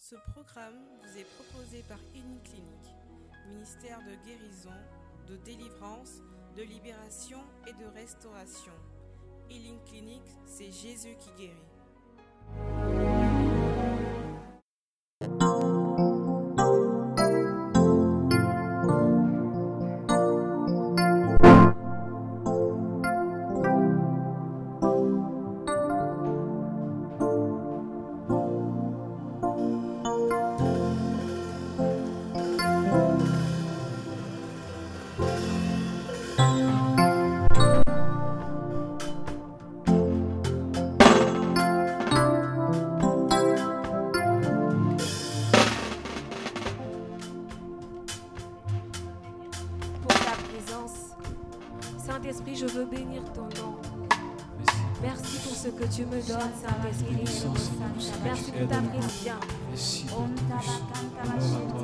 Ce programme vous est proposé par Healing Clinic, ministère de guérison, de délivrance, de libération et de restauration. Healing Clinic, c'est Jésus qui guérit. Saint-Esprit, je veux bénir ton nom. Merci pour ce que tu me donnes, Saint-Esprit. Merci pour ta présence. Merci de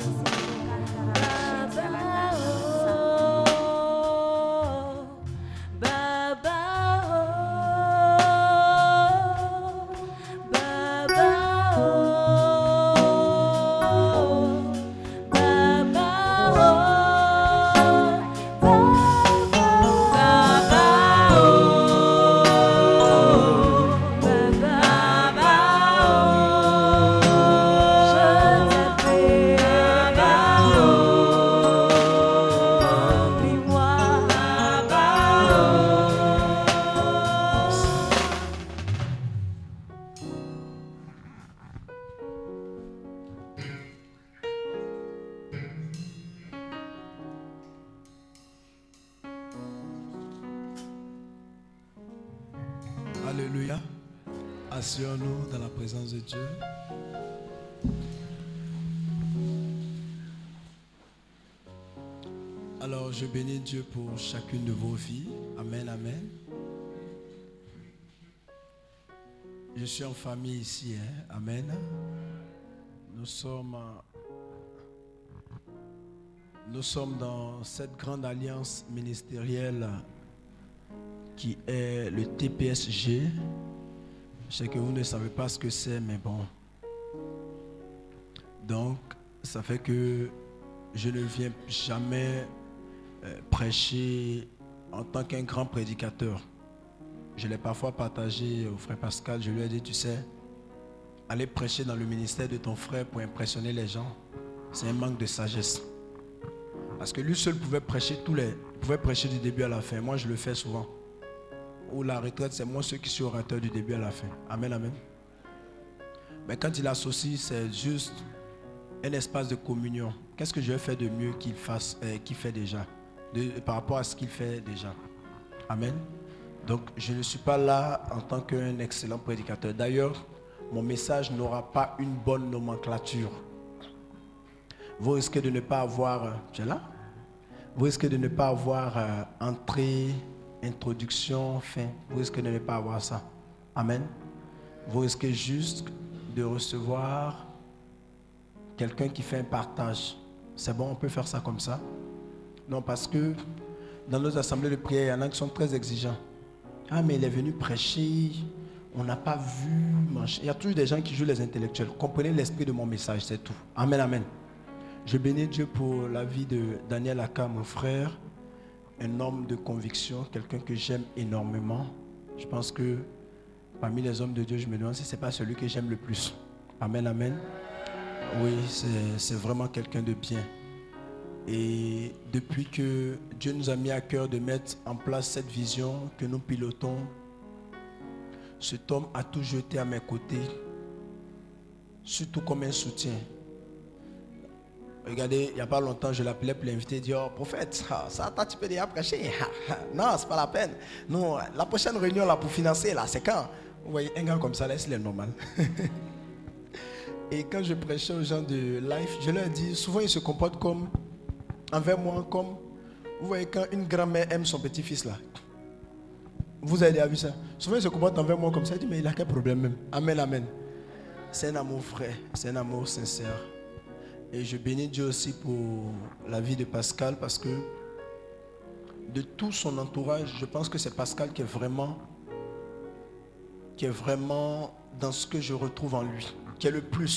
Alléluia. Asseyons-nous dans la présence de Dieu. Alors, je bénis Dieu pour chacune de vos vies. Amen, amen. Je suis en famille ici. Amen. Nous sommes dans cette grande alliance ministérielle qui est le TPSG. Je sais que vous ne savez pas ce que c'est, mais bon. Donc, ça fait que je ne viens jamais prêcher en tant qu'un grand prédicateur. Je l'ai parfois partagé au frère Pascal. Je lui ai dit, tu sais, aller prêcher dans le ministère de ton frère pour impressionner les gens, c'est un manque de sagesse. Parce que lui seul pouvait prêcher pouvait prêcher du début à la fin. Moi, je le fais souvent. Ou la retraite, c'est moi ceux qui suis orateur du début à la fin. Amen, amen. Mais quand il associe, c'est juste un espace de communion. Qu'est-ce que je vais faire de mieux qu'il fait déjà, par rapport à ce qu'il fait déjà. Amen. Donc, je ne suis pas là en tant qu'un excellent prédicateur. D'ailleurs, mon message n'aura pas une bonne nomenclature. Vous risquez de ne pas avoir... tu es là? Vous risquez de ne pas avoir entrée, introduction, fin. Vous risquez de ne pas avoir ça. Amen. Vous risquez juste de recevoir quelqu'un qui fait un partage. C'est bon, on peut faire ça comme ça? Non, parce que dans nos assemblées de prière, il y en a qui sont très exigeants. Ah, mais il est venu prêcher, on n'a pas vu manger. Il y a toujours des gens qui jouent les intellectuels. Comprenez l'esprit de mon message, c'est tout. Amen, amen. Je bénis Dieu pour la vie de Daniel Aka, mon frère. Un homme de conviction, quelqu'un que j'aime énormément. Je pense que parmi les hommes de Dieu, je me demande si ce n'est pas celui que j'aime le plus. Amen, amen. Oui, c'est vraiment quelqu'un de bien. Et depuis que Dieu nous a mis à cœur de mettre en place cette vision que nous pilotons, cet homme a toujours été à mes côtés, surtout comme un soutien. Regardez, il n'y a pas longtemps, je l'appelais pour l'inviter, dire oh, prophète, ça tu peux déjà prêcher. Non, c'est pas la peine. Non, la prochaine réunion là pour financer, là, c'est quand? Vous voyez, un gars comme ça, là, c'est normal. Et quand je prêchais aux gens de Life, je leur dis, souvent ils se comportent comme, envers moi, comme, vous voyez, quand une grand-mère aime son petit-fils là. Vous avez déjà vu ça? Souvent ils se comportent envers moi comme ça, ils disent, mais il a quel problème même? Amen, amen. C'est un amour frère, c'est un amour sincère. Et je bénis Dieu aussi pour la vie de Pascal parce que de tout son entourage, je pense que c'est Pascal qui est vraiment dans ce que je retrouve en lui, qui est le plus.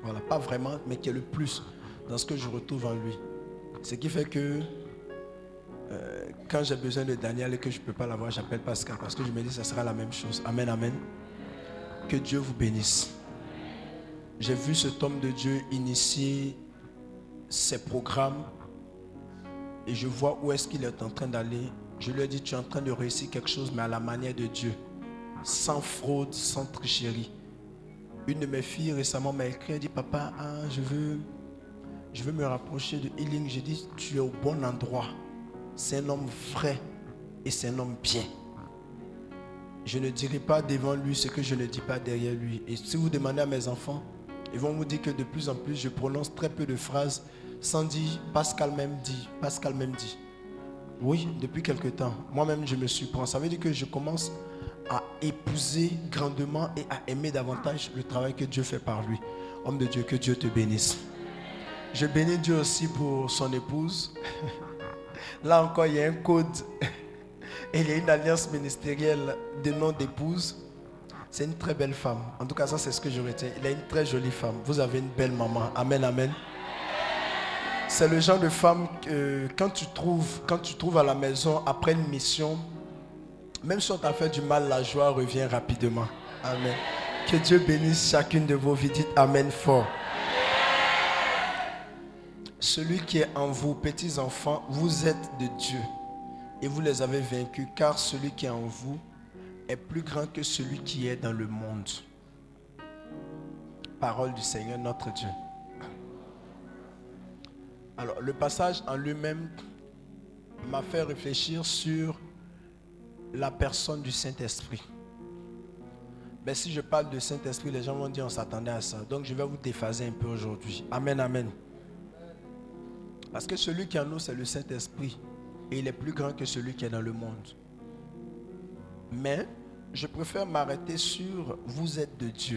Voilà, pas vraiment, mais qui est le plus dans ce que je retrouve en lui. Ce qui fait que quand j'ai besoin de Daniel et que je ne peux pas l'avoir, j'appelle Pascal parce que je me dis que ça sera la même chose. Amen, amen. Que Dieu vous bénisse. J'ai vu cet homme de Dieu initier ses programmes et je vois où est-ce qu'il est en train d'aller. Je lui ai dit, tu es en train de réussir quelque chose, mais à la manière de Dieu, sans fraude, sans tricherie. Une de mes filles récemment m'a écrit, elle dit, papa, je veux me rapprocher de Healing. J'ai dit, tu es au bon endroit. C'est un homme vrai et c'est un homme bien. Je ne dirai pas devant lui ce que je ne dis pas derrière lui. Et si vous demandez à mes enfants, ils vont vous dire que de plus en plus, je prononce très peu de phrases sans dire Pascal même dit, Pascal même dit. Oui, depuis quelque temps. Moi-même, je me surprends. Ça veut dire que je commence à épouser grandement et à aimer davantage le travail que Dieu fait par lui. Homme de Dieu, que Dieu te bénisse. Je bénis Dieu aussi pour son épouse. Là encore, il y a un code. Et il y a une alliance ministérielle de nom d'épouse. C'est une très belle femme. En tout cas, ça c'est ce que je retiens. Il a une très jolie femme. Vous avez une belle maman. Amen, amen. C'est le genre de femme que quand tu trouves à la maison après une mission, même si on t'a fait du mal, la joie revient rapidement. Amen. Que Dieu bénisse chacune de vos vies. Dites amen fort. Celui qui est en vous, petits enfants, vous êtes de Dieu et vous les avez vaincus, car celui qui est en vous est plus grand que celui qui est dans le monde. Parole du Seigneur notre Dieu. Alors, le passage en lui-même m'a fait réfléchir sur la personne du Saint-Esprit. Mais si je parle de Saint-Esprit, les gens vont dire on s'attendait à ça. Donc, je vais vous déphaser un peu aujourd'hui. Amen, amen. Parce que celui qui est en nous, c'est le Saint-Esprit. Et il est plus grand que celui qui est dans le monde. Mais je préfère m'arrêter sur vous êtes de Dieu.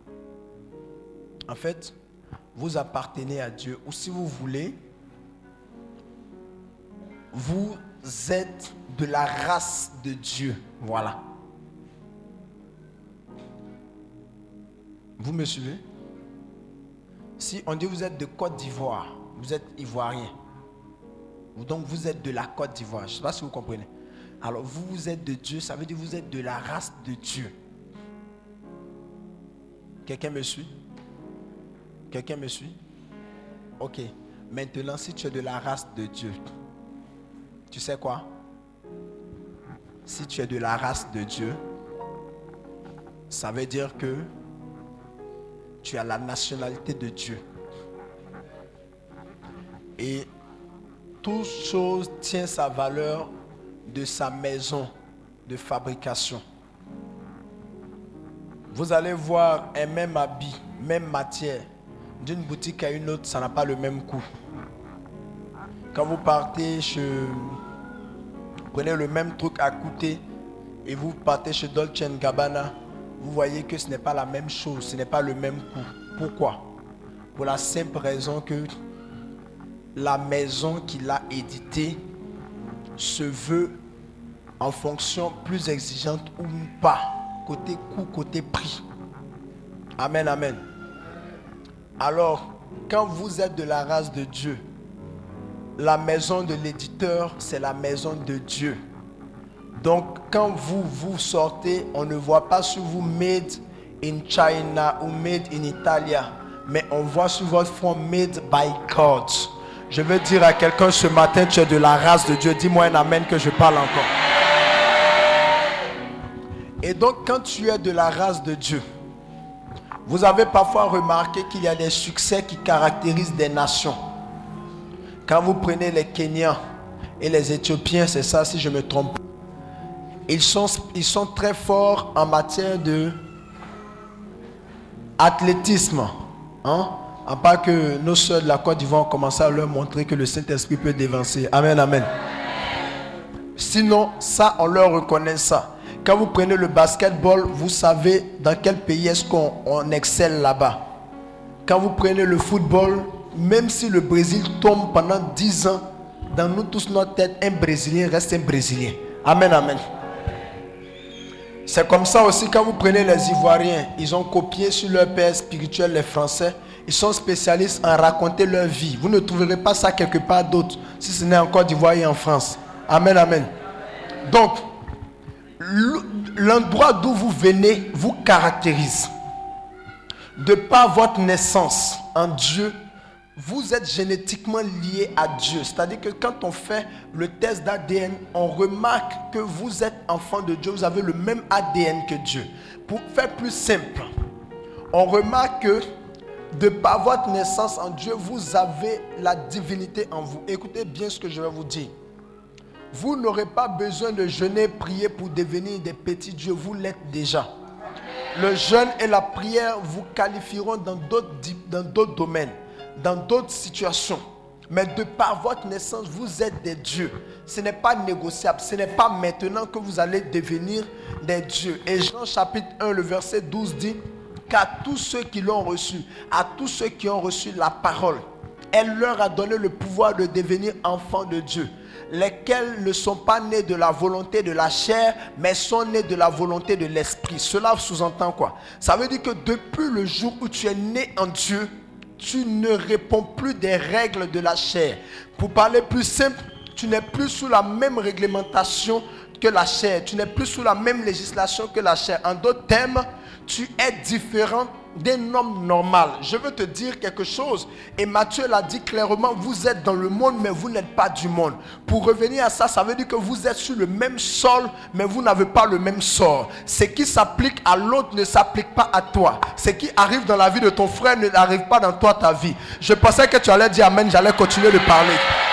En fait, vous appartenez à Dieu. Ou si vous voulez, vous êtes de la race de Dieu. Voilà. Vous me suivez? Si on dit vous êtes de Côte d'Ivoire, vous êtes ivoirien. Donc vous êtes de la Côte d'Ivoire. Je ne sais pas si vous comprenez. Alors vous êtes de Dieu, ça veut dire que vous êtes de la race de Dieu. Quelqu'un me suit? Quelqu'un me suit? Ok. Maintenant, si tu es de la race de Dieu, tu sais quoi? Si tu es de la race de Dieu, ça veut dire que tu as la nationalité de Dieu. Et toute chose tient sa valeur de sa maison de fabrication. Vous allez voir un même habit, même matière, d'une boutique à une autre, ça n'a pas le même coût. Quand vous partez prenez le même truc à coûter et vous partez chez Dolce & Gabbana, vous voyez que ce n'est pas la même chose, ce n'est pas le même coût. Pourquoi? Pour la simple raison que la maison qui l'a édité se veut en fonction plus exigeante ou pas, côté coût, côté prix. Amen, amen. Alors, quand vous êtes de la race de Dieu, la maison de l'éditeur, c'est la maison de Dieu. Donc, quand vous sortez, on ne voit pas sur vous made in China ou made in Italia, mais on voit sur votre front made by God. Je veux dire à quelqu'un ce matin, tu es de la race de Dieu. Dis-moi un amen que je parle encore. Et donc, quand tu es de la race de Dieu, vous avez parfois remarqué qu'il y a des succès qui caractérisent des nations. Quand vous prenez les Kenyans et les Éthiopiens, c'est ça si je me trompe. Ils sont très forts en matière de athlétisme. Hein? À part que nos soeurs de la Côte d'Ivoire ont commencé à leur montrer que le Saint-Esprit peut dévancer. Amen, amen. Sinon, ça, on leur reconnaît ça. Quand vous prenez le basketball, vous savez dans quel pays est-ce qu'on excelle là-bas. Quand vous prenez le football, même si le Brésil tombe pendant 10 ans, dans nous tous, notre tête, un Brésilien reste un Brésilien. Amen, amen. C'est comme ça aussi quand vous prenez les Ivoiriens, ils ont copié sur leur père spirituel les Français. Ils sont spécialistes en raconter leur vie. Vous ne trouverez pas ça quelque part d'autre, si ce n'est en Côte d'Ivoire et en France. Amen, amen. Donc, l'endroit d'où vous venez vous caractérise. De par votre naissance en Dieu, vous êtes génétiquement lié à Dieu. C'est-à-dire que quand on fait le test d'ADN, on remarque que vous êtes enfant de Dieu. Vous avez le même ADN que Dieu. Pour faire plus simple, on remarque que de par votre naissance en Dieu, vous avez la divinité en vous. Écoutez bien ce que je vais vous dire. Vous n'aurez pas besoin de jeûner, prier pour devenir des petits dieux. Vous l'êtes déjà. Le jeûne et la prière vous qualifieront dans d'autres domaines, dans d'autres situations. Mais de par votre naissance, vous êtes des dieux. Ce n'est pas négociable. Ce n'est pas maintenant que vous allez devenir des dieux. Et Jean chapitre 1, le verset 12 dit qu'à tous ceux qui l'ont reçu, à tous ceux qui ont reçu la parole, elle leur a donné le pouvoir de devenir enfants de Dieu, lesquels ne sont pas nés de la volonté de la chair, mais sont nés de la volonté de l'esprit. Cela sous-entend quoi? Ça veut dire que depuis le jour où tu es né en Dieu, tu ne réponds plus des règles de la chair. Pour parler plus simple, tu n'es plus sous la même réglementation que la chair. Tu n'es plus sous la même législation que la chair. En d'autres termes, tu es différent d'un homme normal. Je veux te dire quelque chose. Et Matthieu l'a dit clairement, vous êtes dans le monde, mais vous n'êtes pas du monde. Pour revenir à ça, ça veut dire que vous êtes sur le même sol, mais vous n'avez pas le même sort. Ce qui s'applique à l'autre ne s'applique pas à toi. Ce qui arrive dans la vie de ton frère ne n'arrive pas dans toi, ta vie. Je pensais que tu allais dire amen, j'allais continuer de parler.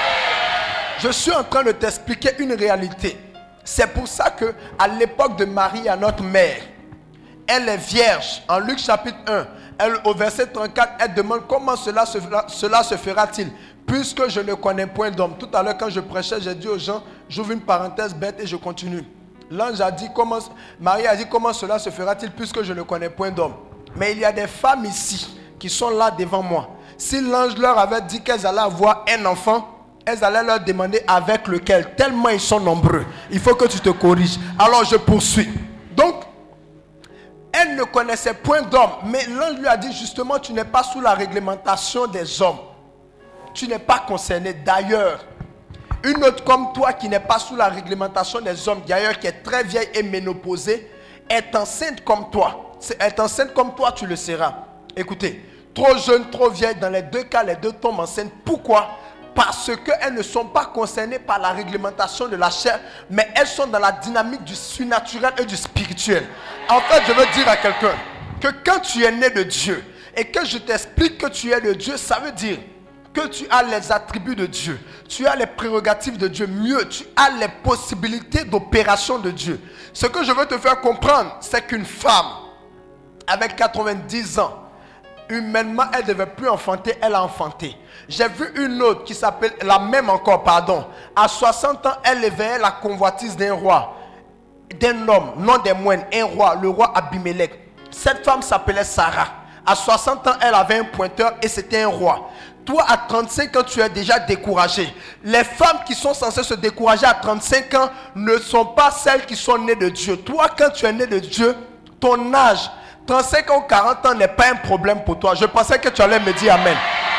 Je suis en train de t'expliquer une réalité. C'est pour ça que à l'époque de Marie, à notre mère, elle est vierge. En Luc chapitre 1, au verset 34, elle demande comment cela se fera-t-il, puisque je ne connais point d'homme. Tout à l'heure quand je prêchais, j'ai dit aux gens, j'ouvre une parenthèse bête et je continue. L'ange a dit, Marie a dit, comment cela se fera-t-il, puisque je ne connais point d'homme. Mais il y a des femmes ici qui sont là devant moi. Si l'ange leur avait dit qu'elles allaient avoir un enfant, elles allaient leur demander avec lequel, tellement ils sont nombreux. Il faut que tu te corriges. Alors je poursuis. Donc, elle ne connaissait point d'homme, mais l'ange lui a dit justement, tu n'es pas sous la réglementation des hommes. Tu n'es pas concerné. D'ailleurs, une autre comme toi qui n'est pas sous la réglementation des hommes, d'ailleurs qui est très vieille et ménopausée, est enceinte comme toi. Est enceinte comme toi, tu le seras. Écoutez, trop jeune, trop vieille, dans les deux cas, les deux tombent enceintes. Pourquoi ? Parce qu'elles ne sont pas concernées par la réglementation de la chair, mais elles sont dans la dynamique du surnaturel et du spirituel. En fait, je veux dire à quelqu'un que quand tu es né de Dieu et que je t'explique que tu es de Dieu, ça veut dire que tu as les attributs de Dieu, tu as les prérogatives de Dieu, mieux, tu as les possibilités d'opération de Dieu. Ce que je veux te faire comprendre, c'est qu'une femme avec 90 ans, humainement, elle ne devait plus enfanter, elle a enfanté. J'ai vu une autre qui s'appelle, la même encore, pardon. À 60 ans, elle éveillait la convoitise d'un roi, d'un homme, non des moines, un roi, le roi Abimelech. Cette femme s'appelait Sarah. À 60 ans, elle avait un pointeur et c'était un roi. Toi, à 35 ans, tu es déjà découragé. Les femmes qui sont censées se décourager à 35 ans ne sont pas celles qui sont nées de Dieu. Toi, quand tu es né de Dieu, ton âge, 35 ans ou 40 ans n'est pas un problème pour toi. Je pensais que tu allais me dire amen.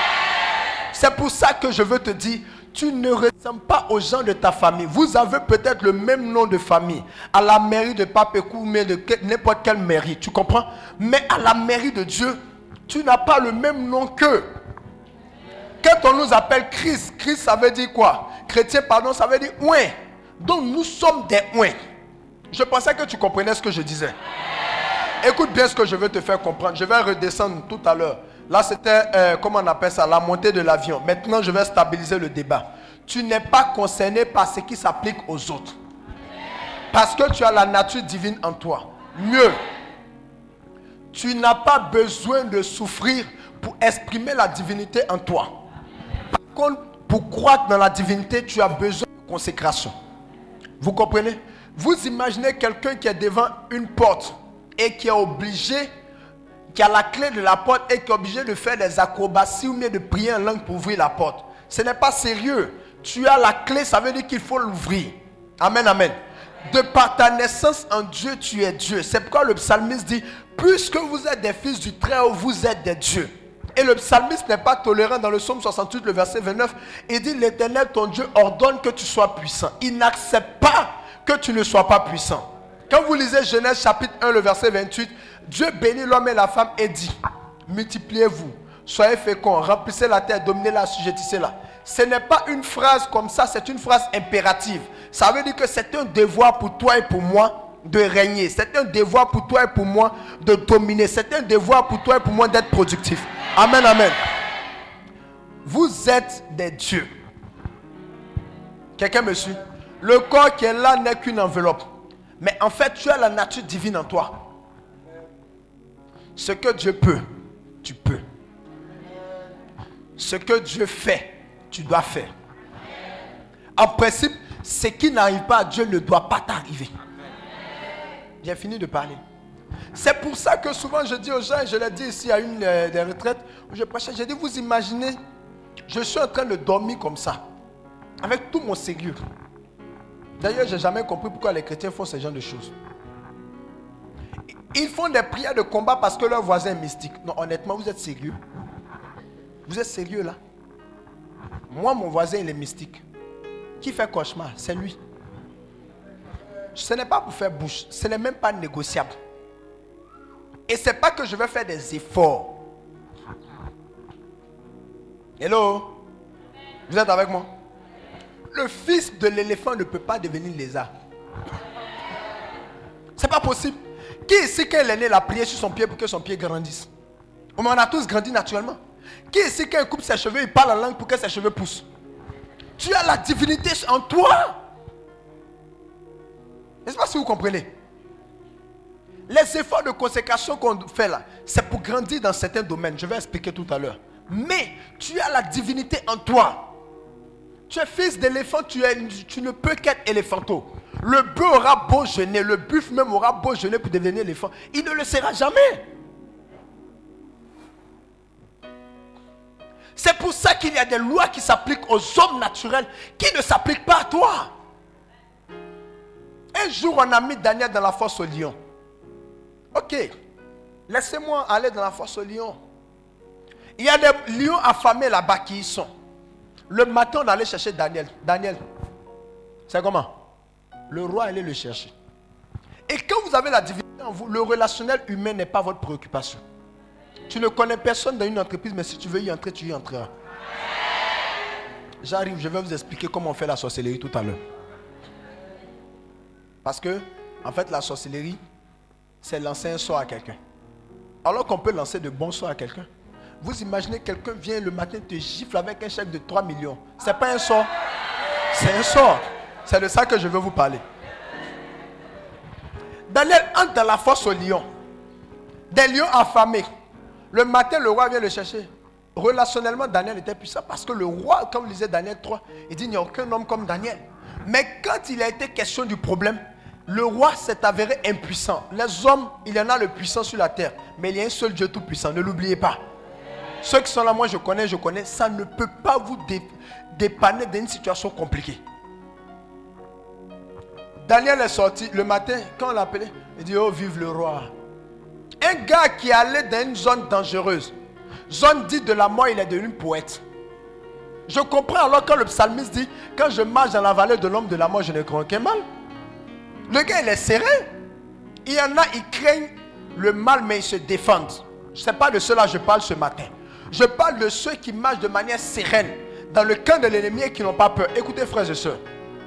C'est pour ça que je veux te dire, tu ne ressembles pas aux gens de ta famille. Vous avez peut-être le même nom de famille. À la mairie de Papécou, mais de n'importe quelle mairie. Tu comprends? Mais à la mairie de Dieu, tu n'as pas le même nom qu'eux. Quand on nous appelle Christ, Christ ça veut dire quoi? Chrétien, pardon, ça veut dire ouin. Donc nous sommes des ouins. Je pensais que tu comprenais ce que je disais. Écoute bien ce que je veux te faire comprendre. Je vais redescendre tout à l'heure. Là, c'était, comment on appelle ça, la montée de l'avion. Maintenant, je vais stabiliser le débat. Tu n'es pas concerné par ce qui s'applique aux autres. Parce que tu as la nature divine en toi. Mieux, tu n'as pas besoin de souffrir pour exprimer la divinité en toi. Par contre, pour croître dans la divinité, tu as besoin de consécration. Vous comprenez? Vous imaginez quelqu'un qui est devant une porte et qui est obligé, qui a la clé de la porte et qui est obligé de faire des acrobaties ou bien de prier en langue pour ouvrir la porte. Ce n'est pas sérieux. Tu as la clé, ça veut dire qu'il faut l'ouvrir. Amen, amen. De par ta naissance en Dieu, tu es Dieu. C'est pourquoi le psalmiste dit, puisque vous êtes des fils du Très-Haut, vous êtes des dieux. Et le psalmiste n'est pas tolérant dans le psaume 68, le verset 29. Il dit, l'Éternel, ton Dieu, ordonne que tu sois puissant. Il n'accepte pas que tu ne sois pas puissant. Quand vous lisez Genèse chapitre 1, le verset 28, Dieu bénit l'homme et la femme et dit, multipliez-vous, soyez féconds, remplissez la terre, dominez-la, assujettissez-la. Ce n'est pas une phrase comme ça, c'est une phrase impérative. Ça veut dire que c'est un devoir pour toi et pour moi de régner. C'est un devoir pour toi et pour moi de dominer. C'est un devoir pour toi et pour moi d'être productif. Amen, amen. Vous êtes des dieux. Quelqu'un me suit? Le corps qui est là n'est qu'une enveloppe. Mais en fait, tu as la nature divine en toi. Ce que Dieu peut, tu peux. Ce que Dieu fait, tu dois faire. En principe, ce qui n'arrive pas à Dieu ne doit pas t'arriver. J'ai fini de parler. C'est pour ça que souvent je dis aux gens, et je l'ai dit ici à une des retraites où je prêchais, j'ai dit, vous imaginez, je suis en train de dormir comme ça, avec tout mon sérieux. D'ailleurs, je n'ai jamais compris pourquoi les chrétiens font ce genre de choses. Ils font des prières de combat parce que leur voisin est mystique. Non, honnêtement, vous êtes sérieux? Vous êtes sérieux là? Moi, mon voisin, il est mystique. Qui fait cauchemar? C'est lui. Ce n'est pas pour faire bouche. Ce n'est même pas négociable. Et ce n'est pas que je vais faire des efforts. Hello? Vous êtes avec moi? Le fils de l'éléphant ne peut pas devenir lézard. C'est pas possible. Qui ici, quand il est né, il a prié sur son pied pour que son pied grandisse? On a tous grandi naturellement. Qui ici, quand il coupe ses cheveux, il parle en langue pour que ses cheveux poussent? Tu as la divinité en toi. N'est-ce pas si vous comprenez? Les efforts de consécration qu'on fait là, c'est pour grandir dans certains domaines. Je vais expliquer tout à l'heure. Mais tu as la divinité en toi. Tu es fils d'éléphant, tu ne peux qu'être éléphanto. Le bœuf aura beau jeûner, le buffle même aura beau jeûner pour devenir éléphant. Il ne le sera jamais. C'est pour ça qu'il y a des lois qui s'appliquent aux hommes naturels qui ne s'appliquent pas à toi. Un jour, on a mis Daniel dans la fosse au lion. Ok, laissez-moi aller dans la fosse au lion. Il y a des lions affamés là-bas qui y sont. Le matin, on allait chercher Daniel. Daniel, c'est comment? Le roi allait le chercher. Et quand vous avez la divinité en vous, le relationnel humain n'est pas votre préoccupation. Tu ne connais personne dans une entreprise, mais si tu veux y entrer, tu y entreras. J'arrive, je vais vous expliquer comment on fait la sorcellerie tout à l'heure. Parce que, en fait, la sorcellerie, c'est lancer un sort à quelqu'un. Alors qu'on peut lancer de bons sorts à quelqu'un. Vous imaginez, quelqu'un vient le matin te gifle avec un chèque de 3 millions. Ce n'est pas un sort. C'est un sort. C'est de ça que je veux vous parler. Daniel entre dans la fosse aux lions. Des lions affamés. Le matin, le roi vient le chercher. Relationnellement, Daniel était puissant parce que le roi, comme lisait Daniel 3, il dit, il n'y a aucun homme comme Daniel. Mais quand il a été question du problème, le roi s'est avéré impuissant. Les hommes, il y en a le puissant sur la terre. Mais il y a un seul Dieu tout puissant, ne l'oubliez pas. Ceux qui sont là, moi je connais, ça ne peut pas vous dépanner dans une situation compliquée. Daniel est sorti le matin, quand on l'appelait, il dit, oh vive le roi. Un gars qui allait dans une zone dangereuse, zone dite de la mort, il est devenu poète. Je comprends alors quand le psalmiste dit, quand je marche dans la vallée de l'homme de la mort, je ne crains aucun mal. Le gars il est serein. Il y en a, ils craignent le mal, mais ils se défendent. Ce n'est pas de cela que je parle ce matin. Je parle de ceux qui marchent de manière sereine dans le camp de l'ennemi et qui n'ont pas peur. Écoutez frères et sœurs.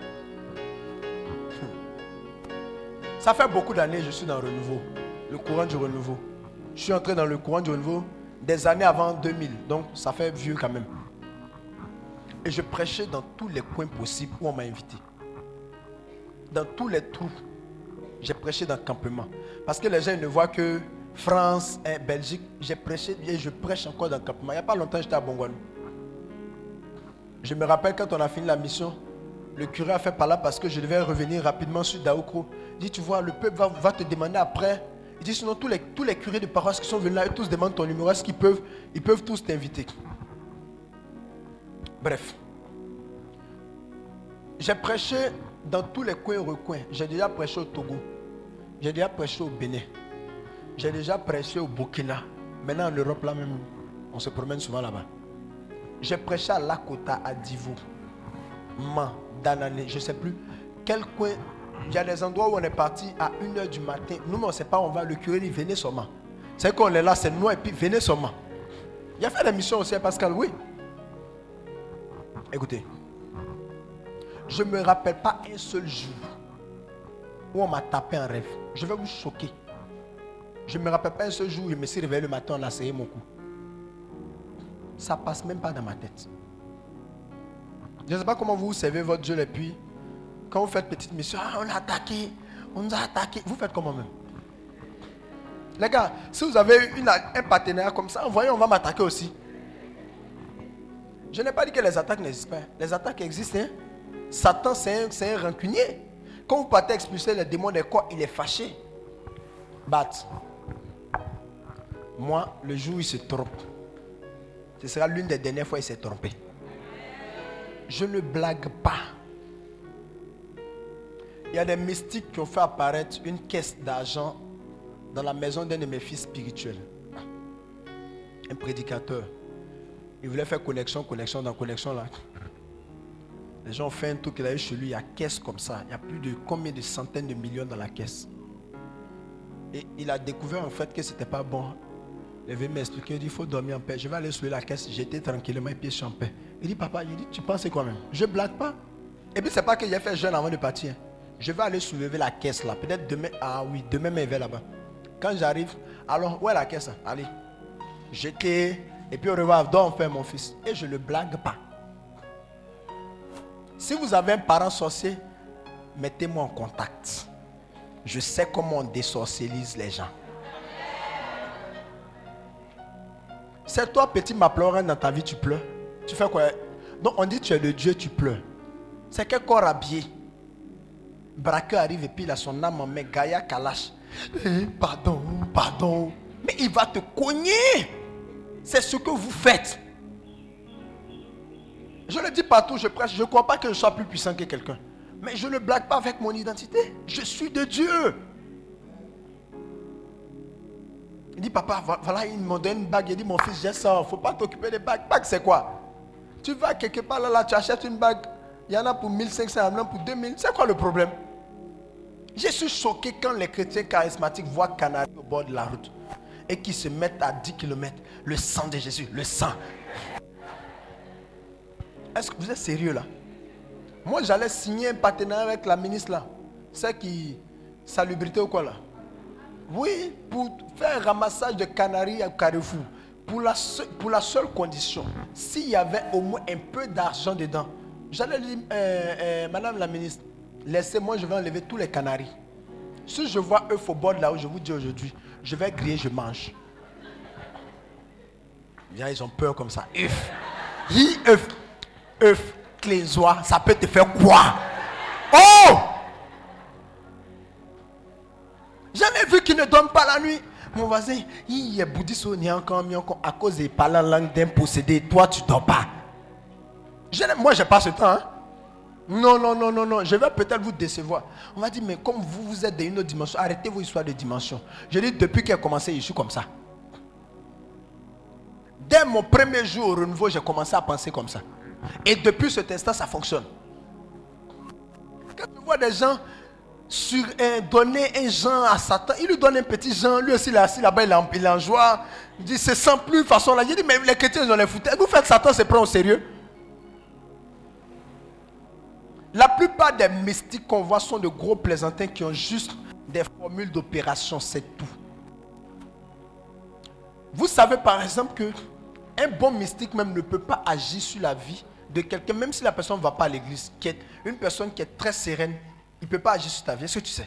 Ça fait beaucoup d'années que je suis dans le renouveau. Le courant du renouveau. Je suis entré dans le courant du renouveau des années avant 2000. Donc ça fait vieux quand même. Et je prêchais dans tous les coins possibles où on m'a invité. Dans tous les trous. J'ai prêché dans le campement. Parce que les gens ne voient que France et Belgique. J'ai prêché et je prêche encore dans le campement. Il n'y a pas longtemps, j'étais à Bongwanou. Je me rappelle quand on a fini la mission, le curé a fait par là parce que je devais revenir rapidement sur Daoukro. Il dit, tu vois, le peuple va te demander après. Il dit, sinon tous les curés de paroisse qui sont venus là, ils tous demandent ton numéro. Est-ce qu'ils peuvent tous t'inviter? Bref. J'ai prêché dans tous les coins et recoins. J'ai déjà prêché au Togo. J'ai déjà prêché au Bénin. J'ai déjà prêché au Burkina. Maintenant en Europe là même, on se promène souvent là-bas. J'ai prêché à Lakota, à Divo, Man, Danane, je ne sais plus. Quel coin. Il y a des endroits où on est parti à 1h du matin. Nous, on ne sait pas, on va, le curé dit venez seulement. C'est qu'on est là, c'est noir et puis venez seulement. Il a fait des missions aussi à Pascal, oui. Écoutez, je ne me rappelle pas un seul jour où on m'a tapé un rêve. Je vais vous choquer. Je ne me rappelle pas un seul jour où je me suis réveillé le matin, on a serré mon cou. Ça ne passe même pas dans ma tête. Je ne sais pas comment vous servez votre Dieu et puis quand vous faites petite mission, on a attaqué, on nous a attaqué. Vous faites comment même? Les gars, si vous avez un partenaire comme ça, envoyez, on va m'attaquer aussi. Je n'ai pas dit que les attaques n'existent pas. Les attaques existent. Hein? Satan, c'est un rancunier. Quand vous partez expulser les démons des corps, il est fâché. Bat. Moi, le jour où il se trompe, ce sera l'une des dernières fois où il s'est trompé. Je ne blague pas. Il y a des mystiques qui ont fait apparaître une caisse d'argent dans la maison d'un de mes fils spirituels. Un prédicateur. Il voulait faire connexion là. Les gens ont fait un truc qu'il a eu chez lui, il y a caisse comme ça. Il y a plus de combien de centaines de millions dans la caisse. Et il a découvert en fait que c'était pas bon. Il veut m'expliquer, il dit il faut dormir en paix. Je vais aller soulever la caisse, j'étais tranquillement et puis je suis en paix. Il dit papa, il dit tu penses quoi même? Je blague pas. Et puis c'est pas que j'ai fait jeûne avant de partir. Je vais aller soulever la caisse là. Peut-être demain, demain je vais là-bas. Quand j'arrive, alors où est la caisse? Allez, j'étais, et puis au revoir, dors en paix mon fils. Et je ne blague pas. Si vous avez un parent sorcier, mettez-moi en contact. Je sais comment on désorcialise les gens. C'est toi, petit ma pleurant dans ta vie, tu pleures. Tu fais quoi? Donc on dit tu es le Dieu, tu pleures. C'est quel corps habillé? Braqueur arrive et puis il a son âme en main, Gaïa Kalash. Pardon. Mais il va te cogner. C'est ce que vous faites. Je le dis partout, je prêche. Je ne crois pas que je sois plus puissant que quelqu'un. Mais je ne blague pas avec mon identité. Je suis de Dieu. Il dit, papa, voilà, il m'a donné une bague. Il dit, mon fils, j'ai ça. Il ne faut pas t'occuper des bagues. Bague, c'est quoi? Tu vas quelque part là, tu achètes une bague. Il y en a pour 1500, il y en a pour 2000. C'est quoi le problème? Je suis choqué quand les chrétiens charismatiques voient Canary au bord de la route et qui se mettent à 10 km. Le sang de Jésus, le sang. Est-ce que vous êtes sérieux là? Moi, j'allais signer un partenariat avec la ministre là. C'est qui? Salubrité ou quoi là? Oui, pour faire un ramassage de canaries à Carrefour. Pour la seule condition, s'il y avait au moins un peu d'argent dedans, j'allais dire, madame la ministre, laissez-moi, je vais enlever tous les canaris. Si je vois œuf au bord de là où je vous dis aujourd'hui, je vais griller, je mange. Bien, ils ont peur comme ça. œuf, clésois, ça peut te faire quoi? Oh! J'en ai vu qui ne dorment pas la nuit. Mon voisin, il est bouddhiste, il est encore à cause de parler en langue d'un possédé. Toi, tu ne dors pas. Moi, je n'ai pas ce temps. Hein? Non. Je vais peut-être vous décevoir. On va dire, mais comme vous êtes d'une autre dimension, arrêtez vos histoires de dimension. Je dis, depuis qu'il a commencé, je suis comme ça. Dès mon premier jour au renouveau, j'ai commencé à penser comme ça. Et depuis cet instant, ça fonctionne. Quand tu vois des gens donner un Jean à Satan, il lui donne un petit Jean, lui aussi il est assis là-bas, il est en joie. Il dit, c'est sans plus façon là. Il dit, mais les chrétiens, ils ont les foutus. Vous faites Satan, c'est prend au sérieux. La plupart des mystiques qu'on voit sont de gros plaisantins qui ont juste des formules d'opération, c'est tout. Vous savez par exemple que un bon mystique même ne peut pas agir sur la vie de quelqu'un, même si la personne ne va pas à l'église, qui est une personne qui est très sereine, il ne peut pas agir sur ta vie. Est-ce que tu sais?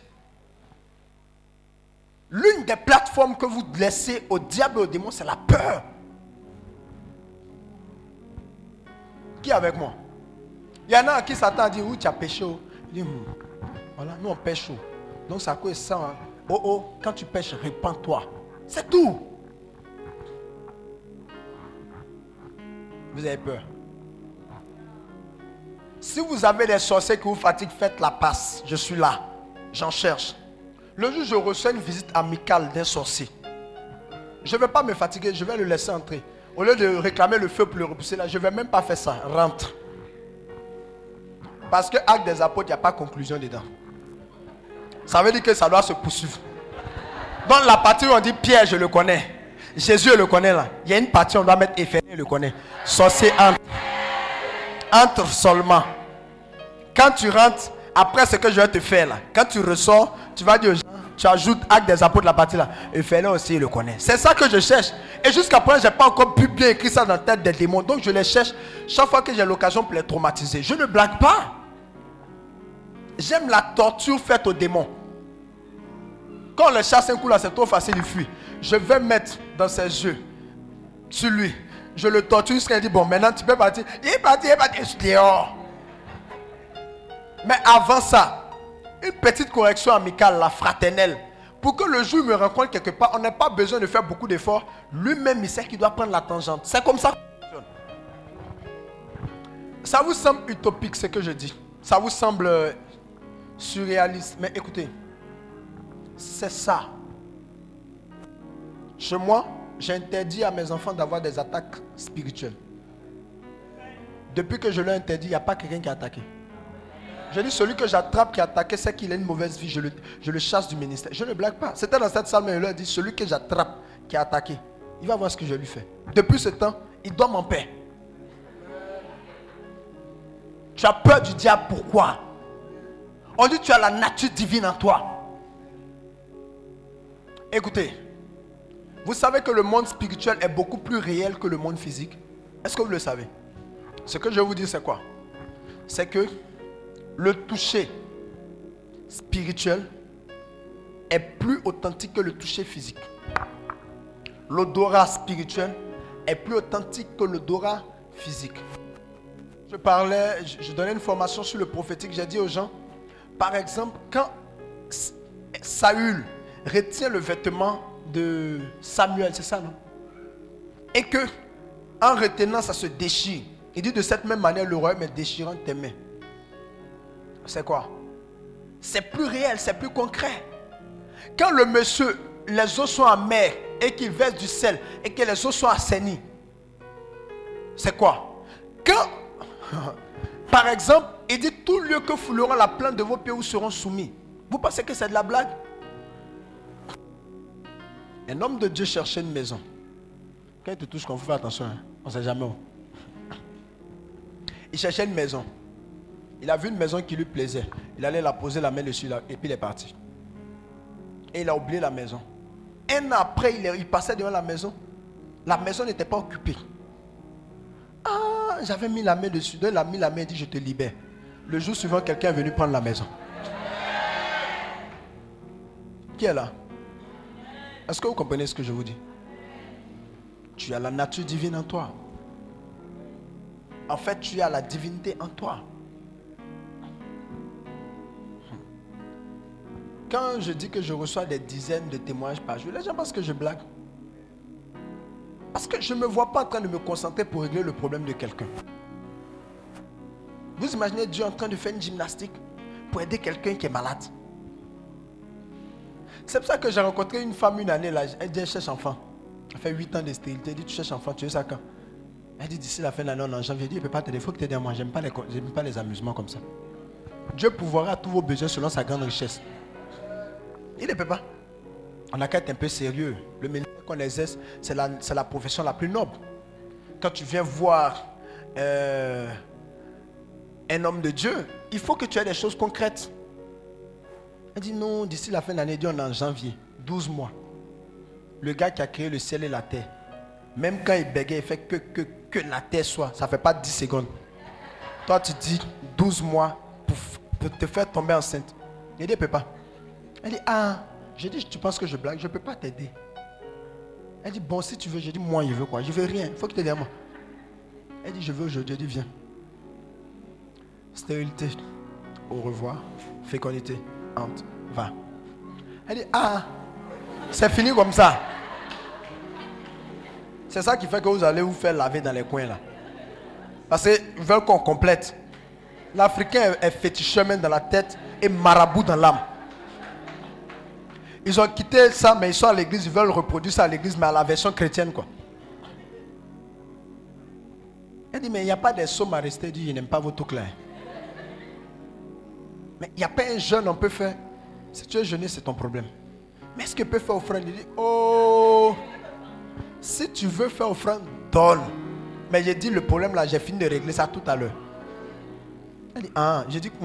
L'une des plateformes que vous laissez au diable et au démon, c'est la peur. Qui est avec moi? Il y en a qui s'attendent à dire, oui, tu as péché. Il dit, voilà, nous on pêche. Donc ça cause ça. Hein. Quand tu pêches, répands-toi. C'est tout. Vous avez peur. Si vous avez des sorciers qui vous fatiguent, faites la passe. Je suis là. J'en cherche. Le jour où je reçois une visite amicale d'un sorcier, je ne vais pas me fatiguer, je vais le laisser entrer. Au lieu de réclamer le feu pour le repousser là, je ne vais même pas faire ça. Rentre. Parce que Actes des Apôtres, il n'y a pas conclusion dedans. Ça veut dire que ça doit se poursuivre. Dans la partie où on dit Pierre, je le connais. Jésus, je le connais là. Il y a une partie où on doit mettre Éphémien, je le connais. Sorcier, entre. Entre seulement. Quand tu rentres, après ce que je vais te faire là, quand tu ressors, tu vas dire aux gens, tu ajoutes Actes des Apôtres la partie là. Éphémien aussi, il le connaît. C'est ça que je cherche. Et jusqu'à présent, je n'ai pas encore pu bien écrire ça dans la tête des démons. Donc je les cherche chaque fois que j'ai l'occasion pour les traumatiser. Je ne blague pas. J'aime la torture faite aux démons. Quand on les chasse un coup là, c'est trop facile, il fuit. Je vais mettre dans ses yeux, sur lui. Je le torture jusqu'à dire, bon, maintenant tu peux partir. Il est parti, je suis dehors. Mais avant ça, une petite correction amicale, la fraternelle. Pour que le jour où il me rencontre quelque part, on n'a pas besoin de faire beaucoup d'efforts. Lui-même, il sait qu'il doit prendre la tangente. C'est comme ça que ça fonctionne. Ça vous semble utopique ce que je dis? Ça vous semble surréaliste? Mais écoutez, c'est ça. Chez moi, j'ai interdit à mes enfants d'avoir des attaques spirituelles. Depuis que je l'ai interdit, il n'y a pas quelqu'un qui a attaqué. Je dis, celui que j'attrape qui a attaqué, c'est qu'il a une mauvaise vie. Je le chasse du ministère. Je ne blague pas. C'était dans cette salle, mais je leur ai dit, celui que j'attrape qui a attaqué, il va voir ce que je lui fais. Depuis ce temps, il dorme en paix. Tu as peur du diable, pourquoi? On dit, tu as la nature divine en toi. Écoutez, vous savez que le monde spirituel est beaucoup plus réel que le monde physique. Est-ce que vous le savez? Ce que je vais vous dire, c'est quoi? C'est que le toucher spirituel est plus authentique que le toucher physique. L'odorat spirituel est plus authentique que l'odorat physique. Je donnais une formation sur le prophétique. J'ai dit aux gens, par exemple, quand Saül retient le vêtement de Samuel, c'est ça, non? Et que, en retenant, ça se déchire. Il dit de cette même manière, le royaume est déchirant tes mains. C'est quoi? C'est plus réel, c'est plus concret. Quand le monsieur, les os sont amers et qu'il verse du sel et que les os sont assainis, c'est quoi? Quand, par exemple, il dit tout lieu que fouleront la plante de vos pieds vous seront soumis. Vous pensez que c'est de la blague? Un homme de Dieu cherchait une maison. Quand il te touche, quand vous faites attention, hein, on ne sait jamais où. Il cherchait une maison. Il a vu une maison qui lui plaisait. Il allait la poser la main dessus et puis il est parti. Et il a oublié la maison. Un an après, il passait devant la maison. La maison n'était pas occupée. Ah, j'avais mis la main dessus. Donc il a mis la main et dit, je te libère. Le jour suivant, quelqu'un est venu prendre la maison. Qui est là? Est-ce que vous comprenez ce que je vous dis? Tu as la nature divine en toi. En fait, tu as la divinité en toi. Quand je dis que je reçois des dizaines de témoignages par jour, les gens pensent que je blague. Parce que je ne me vois pas en train de me concentrer pour régler le problème de quelqu'un. Vous imaginez Dieu en train de faire une gymnastique pour aider quelqu'un qui est malade. C'est pour ça que j'ai rencontré une femme une année là. Elle dit, elle cherche enfant. Elle fait 8 ans de stérilité. Elle dit, tu cherches enfant, tu veux ça quand? Elle dit, d'ici la fin de l'année, on en janvier. Elle dit, il ne peut pas t'aider, il faut que tu aides à moi. J'aime pas les amusements comme ça. Dieu pourvoira à tous vos besoins selon sa grande richesse. Il ne peut pas. On a qu'à être un peu sérieux. Le ministère qu'on exerce, c'est la profession la plus noble. Quand tu viens voir un homme de Dieu, il faut que tu aies des choses concrètes. Elle dit non, d'ici la fin de l'année, on est en janvier, 12 mois. Le gars qui a créé le ciel et la terre, même quand il bégaye, il fait que la terre soit. Ça ne fait pas 10 secondes. Toi, tu dis 12 mois pour te faire tomber enceinte. Il dit, il ne peut pas. Elle dit, ah, j'ai dit, tu penses que je blague, je ne peux pas t'aider. Elle dit, bon, si tu veux, j'ai dit, moi, je veux quoi? Je ne veux rien, il faut que tu aides à moi. Elle dit, je veux aujourd'hui, elle dit, viens. Stérilité, au revoir, fécondité, entre, va. Elle dit, ah, c'est fini comme ça. C'est ça qui fait que vous allez vous faire laver dans les coins là. Parce qu'ils veulent qu'on complète. L'Africain est féticheur même dans la tête et marabout dans l'âme. Ils ont quitté ça, mais ils sont à l'église, ils veulent reproduire ça à l'église, mais à la version chrétienne, quoi. Elle dit, mais il n'y a pas des sommes à rester. Il dit, je n'aime pas vos trucs là. Mais il n'y a pas un jeûne, on peut faire. Si tu es jeûné, c'est ton problème. Mais est-ce que tu peux faire offrande? Il dit, oh, si tu veux faire offrande, donne. Mais j'ai dit, le problème là, j'ai fini de régler ça tout à l'heure. Elle dit, ah, j'ai dit,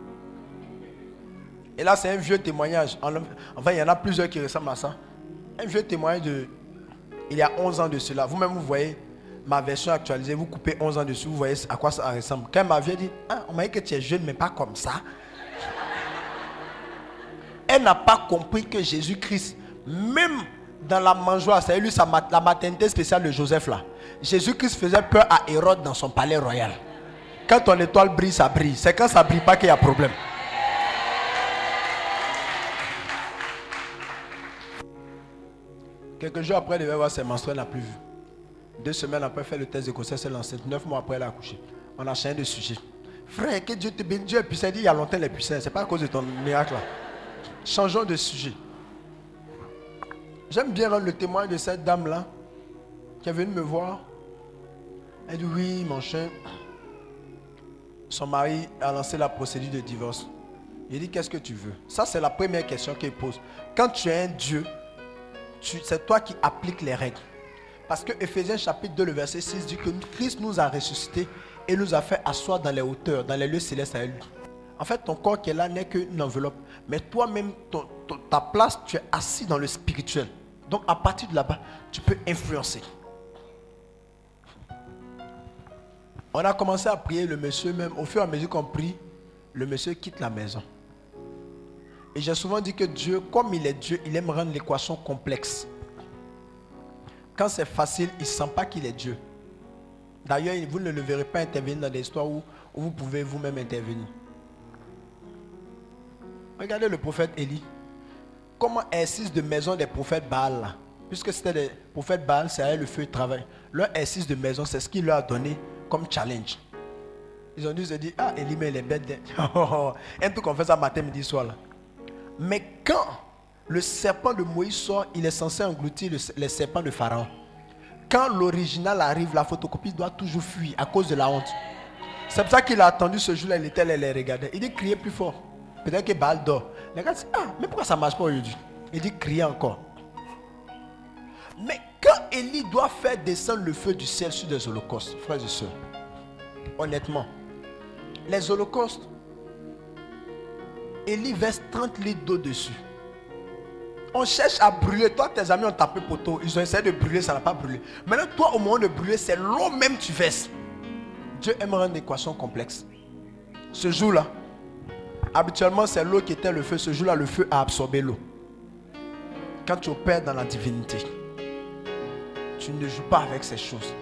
Et là, c'est un vieux témoignage. Enfin, il y en a plusieurs qui ressemblent à ça. Un vieux témoignage de... Il y a 11 ans de cela. Vous-même, vous voyez ma version actualisée. Vous coupez 11 ans dessus, vous voyez à quoi ça ressemble. Quand elle m'a vu, elle dit, ah, on m'a dit que tu es jeune, mais pas comme ça. Elle n'a pas compris que Jésus-Christ, même dans la mangeoire, c'est lui, la maternité spéciale de Joseph là. Jésus-Christ faisait peur à Hérode dans son palais royal. Quand ton étoile brille, ça brille. C'est quand ça ne brille pas qu'il y a problème. Quelques jours après, elle devait voir ses menstrues, elle n'a plus vu. 2 semaines après, faire le test de grossesse, elle est enceinte. 9 mois après, elle a accouché. On a changé de sujet. Frère, que Dieu te bénisse. Dieu est puissant. Il dit, il y a longtemps, il est puissant. Ce n'est pas à cause de ton miracle là. Changeons de sujet. J'aime bien le témoin de cette dame-là qui est venue me voir. Elle dit, oui, mon cher. Son mari a lancé la procédure de divorce. Il dit, qu'est-ce que tu veux? Ça, c'est la première question qu'il pose. Quand tu es un Dieu, c'est toi qui appliques les règles. Parce que Ephésiens chapitre 2, le verset 6 dit que Christ nous a ressuscités et nous a fait asseoir dans les hauteurs, dans les lieux célestes avec lui. En fait, ton corps qui est là n'est qu'une enveloppe. Mais toi-même, ta place, tu es assis dans le spirituel. Donc, à partir de là-bas, tu peux influencer. On a commencé à prier le monsieur même. Au fur et à mesure qu'on prie, le monsieur quitte la maison. Et j'ai souvent dit que Dieu, comme il est Dieu, il aime rendre l'équation complexe. Quand c'est facile, il ne sent pas qu'il est Dieu. D'ailleurs, vous ne le verrez pas intervenir dans des histoires où vous pouvez vous-même intervenir. Regardez le prophète Élie. Comment exercice de maison des prophètes Baal là? Puisque c'était des prophètes Baal, c'est avec le feu de travail. Leur exercice de maison, c'est ce qu'il leur a donné comme challenge. Ils ont dû se dire, ah, Élie, mais il est bête. Un truc qu'on fait ça matin, midi, soir là. Mais quand le serpent de Moïse sort, il est censé engloutir les serpents de Pharaon. Quand l'original arrive, la photocopie doit toujours fuir à cause de la honte. C'est pour ça qu'il a attendu ce jour-là, il était là, il les regardait. Il dit, criez plus fort. Peut-être que Baal dort. Les gars disent, ah, mais pourquoi ça ne marche pas aujourd'hui? Il dit, criez encore. Mais quand Élie doit faire descendre le feu du ciel sur des holocaustes, frères et sœurs, honnêtement, les holocaustes, Élie verse 30 litres d'eau dessus. On cherche à brûler. Toi, tes amis ont tapé poteau. Ils ont essayé de brûler, ça n'a pas brûlé. Maintenant, toi, au moment de brûler, c'est l'eau même que tu verses. Dieu aime rendre l'équation complexe. Ce jour-là, habituellement, c'est l'eau qui était le feu. Ce jour-là, le feu a absorbé l'eau. Quand tu opères dans la divinité, tu ne joues pas avec ces choses.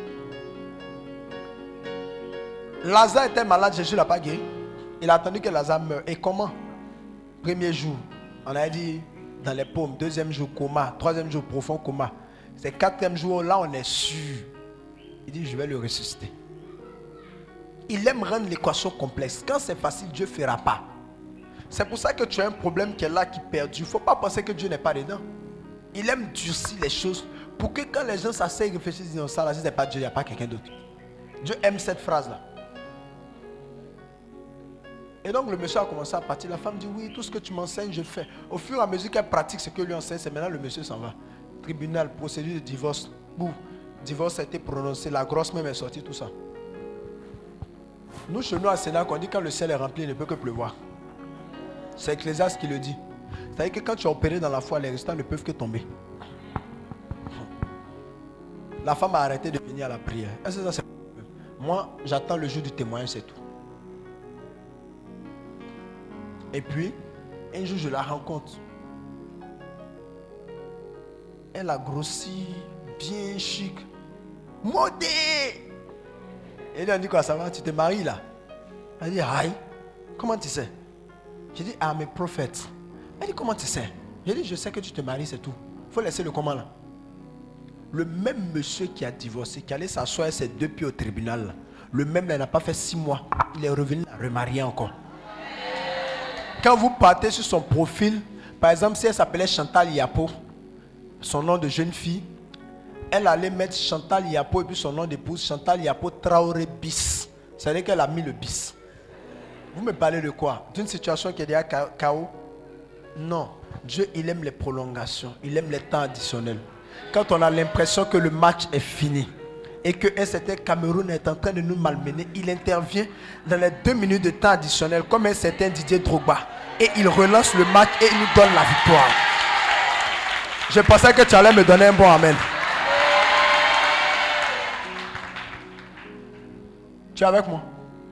Lazare était malade, Jésus ne l'a pas guéri. Il a attendu que Lazare meure. Et comment? Premier jour, on a dit dans les paumes. Deuxième jour, coma. Troisième jour, profond coma. C'est quatrième jour, là, on est sûr. Il dit, je vais le ressusciter. Il aime rendre l'équation complexe. Quand c'est facile, Dieu ne fera pas. C'est pour ça que tu as un problème qui est là, qui perdure. Il ne faut pas penser que Dieu n'est pas dedans. Il aime durcir les choses pour que quand les gens s'asseyent et réfléchissent, ils disent, ça là, si ce n'est pas Dieu, il n'y a pas quelqu'un d'autre. Dieu aime cette phrase-là. Et donc le monsieur a commencé à partir. La femme dit, oui, tout ce que tu m'enseignes, je le fais. Au fur et à mesure qu'elle pratique ce que lui enseigne, c'est maintenant le monsieur s'en va. Tribunal, procédure de divorce. Boum, divorce a été prononcé, la grosse même est sortie, tout ça. Nous, chez nous à Sénat, on dit quand le ciel est rempli, il ne peut que pleuvoir. C'est Ecclésiaste qui le dit. C'est-à-dire que quand tu es opéré dans la foi, les restants ne peuvent que tomber. La femme a arrêté de venir à la prière. Est-ce que ça, c'est... Moi, j'attends le jour du témoignage, c'est tout. Et puis, un jour, je la rencontre. Elle a grossi, bien chic. Modé! Et elle a dit quoi, ça va, tu te maries là? Elle dit, aïe, comment tu sais? J'ai dit, ah, mes prophètes. Elle dit, comment tu sais? J'ai dit, je sais que tu te maries, c'est tout. Il faut laisser le comment là. Le même monsieur qui a divorcé, qui allait s'asseoir ses 2 pieds au tribunal, là, Le même, là, il n'a pas fait 6 mois. Il est revenu à remarier encore. Quand vous partez sur son profil, par exemple, si elle s'appelait Chantal Yapo, son nom de jeune fille, elle allait mettre Chantal Yapo et puis son nom d'épouse, Chantal Yapo Traoré bis. C'est-à-dire qu'elle a mis le bis. Vous me parlez de quoi? D'une situation qui est déjà chaos? Non. Dieu, il aime les prolongations. Il aime les temps additionnels. Quand on a l'impression que le match est fini et qu'un certain Cameroun est en train de nous malmener, il intervient dans les 2 minutes de temps additionnel comme un certain Didier Drogba. Et il relance le match et il nous donne la victoire. Je pensais que tu allais me donner un bon amen. Tu es avec moi?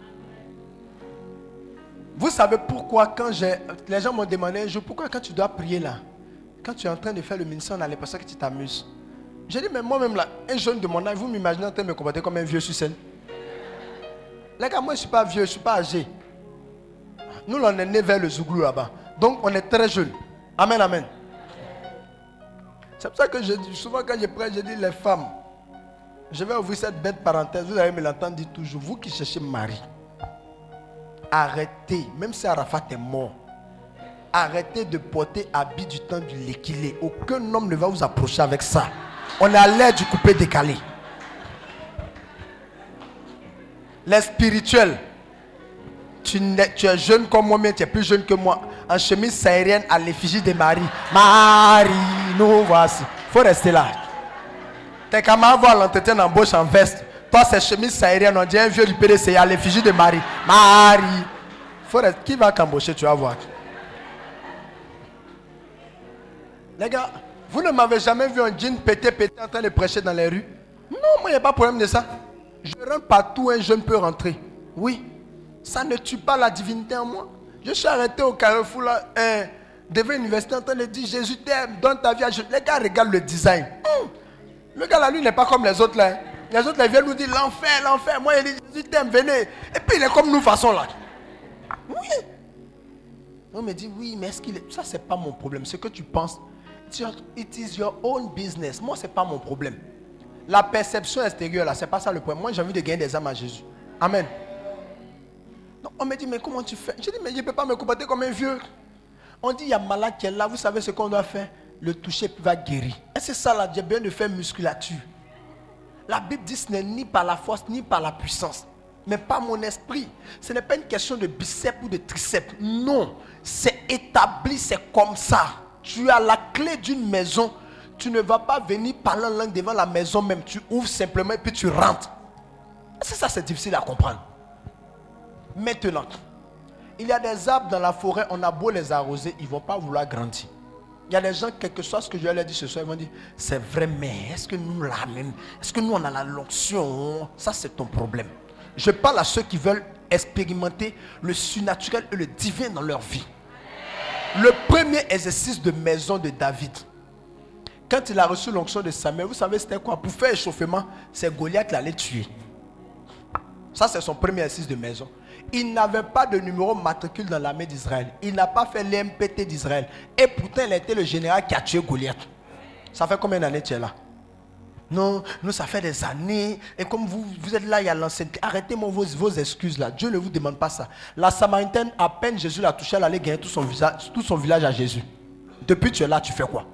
Vous savez pourquoi quand les gens m'ont demandé un jour, pourquoi quand tu dois prier là, quand tu es en train de faire le ministère, on a l'impression que tu t'amuses. J'ai dit, mais moi-même là, un jeune de mon âge, vous m'imaginez en train de me comporter comme un vieux sur scène? Les gars, moi je ne suis pas vieux, je ne suis pas âgé. Nous on est nés vers le Zouglou là-bas. Donc on est très jeunes. Amen, amen. C'est pour ça que je dis, souvent quand je prêche, je dis les femmes, je vais ouvrir cette bête parenthèse, vous allez me l'entendre dire toujours, vous qui cherchez mari, arrêtez, même si Arafat est mort, arrêtez de porter habit du temps du l'équilé. Aucun homme ne va vous approcher avec ça. On est à l'ère du coupé décalé. Les spirituels, tu es jeune comme moi, mais tu es plus jeune que moi. En chemise saharienne à l'effigie de Marie. Marie, nous voici. Il faut rester là. Tes camarades vont à l'entretien d'embauche en veste. Toi, c'est chemise saharienne, on dit un vieux du PDC à l'effigie de Marie. Marie. Faut rester. Qui va t'embaucher, tu vas voir. Les gars, vous ne m'avez jamais vu un jean pété en train de prêcher dans les rues? Non, moi, il n'y a pas de problème de ça. Je rentre partout, un jeune peut rentrer. Oui. Ça ne tue pas la divinité en moi. Je suis arrêté au Carrefour là, devant l'université en train de dire Jésus t'aime, donne ta vie à Jésus. Les gars regardent le design. Le gars là, lui, n'est pas comme les autres là. Les autres là, ils viennent nous dire l'enfer, l'enfer. Moi, il dit Jésus t'aime, venez. Et puis il est comme nous, façon là. Oui. On me dit oui, mais est-ce qu'il est. Ça, c'est pas mon problème. Ce que tu penses, it is your own business. Moi, c'est pas mon problème. La perception extérieure là, c'est pas ça le problème. Moi, j'ai envie de gagner des âmes à Jésus. Amen. Donc, on me dit, mais comment tu fais? Je dis, mais je ne peux pas me comporter comme un vieux. On dit, il y a malade qui est là, vous savez ce qu'on doit faire? Le toucher va guérir. Et c'est ça là, j'ai besoin de faire musculature. La Bible dit, ce n'est ni par la force, ni par la puissance, mais par mon esprit. Ce n'est pas une question de biceps ou de triceps. Non, c'est établi, c'est comme ça. Tu as la clé d'une maison. Tu ne vas pas venir parler en langue devant la maison même. Tu ouvres simplement et puis tu rentres. C'est ça, c'est difficile à comprendre. Maintenant, il y a des arbres dans la forêt, on a beau les arroser, ils ne vont pas vouloir grandir. Il y a des gens, quel que soit ce que je leur ai dit ce soir, ils vont dire, c'est vrai, mais est-ce que nous là même, est-ce que nous on a la l'onction? Ça c'est ton problème. Je parle à ceux qui veulent expérimenter le surnaturel et le divin dans leur vie. Le premier exercice de maison de David, quand il a reçu l'onction de Samuel, vous savez c'était quoi? Pour faire échauffement, c'est Goliath qui l'allait tuer. Ça c'est son premier exercice de maison. Il n'avait pas de numéro matricule dans l'armée d'Israël. Il n'a pas fait l'MPT d'Israël. Et pourtant, il a été le général qui a tué Goliath. Ça fait combien d'années tu es là? Non, nous, ça fait des années. Et comme vous êtes là, il y a l'ancienneté. Arrêtez-moi vos excuses là. Dieu ne vous demande pas ça. La Samaritaine, à peine Jésus l'a touché, elle allait gagner tout son village à Jésus. Depuis tu es là, tu fais quoi?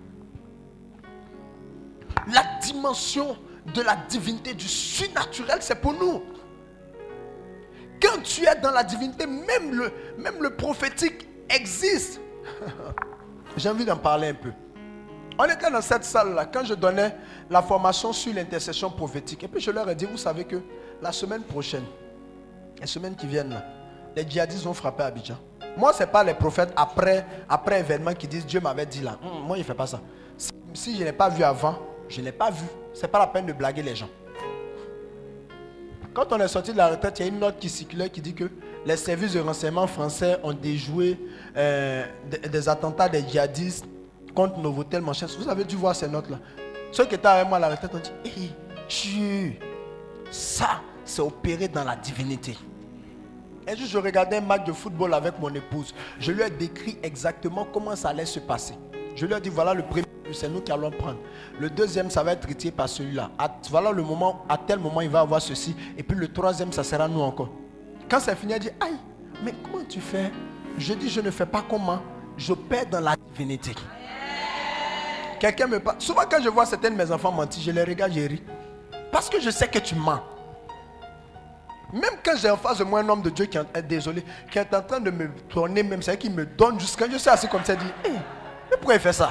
La dimension de la divinité, du surnaturel, c'est pour nous. Quand tu es dans la divinité, même le prophétique existe. J'ai envie d'en parler un peu. On était dans cette salle-là, quand je donnais la formation sur l'intercession prophétique. Et puis je leur ai dit, vous savez que la semaine prochaine, les semaines qui viennent là, les djihadistes vont frapper Abidjan. Moi, ce n'est pas les prophètes après événement qui disent, Dieu m'avait dit là. Moi, il ne fait pas ça. Si je n'ai pas vu avant, je n'ai pas vu. Ce n'est pas la peine de blaguer les gens. Quand on est sorti de la retraite, il y a une note qui circulait qui dit que les services de renseignement français ont déjoué des attentats des djihadistes contre Novotel, Manchester. Vous avez dû voir ces notes-là. Ceux qui étaient avec moi à la retraite ont dit, hey, Dieu, ça, c'est opéré dans la divinité. Un jour, je regardais un match de football avec mon épouse. Je lui ai décrit exactement comment ça allait se passer. Je lui ai dit, voilà le premier c'est nous qui allons prendre. Le deuxième, ça va être retiré par celui-là. Voilà le moment, à tel moment, il va avoir ceci. Et puis le troisième, ça sera nous encore. Quand c'est fini, elle dit, aïe, mais comment tu fais? Je dis, je ne fais pas comment? Je perds dans la divinité. Quelqu'un me parle. Souvent quand je vois certains de mes enfants mentir, je les regarde, je ris. Parce que je sais que tu mens. Même quand j'ai en face de moi un homme de Dieu qui est désolé, qui est en train de me tourner, même c'est qu'il me donne jusqu'à. Je suis assis comme ça, je dis, hey, mais pourquoi il fait ça?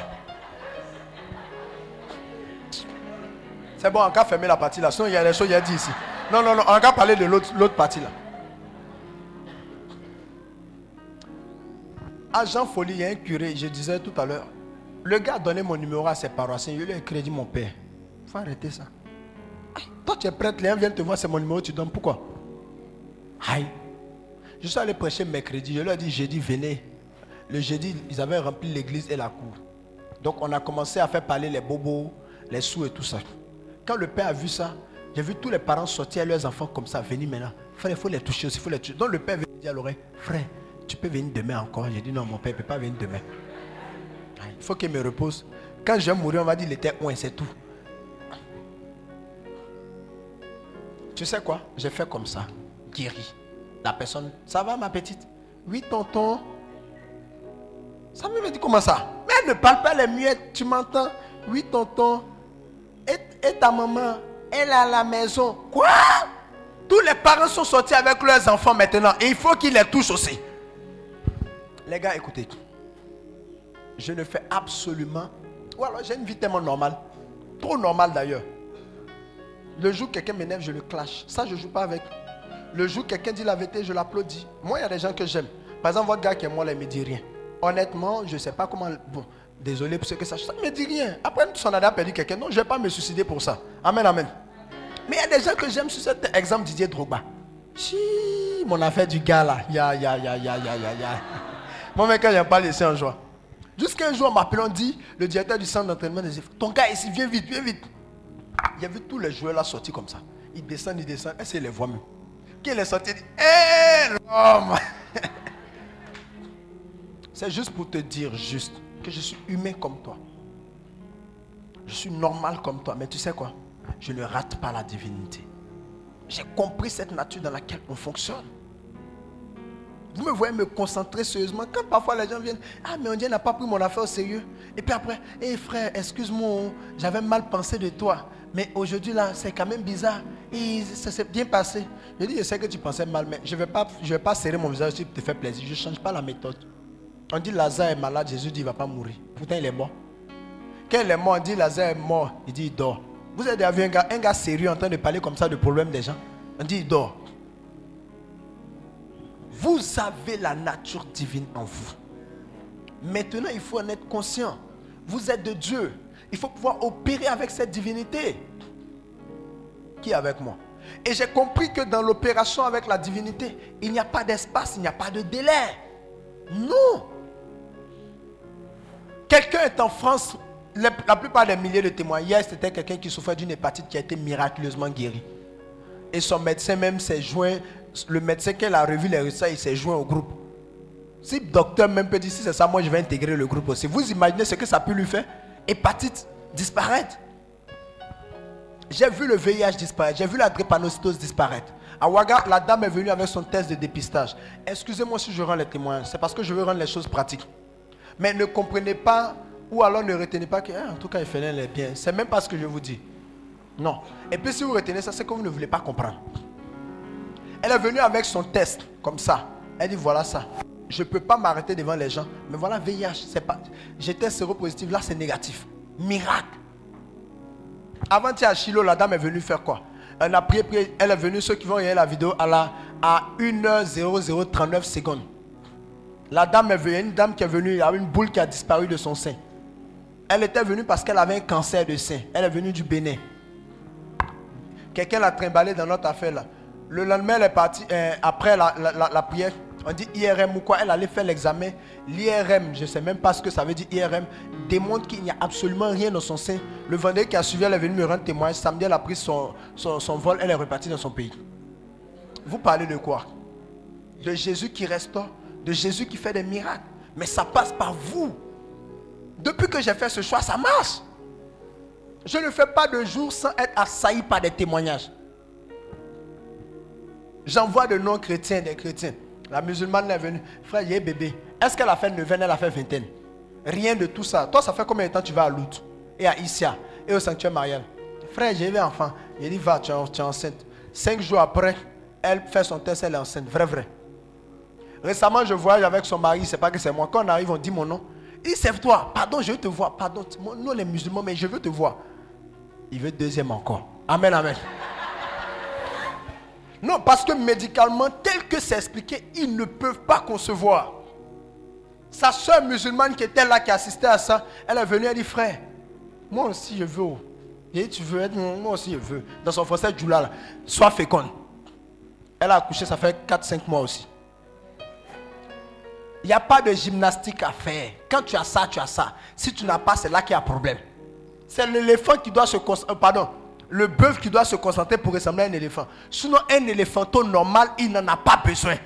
C'est bon, on va fermer la partie là. Sinon, il y a des choses qu'il a dit ici. Non, on va parler de l'autre partie là. À Jean Folie, il y a un curé, je disais tout à l'heure. Le gars a donné mon numéro à ses paroissiens. Je lui ai crédit mon père. Il faut arrêter ça. Toi, tu es prêtre, les gens viennent te voir, c'est mon numéro, tu donnes. Pourquoi? Aïe. Je suis allé prêcher mercredi. Je leur ai dit, jeudi, venez. Le jeudi, ils avaient rempli l'église et la cour. Donc, on a commencé à faire parler les bobos, les sous et tout ça. Quand le père a vu ça, j'ai vu tous les parents sortir leurs enfants comme ça, venir maintenant. Frère, il faut les toucher aussi, il faut les toucher. Donc, le père vient dire à l'oreille, frère, tu peux venir demain encore. J'ai dit, non, mon père ne peut pas venir demain. Il faut qu'il me repose. Quand je vais mourir, on va dire, il était loin, c'est tout. Tu sais quoi? J'ai fait comme ça. Guéri. La personne, ça va ma petite? Oui, tonton. Ça me dit comment ça? Mais elle ne parle pas les muettes, tu m'entends? Oui, tonton. Et ta maman, elle est à la maison. Quoi? Tous les parents sont sortis avec leurs enfants maintenant. Et il faut qu'ils les touchent aussi. Les gars, écoutez. Je ne fais absolument... Ou alors j'ai une vie tellement normale. Trop normale d'ailleurs. Le jour où quelqu'un m'énerve, je le clash. Ça, je ne joue pas avec. Le jour où quelqu'un dit la vérité, je l'applaudis. Moi, il y a des gens que j'aime. Par exemple, votre gars qui est moi, là, il ne me dit rien. Honnêtement, je ne sais pas comment... Bon, désolé pour ce que ça... Ça ne me dit rien. Après, si on a perdu quelqu'un, non, je ne vais pas me suicider pour ça. Amen, amen. Mais il y a des gens que j'aime sur cet exemple Didier Drogba. Chi, mon affaire du gars là. Ya. Moi, même quand je parle ici en joie. Jusqu'à un jour, on m'appelle, on dit, le directeur du centre d'entraînement, il dit, ton gars ici, viens vite. Il y avait tous les joueurs là sortis comme ça. Ils descendent. Et c'est les voix même. Qui est sorti, il dit, hé l'homme. C'est juste pour te dire juste que je suis humain comme toi. Je suis normal comme toi. Mais tu sais quoi? Je ne rate pas la divinité. J'ai compris cette nature dans laquelle on fonctionne. Vous me voyez me concentrer sérieusement. Quand parfois les gens viennent, ah mais on dit n'a pas pris mon affaire au sérieux. Et puis après, hé frère, excuse-moi, j'avais mal pensé de toi. Mais aujourd'hui là, c'est quand même bizarre. Et ça s'est bien passé. Je dis, je sais que tu pensais mal, mais je ne vais pas serrer mon visage pour te faire plaisir. Je ne change pas la méthode. On dit Lazare est malade, Jésus dit il ne va pas mourir. Pourtant il est mort. Quand il est mort, on dit Lazare est mort, il dit il dort. Vous avez déjà vu un gars sérieux en train de parler comme ça de problèmes des gens? On dit il dort. Vous avez la nature divine en vous. Maintenant, il faut en être conscient. Vous êtes de Dieu. Il faut pouvoir opérer avec cette divinité. Qui est avec moi? Et j'ai compris que dans l'opération avec la divinité, il n'y a pas d'espace, il n'y a pas de délai. Non. Quelqu'un est en France, la plupart des milliers de témoins. Hier, c'était quelqu'un qui souffrait d'une hépatite qui a été miraculeusement guéri. Et son médecin même s'est joint. Le médecin, quand il a revu les résultats, il s'est joint au groupe. Si le docteur même peut dire, si c'est ça, moi je vais intégrer le groupe aussi. Vous imaginez ce que ça peut lui faire? Hépatite disparaître. J'ai vu le VIH disparaître. J'ai vu la drépanocytose disparaître. À Ouaga, la dame est venue avec son test de dépistage. Excusez-moi si je rends les témoins. C'est parce que je veux rendre les choses pratiques. Mais ne comprenez pas, ou alors ne retenez pas que, en tout cas, il fait les bien. C'est même pas ce que je vous dis. Non. Et puis si vous retenez ça, c'est que vous ne voulez pas comprendre. Elle est venue avec son test, comme ça. Elle dit, voilà ça. Je ne peux pas m'arrêter devant les gens. Mais voilà, VIH, c'est pas... J'étais séropositif, là c'est négatif. Miracle. Avant-hier à Chilo, la dame est venue faire quoi? Elle a prié, elle est venue, ceux qui vont regarder la vidéo, à 1h0039 secondes. La dame est venue, une dame qui est venue, il y a une boule qui a disparu de son sein. Elle était venue parce qu'elle avait un cancer de sein. Elle est venue du Bénin. Quelqu'un l'a trimballée dans notre affaire là. Le lendemain, elle est partie, après la prière, on dit IRM ou quoi, elle allait faire l'examen. L'IRM, je ne sais même pas ce que ça veut dire IRM, démontre qu'il n'y a absolument rien dans son sein. Le vendredi qui a suivi, elle est venue me rendre témoin. Samedi, elle a pris son vol, elle est repartie dans son pays. Vous parlez de quoi? De Jésus qui restaure, de Jésus qui fait des miracles. Mais ça passe par vous. Depuis que j'ai fait ce choix, ça marche. Je ne fais pas de jour sans être assailli par des témoignages. J'envoie de non-chrétiens, des chrétiens. La musulmane est venue. Frère, il y a bébé. Est-ce qu'elle a fait neuvaine, elle a fait vingtaine? Rien de tout ça. Toi, ça fait combien de temps tu vas à Lout et à Issia et au sanctuaire marial? Frère, j'ai eu un enfant. Il dit, va, tu es enceinte. 5 jours après, elle fait son test, elle est enceinte. Vrai. Récemment, je voyage avec son mari, c'est pas que c'est moi. Quand on arrive, on dit mon nom. Il dit, c'est toi. Pardon, je veux te voir. Pardon, nous les musulmans, mais je veux te voir. Il veut deuxième encore. Amen, amen. Non, parce que médicalement, tel que c'est expliqué, ils ne peuvent pas concevoir. Sa soeur musulmane qui était là, qui assistait à ça, elle est venue, elle dit, frère, moi aussi je veux. Et tu veux être, moi aussi je veux. Dans son français, Djoula, là, sois féconde. Elle a accouché, ça fait 4-5 mois aussi. Il n'y a pas de gymnastique à faire. Quand tu as ça, tu as ça. Si tu n'as pas, c'est là qu'il y a un problème. C'est l'éléphant qui doit se concentrer, le bœuf qui doit se concentrer pour ressembler à un éléphant. Sinon, un éléphanto normal, il n'en a pas besoin.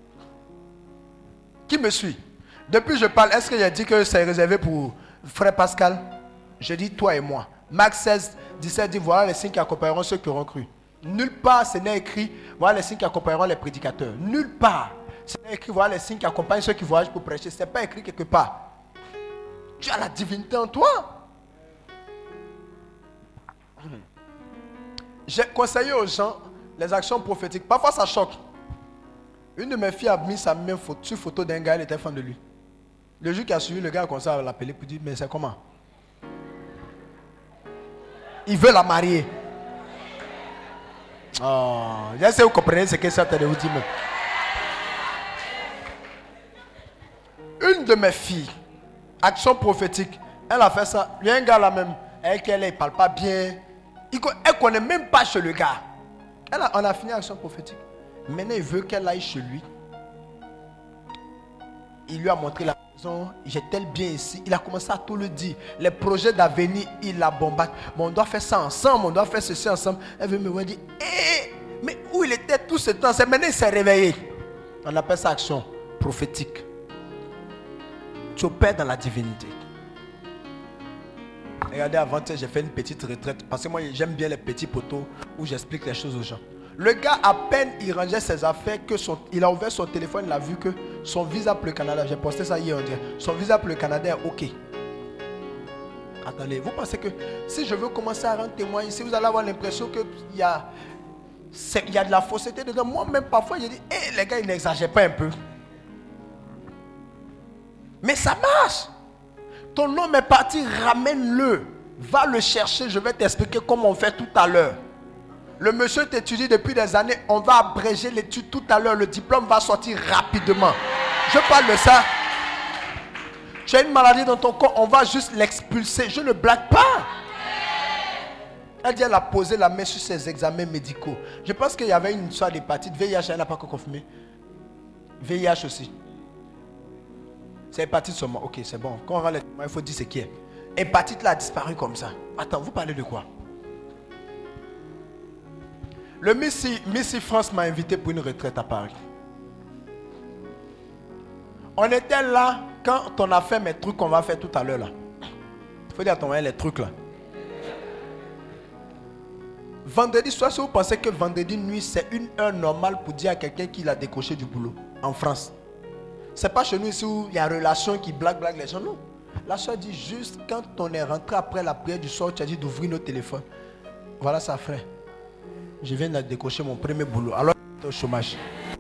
Qui me suit? Depuis je parle, est-ce que j'ai dit que c'est réservé pour frère Pascal? Je dis toi et moi. Marc 16, 17 dit, voilà les signes qui accompagneront ceux qui auront cru. Nulle part ce n'est écrit, voilà les signes qui accompagneront les prédicateurs. Nulle part ce n'est écrit, voilà les signes qui accompagnent ceux qui voyagent pour prêcher. Ce n'est pas écrit quelque part. Tu as la divinité en toi. J'ai conseillé aux gens les actions prophétiques. Parfois ça choque. Une de mes filles a mis sa main sur photo d'un gars, elle était fan de lui. Le jour qui a suivi, le gars a commencé à l'appeler pour dire, mais c'est comment? Il veut la marier. Oh, je sais que vous comprenez ce que ça de vous dire. Une de mes filles, action prophétique, elle a fait ça. Il y a un gars là même, avec elle, il ne parle pas bien. Elle ne connaît même pas chez le gars. On a fini action prophétique. Maintenant, il veut qu'elle aille chez lui. Il lui a montré la maison. J'étais bien ici. Il a commencé à tout le dire. Les projets d'avenir, il la bombarde. Bon, on doit faire ça ensemble. On doit faire ceci ensemble. Elle veut me voir dire, mais où il était tout ce temps? C'est maintenant il s'est réveillé. On appelle ça action prophétique. Tu opères dans la divinité. Regardez, avant-hier, j'ai fait une petite retraite. Parce que moi, j'aime bien les petits poteaux où j'explique les choses aux gens. Le gars, à peine il rangeait ses affaires, il a ouvert son téléphone, il a vu que son visa pour le Canada, j'ai posté ça hier, on dirait, son visa pour le Canada est OK. Attendez, vous pensez que si je veux commencer à rendre témoin ici, vous allez avoir l'impression qu'il y a de la fausseté dedans. Moi-même, parfois, je dis, les gars, ils n'exagèrent pas un peu. Mais ça marche. Ton homme est parti, ramène-le. Va le chercher, je vais t'expliquer comment on fait tout à l'heure. Le monsieur t'étudie depuis des années, on va abréger l'étude tout à l'heure, le diplôme va sortir rapidement. Je parle de ça. Tu as une maladie dans ton corps, on va juste l'expulser. Je ne blague pas. Elle dit, elle a posé la main sur ses examens médicaux. Je pense qu'il y avait une histoire d'hépatite. VIH, elle n'a pas encore confirmé. VIH aussi. C'est hépatite seulement. Ok, c'est bon. Quand on rend les témoins, il faut dire ce qui est. Hépatite là a disparu comme ça. Attends, vous parlez de quoi? Le Miss France m'a invité pour une retraite à Paris. On était là quand on a fait mes trucs qu'on va faire tout à l'heure là. Il faut dire à ton mari les trucs là. Vendredi soir, si vous pensez que vendredi nuit c'est une heure normale pour dire à quelqu'un qu'il a décroché du boulot en France. C'est pas chez nous ici où il y a relation qui blague les gens, non. La soeur dit juste quand on est rentré après la prière du soir, tu as dit d'ouvrir nos téléphones. Voilà ça, frère. Je viens de décocher mon premier boulot. Alors, au chômage.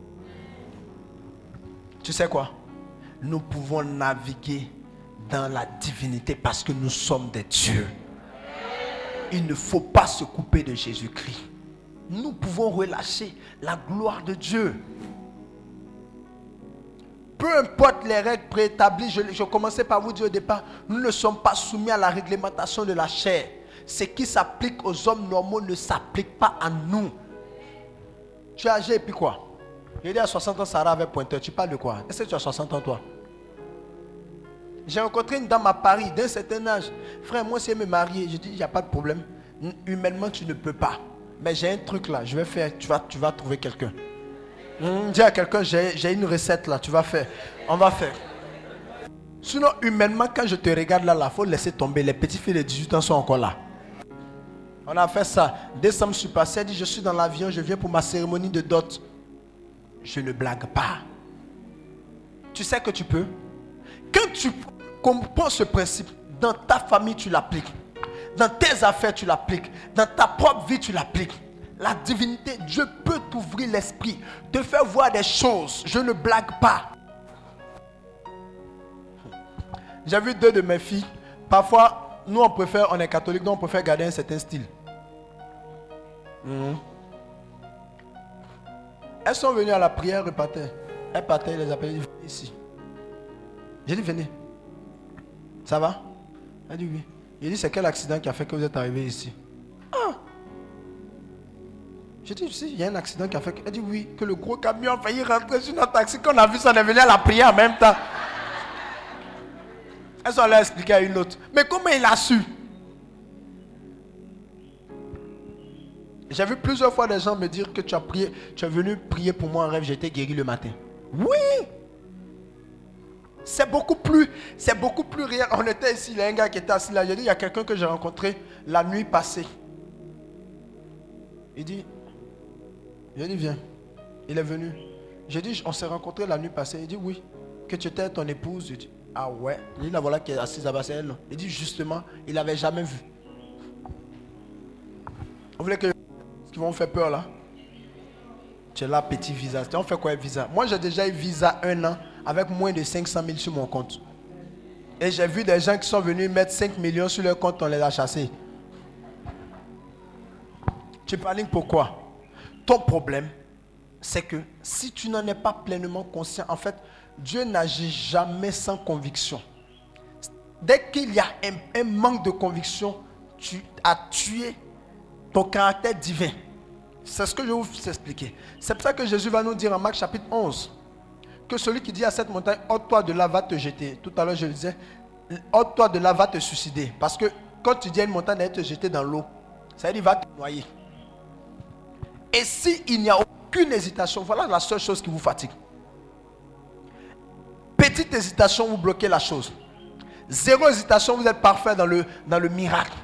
Tu sais quoi? Nous pouvons naviguer dans la divinité parce que nous sommes des dieux. Il ne faut pas se couper de Jésus-Christ. Nous pouvons relâcher la gloire de Dieu. Peu importe les règles préétablies, je commençais par vous dire au départ, nous ne sommes pas soumis à la réglementation de la chair. Ce qui s'applique aux hommes normaux ne s'applique pas à nous. Tu es âgé et puis quoi? J'ai dit à 60 ans, Sarah avait pointeur. Tu parles de quoi? Est-ce que tu as 60 ans toi? J'ai rencontré une dame à Paris d'un certain âge. Frère, moi si elle me marier, je dis, il n'y a pas de problème. Humainement, tu ne peux pas. Mais j'ai un truc là, je vais faire, tu vas trouver quelqu'un. Dis à quelqu'un, j'ai une recette là, tu vas faire. On va faire. Sinon, humainement, quand je te regarde là, il faut laisser tomber. Les petits filles de 18 ans sont encore là. On a fait ça. Décembre, je suis passé, elle dit, je suis dans l'avion, je viens pour ma cérémonie de dot. Je ne blague pas. Tu sais que tu peux. Quand tu comprends ce principe, dans ta famille, tu l'appliques. Dans tes affaires, tu l'appliques. Dans ta propre vie, tu l'appliques. La divinité, Dieu peut t'ouvrir l'esprit, te faire voir des choses. Je ne blague pas. J'ai vu 2 de mes filles. Parfois, nous on est catholiques, donc on préfère garder un certain style. Elles sont venues à la prière, repartaient. Elles partaient, elles les appelaient, venez ici. J'ai dit, venez. Ça va? Elle dit oui. J'ai dit, c'est quel accident qui a fait que vous êtes arrivé ici? Ah! J'ai dit, il y a un accident qui a fait que... Elle dit oui, que le gros camion a failli rentrer sur notre taxi. Quand on a vu ça, on est venu à la prière en même temps. Elles sont allées expliquer à une autre. Mais comment il a su? J'ai vu plusieurs fois des gens me dire que tu as prié, tu es venu prier pour moi en rêve, j'ai été guéri le matin. Oui! C'est beaucoup plus réel. On était ici, il y a un gars qui était assis là. J'ai dit, il y a quelqu'un que j'ai rencontré la nuit passée. Il dit, j'ai dit, viens. Il est venu. J'ai dit, on s'est rencontré la nuit passée. Il dit, oui. Que tu étais ton épouse. J'ai dit, ah ouais. Il dit, la voilà qui est assise là-bas, c'est elle. Non. Il dit, justement, il n'avait jamais vu. Vous voulez que qui vont faire peur là? Tu es là, petit visa. On fait quoi visa? Moi, j'ai déjà eu visa 1 an avec moins de 500 000 sur mon compte. Et j'ai vu des gens qui sont venus mettre 5 millions sur leur compte, on les a chassés. Tu paniques pourquoi? Ton problème, c'est que si tu n'en es pas pleinement conscient, en fait, Dieu n'agit jamais sans conviction. Dès qu'il y a un manque de conviction, tu as tué ton caractère divin. C'est ce que je vais vous expliquer. C'est pour ça que Jésus va nous dire en Marc chapitre 11 que celui qui dit à cette montagne, ôte-toi de là, va te jeter. Tout à l'heure, je le disais, ôte-toi de là, va te suicider. Parce que quand tu dis à une montagne d'aller te jeter dans l'eau, ça veut dire va te noyer. Et s'il n'y a aucune hésitation, voilà la seule chose qui vous fatigue. Petite hésitation, vous bloquez la chose. 0 hésitation, vous êtes parfait dans le miracle.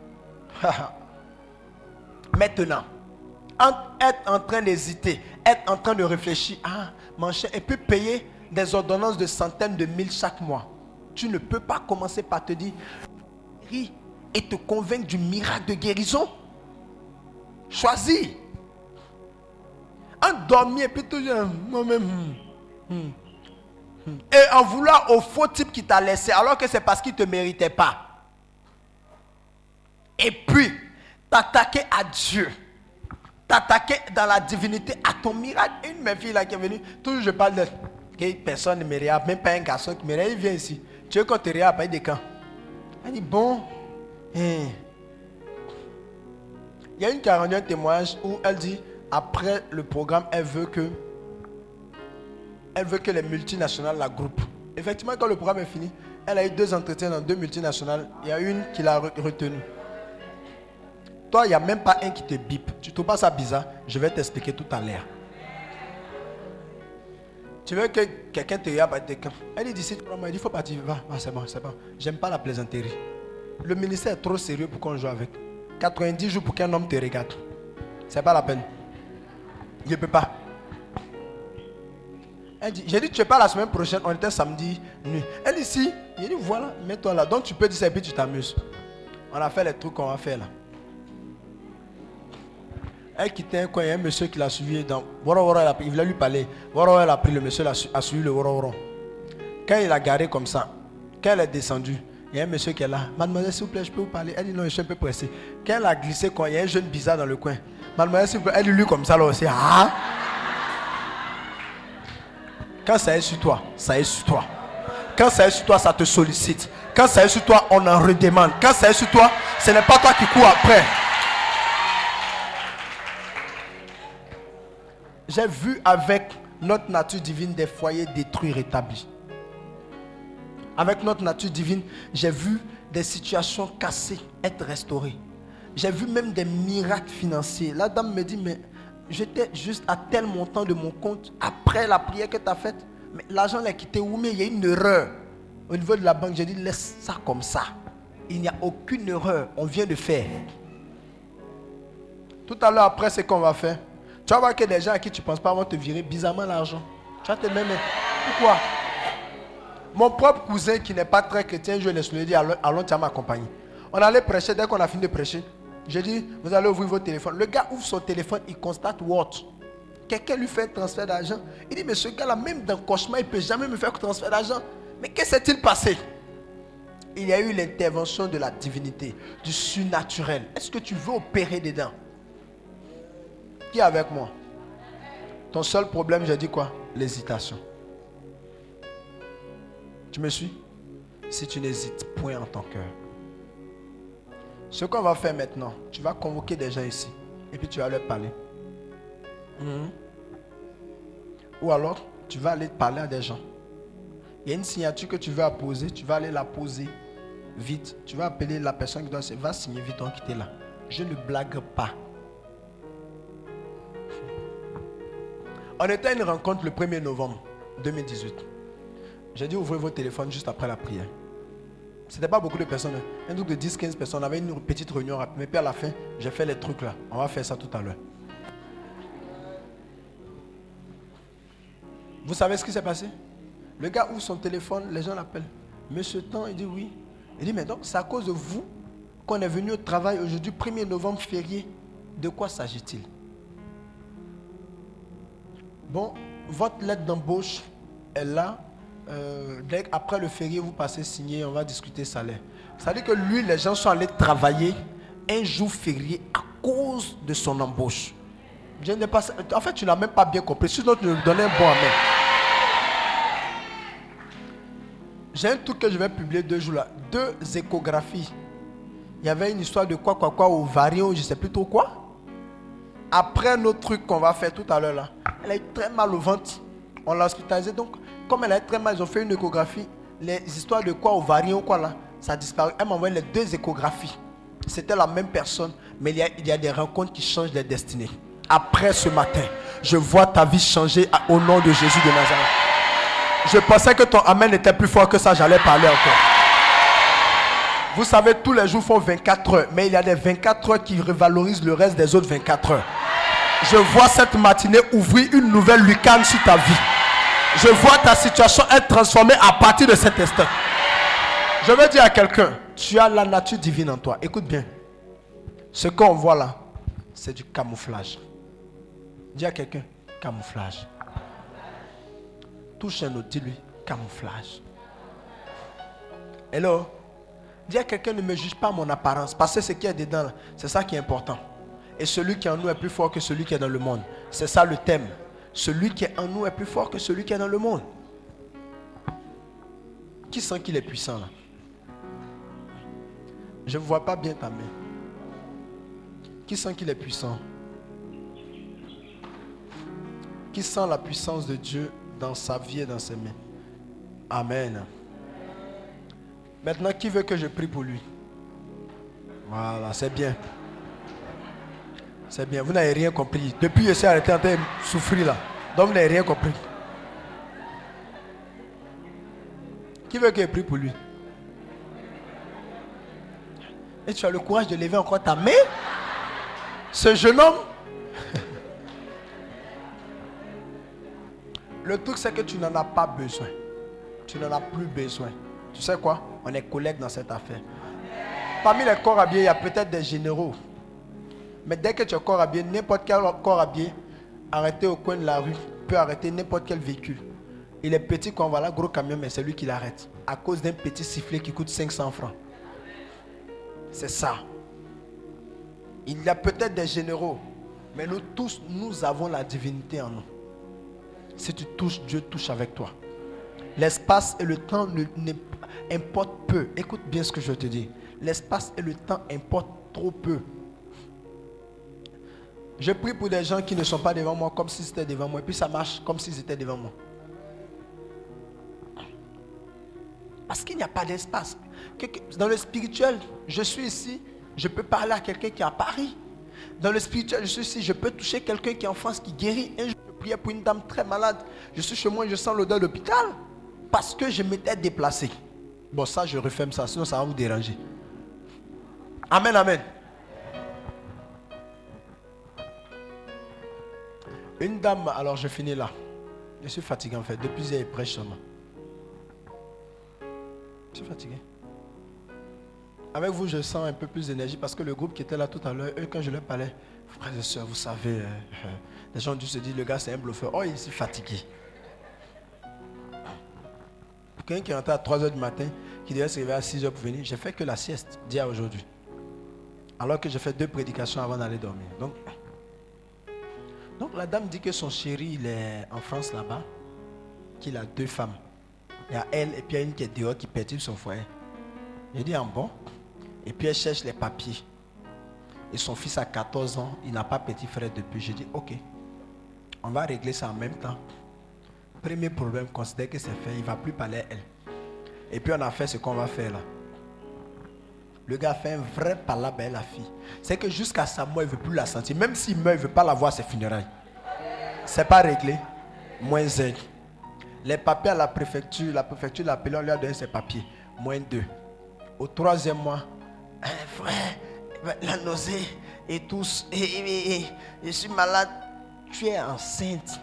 Maintenant, être en train d'hésiter, être en train de réfléchir, mon cher, et puis payer des ordonnances de centaines de mille chaque mois. Tu ne peux pas commencer par te dire et te convaincre du miracle de guérison. Choisis. Endormi et puis toujours moi-même. Et en vouloir au faux type qui t'a laissé, alors que c'est parce qu'il ne te méritait pas. Et puis, t'attaquer à Dieu. T'attaquer dans la divinité à ton miracle. Une de mes filles là qui est venue, toujours je parle de personne ne me regarde, même pas un garçon qui me regarde, il vient ici. Tu veux qu'on te regarde pas de quand? Elle dit bon. Il y a une qui a rendu un témoignage où elle dit après le programme, elle veut que les multinationales la groupent. Effectivement, quand le programme est fini, elle a eu 2 entretiens dans 2 multinationales. Il y a une qui l'a retenue. Toi, il n'y a même pas un qui te bip. Tu trouves pas ça bizarre? Je vais t'expliquer tout à l'heure. Tu veux que quelqu'un te regarde? Elle dit d'ici 3 mois, il dit il faut partir. Va, c'est bon. J'aime pas la plaisanterie. Le ministère est trop sérieux pour qu'on joue avec. 90 jours pour qu'un homme te regarde. C'est pas la peine. Je ne peux pas. Elle dit, j'ai dit tu es pas la semaine prochaine, on était samedi nuit. Elle dit si. J'ai dit voilà, mets-toi là. Donc tu peux dire ça et puis tu t'amuses. On a fait les trucs qu'on va faire là. Elle quittait un coin, il y a un monsieur qui l'a suivi dans Woro, il voulait lui parler. Woro, elle a pris, le monsieur a suivi le Woro. Quand il a garé comme ça, quand elle est descendue, il y a un monsieur qui est là. Mademoiselle, s'il vous plaît, je peux vous parler? Elle dit non, je suis un peu pressée. Quand elle a glissé, il y a un jeune bizarre dans le coin. Mademoiselle, s'il vous plaît, elle lui comme ça là aussi. Quand ça est sur toi, ça est sur toi. Quand ça est sur toi, ça te sollicite. Quand ça est sur toi, on en redemande. Quand ça est sur toi, ce n'est pas toi qui cours après. J'ai vu avec notre nature divine des foyers détruits, rétablis. Avec notre nature divine, j'ai vu des situations cassées être restaurées. J'ai vu même des miracles financiers. La dame me dit, mais j'étais juste à tel montant de mon compte après la prière que tu as faite. Mais l'argent l'a quitté où? Mais il y a une erreur. au niveau de la banque, j'ai dit laisse ça comme ça. Il n'y a aucune erreur, on vient de faire. Tout à l'heure après, c'est qu'on va faire. Tu vas voir que des gens à qui tu ne penses pas vont te virer bizarrement l'argent. Tu vas te mettre. Pourquoi? Mon propre cousin qui n'est pas très chrétien, je lui ai dit allons, tu vas m'accompagner. On allait prêcher, dès qu'on a fini de prêcher, j'ai dit vous allez ouvrir votre téléphone. Le gars ouvre son téléphone, il constate what? Quelqu'un lui fait un transfert d'argent. Il dit mais ce gars-là, même dans le cauchemar, il ne peut jamais me faire un transfert d'argent. Mais qu'est-ce qui s'est-il passé? Il y a eu l'intervention de la divinité, du surnaturel. Est-ce que tu veux opérer dedans? Qui est avec moi? Ton seul problème, j'ai dit quoi? L'hésitation. Tu me suis? Si tu n'hésites point en ton cœur. Ce qu'on va faire maintenant, tu vas convoquer des gens ici. Et puis tu vas leur parler. Ou alors, tu vas aller parler à des gens. Il y a une signature que tu veux apposer, tu vas aller la poser vite. Tu vas appeler la personne qui doit signer. Va signer vite, on va quitter là. Je ne blague pas. On était à une rencontre le 1er novembre 2018. J'ai dit ouvrez vos téléphones juste après la prière. C'était pas beaucoup de personnes. Un groupe de 10-15 personnes. On avait une petite réunion rapide. Mais puis à la fin, j'ai fait les trucs là. On va faire ça tout à l'heure. Vous savez ce qui s'est passé? Le gars ouvre son téléphone, les gens l'appellent. Monsieur Tan, il dit oui. Il dit mais donc c'est à cause de vous qu'on est venu au travail aujourd'hui, 1er novembre férié. De quoi s'agit-il? Bon, votre lettre d'embauche est là. Dès après le férié, vous passez signer, on va discuter salaire. Ça veut dire que lui, les gens sont allés travailler un jour férié à cause de son embauche. Je n'ai pas, en fait, tu n'as même pas bien compris. Sinon, tu nous donnais un bon amen. J'ai un truc que je vais publier 2 jours là. 2 échographies. Il y avait une histoire de quoi, ovarien, ou je ne sais plus trop quoi. Après notre truc qu'on va faire tout à l'heure là, elle a eu très mal au ventre. On l'a hospitalisée. Donc, comme elle a eu très mal, ils ont fait une échographie. Les histoires de quoi, ovarien ou quoi là, ça a disparu. Elle m'a envoyé les 2 échographies. C'était la même personne, mais il y a des rencontres qui changent les destinées. Après ce matin, je vois ta vie changer au nom de Jésus de Nazareth. Je pensais que ton amen était plus fort que ça, j'allais parler encore. Vous savez, tous les jours font 24 heures, mais il y a des 24 heures qui revalorisent le reste des autres 24 heures. Je vois cette matinée ouvrir une nouvelle lucarne sur ta vie. Je vois ta situation être transformée à partir de cet instant. Je veux dire à quelqu'un, tu as la nature divine en toi. Écoute bien. Ce qu'on voit là, c'est du camouflage. Dis à quelqu'un, camouflage. Touche un autre, dis-lui, camouflage. Hello? Dis à quelqu'un, ne me juge pas mon apparence. Parce que ce qui est dedans, là, c'est ça qui est important. Et celui qui est en nous est plus fort que celui qui est dans le monde. C'est ça le thème. Celui qui est en nous est plus fort que celui qui est dans le monde. Qui sent qu'il est puissant là? Je ne vois pas bien ta main. Qui sent qu'il est puissant? Qui sent la puissance de Dieu dans sa vie et dans ses mains? Amen. Maintenant, qui veut que je prie pour lui? Voilà, c'est bien. C'est bien, vous n'avez rien compris. Depuis, je suis arrêté en train de souffrir là. Donc, vous n'avez rien compris. Qui veut que je prie pour lui? Et tu as le courage de lever encore ta main? Ce jeune homme? Le truc, c'est que tu n'en as pas besoin. Tu n'en as plus besoin. Tu sais quoi? On est collègues dans cette affaire. Parmi les corps habillés, il y a peut-être des généraux. Mais dès que tu es corps habillé, n'importe quel corps habillé arrêté au coin de la rue peut arrêter n'importe quel véhicule. Il est petit quand on va là, gros camion, mais c'est lui qui l'arrête. À cause d'un petit sifflet qui coûte 500 francs. C'est ça. Il y a peut-être des généraux, mais nous tous, nous avons la divinité en nous. Si tu touches, Dieu touche avec toi. L'espace et le temps importent peu. Écoute bien ce que je te dis. L'espace et le temps importent trop peu. Je prie pour des gens qui ne sont pas devant moi comme si c'était devant moi. Et puis ça marche comme s'ils étaient devant moi. Parce qu'il n'y a pas d'espace. Dans le spirituel, je suis ici, je peux parler à quelqu'un qui est à Paris. Dans le spirituel, je suis ici, je peux toucher quelqu'un qui est en France, qui guérit. Un jour, je priais pour une dame très malade. Je suis chez moi, je sens l'odeur d'hôpital. Parce que je m'étais déplacé. Bon, ça, je referme ça, sinon ça va vous déranger. Amen, amen. Une dame, alors je finis là. Je suis fatigué en fait, depuis hier, il prêche seulement. Je suis fatigué. Avec vous, je sens un peu plus d'énergie parce que le groupe qui était là tout à l'heure, eux, quand je leur parlais, frères et sœurs, vous savez, les gens ont dû se dire, le gars c'est un bluffeur. Oh, il est fatigué. Quelqu'un qui est rentré à 3h du matin, qui devait se réveiller à 6h pour venir, j'ai fait que la sieste d'hier à aujourd'hui. Alors que j'ai fait 2 prédications avant d'aller dormir. Donc la dame dit que son chéri, il est en France là-bas, qu'il a 2 femmes. Il y a elle et puis il y a une qui est dehors qui perturbe son foyer. J'ai dit, bon. Et puis elle cherche les papiers. Et son fils a 14 ans, il n'a pas petit frère depuis. J'ai dit, ok, on va régler ça en même temps. Premier problème, considère que c'est fait, il ne va plus parler à elle. Et puis on a fait ce qu'on va faire là. Le gars fait un vrai palabre à la fille. C'est que jusqu'à sa mort, il ne veut plus la sentir. Même s'il meurt, il ne veut pas la voir à ses funérailles. C'est pas réglé. Moins 1. Les papiers à la préfecture l'a appelé, on lui a donné ses papiers. Moins 2. Au 3e mois, frère, la nausée et tout. Et je suis malade. Tu es enceinte.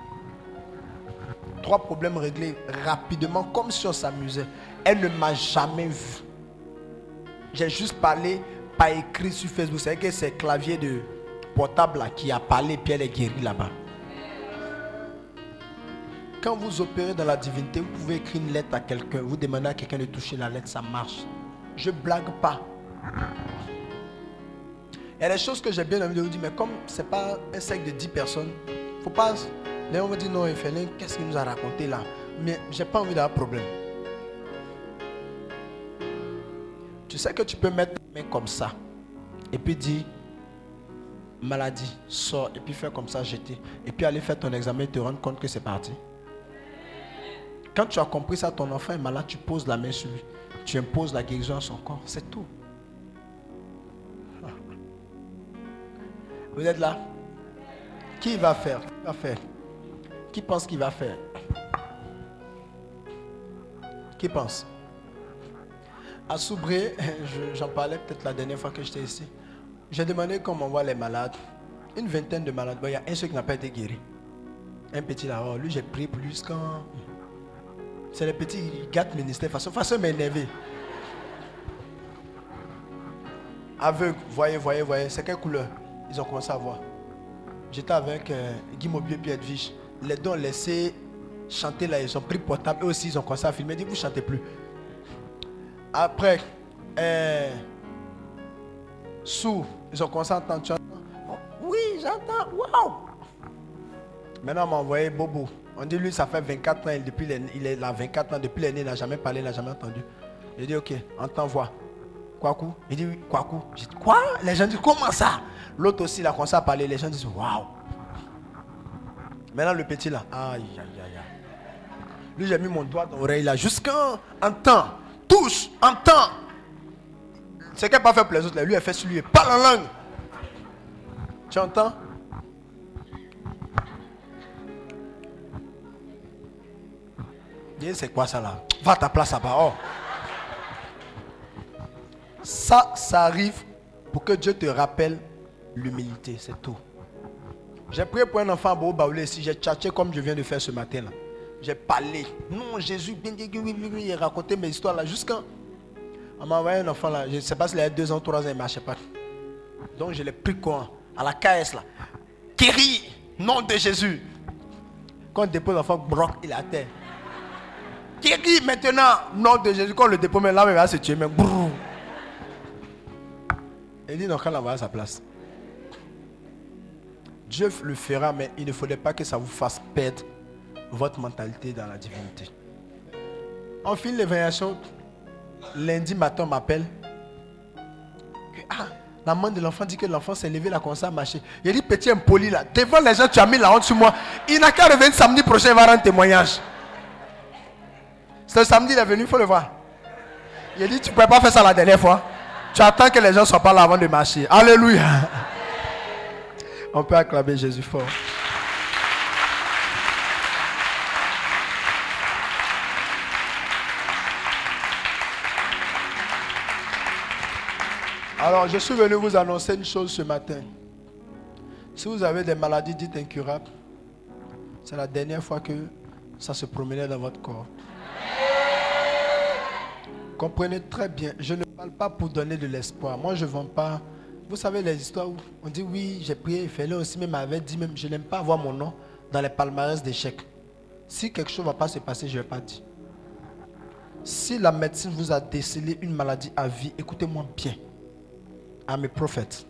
3 problèmes réglés rapidement, comme si on s'amusait. Elle ne m'a jamais vu. J'ai juste parlé par écrit sur Facebook. C'est que c'est clavier de portable là, qui a parlé, puis elle est guérie là-bas. Quand vous opérez dans la divinité, vous pouvez écrire une lettre à quelqu'un. Vous demandez à quelqu'un de toucher la lettre, ça marche. Je ne blague pas. Il y a des choses que j'ai bien envie de vous dire, mais comme ce n'est pas un cercle de 10 personnes, il ne faut pas... Là, on me dit non, Ephelin, qu'est-ce qu'il nous a raconté là? Mais je n'ai pas envie d'avoir problème. Tu sais que tu peux mettre ta main comme ça et puis dire maladie, sors, et puis faire comme ça, jeter, et puis aller faire ton examen et te rendre compte que c'est parti. Quand tu as compris ça, ton enfant est malade, tu poses la main sur lui, tu imposes la guérison à son corps, c'est tout. Vous êtes là? Qui va faire? Qui va faire? Qui pense qu'il va faire? Qui pense? À Soubré, j'en parlais peut-être la dernière fois que j'étais ici. J'ai demandé qu'on m'envoie les malades. Une vingtaine de malades. Bon, il y a un seul qui n'a pas été guéri. Un petit là-haut. Lui, j'ai pris plus quand... C'est les petits qui gâtent le ministère. Façon m'énerver. Aveugle, voyez. C'est quelle couleur? Ils ont commencé à voir. J'étais avec Guy Mobier et Pierre Edwige. Les deux ont laissé chanter là. Ils ont pris portable. Eux aussi, ils ont commencé à filmer. Ils disent, vous ne chantez plus. Après, sourd, ils ont commencé à entendre. Oui, j'entends. Waouh! Maintenant, on m'a envoyé Bobo. On dit, lui, ça fait 24 ans. Il est là 24 ans. Depuis l'année, il n'a jamais parlé, il n'a jamais entendu. J'ai dit, ok, entends voix. Kwaku? Il dit, oui, Kwaku. J'ai dit, quoi? Les gens disent, comment ça? L'autre aussi, il a commencé à parler. Les gens disent, waouh! Maintenant, le petit là, aïe. Lui, j'ai mis mon doigt dans l'oreille là, jusqu'à entend. Touche, entend. C'est qu'elle n'a pas fait pour les autres là. Lui, elle fait sur lui. Parle en langue. Tu entends? Dis, c'est quoi ça là? Va à ta place là-bas. Oh. Ça arrive pour que Dieu te rappelle l'humilité. C'est tout. J'ai prié pour un enfant à Bobaoulé ici. J'ai tchatché comme je viens de faire ce matin là. J'ai parlé. Non, Jésus, il a raconté mes histoires là. Jusqu'à... On m'a envoyé un enfant là. Je ne sais pas s'il avait 2 ans, 3 ans, il ne marchait pas. Donc je l'ai pris quoi? À la KS là. Guéri, nom de Jésus. Quand on dépose l'enfant, broc, il est à terre. Guéri maintenant, nom de Jésus. Quand on le dépose, là, il va se tuer. Mais brrr. Il dit non, quand on va à sa place. Dieu le fera, mais il ne faudrait pas que ça vous fasse perdre votre mentalité dans la divinité. On finit l'évaluation. Lundi matin, on m'appelle. La maman de l'enfant dit que l'enfant s'est levé, il a commencé à marcher. Il dit, petit impoli là, devant les gens, tu as mis la honte sur moi. Il n'a qu'à revenir samedi prochain, il va rendre témoignage. C'est le samedi, il est venu, il faut le voir. Il dit, tu ne pouvais pas faire ça la dernière fois. Tu attends que les gens ne soient pas là avant de marcher. Alléluia. On peut acclamer Jésus fort. Alors, je suis venu vous annoncer une chose ce matin. Si vous avez des maladies dites incurables, c'est la dernière fois que ça se promenait dans votre corps. Comprenez très bien, je ne parle pas pour donner de l'espoir. Moi, je ne vends pas. Vous savez les histoires où on dit oui, j'ai prié, Félix aussi même m'avait dit même, je n'aime pas avoir mon nom dans les palmarès d'échecs. Si quelque chose ne va pas se passer, je ne vais pas dire. Si la médecine vous a décelé une maladie à vie, écoutez-moi bien. À mes prophètes.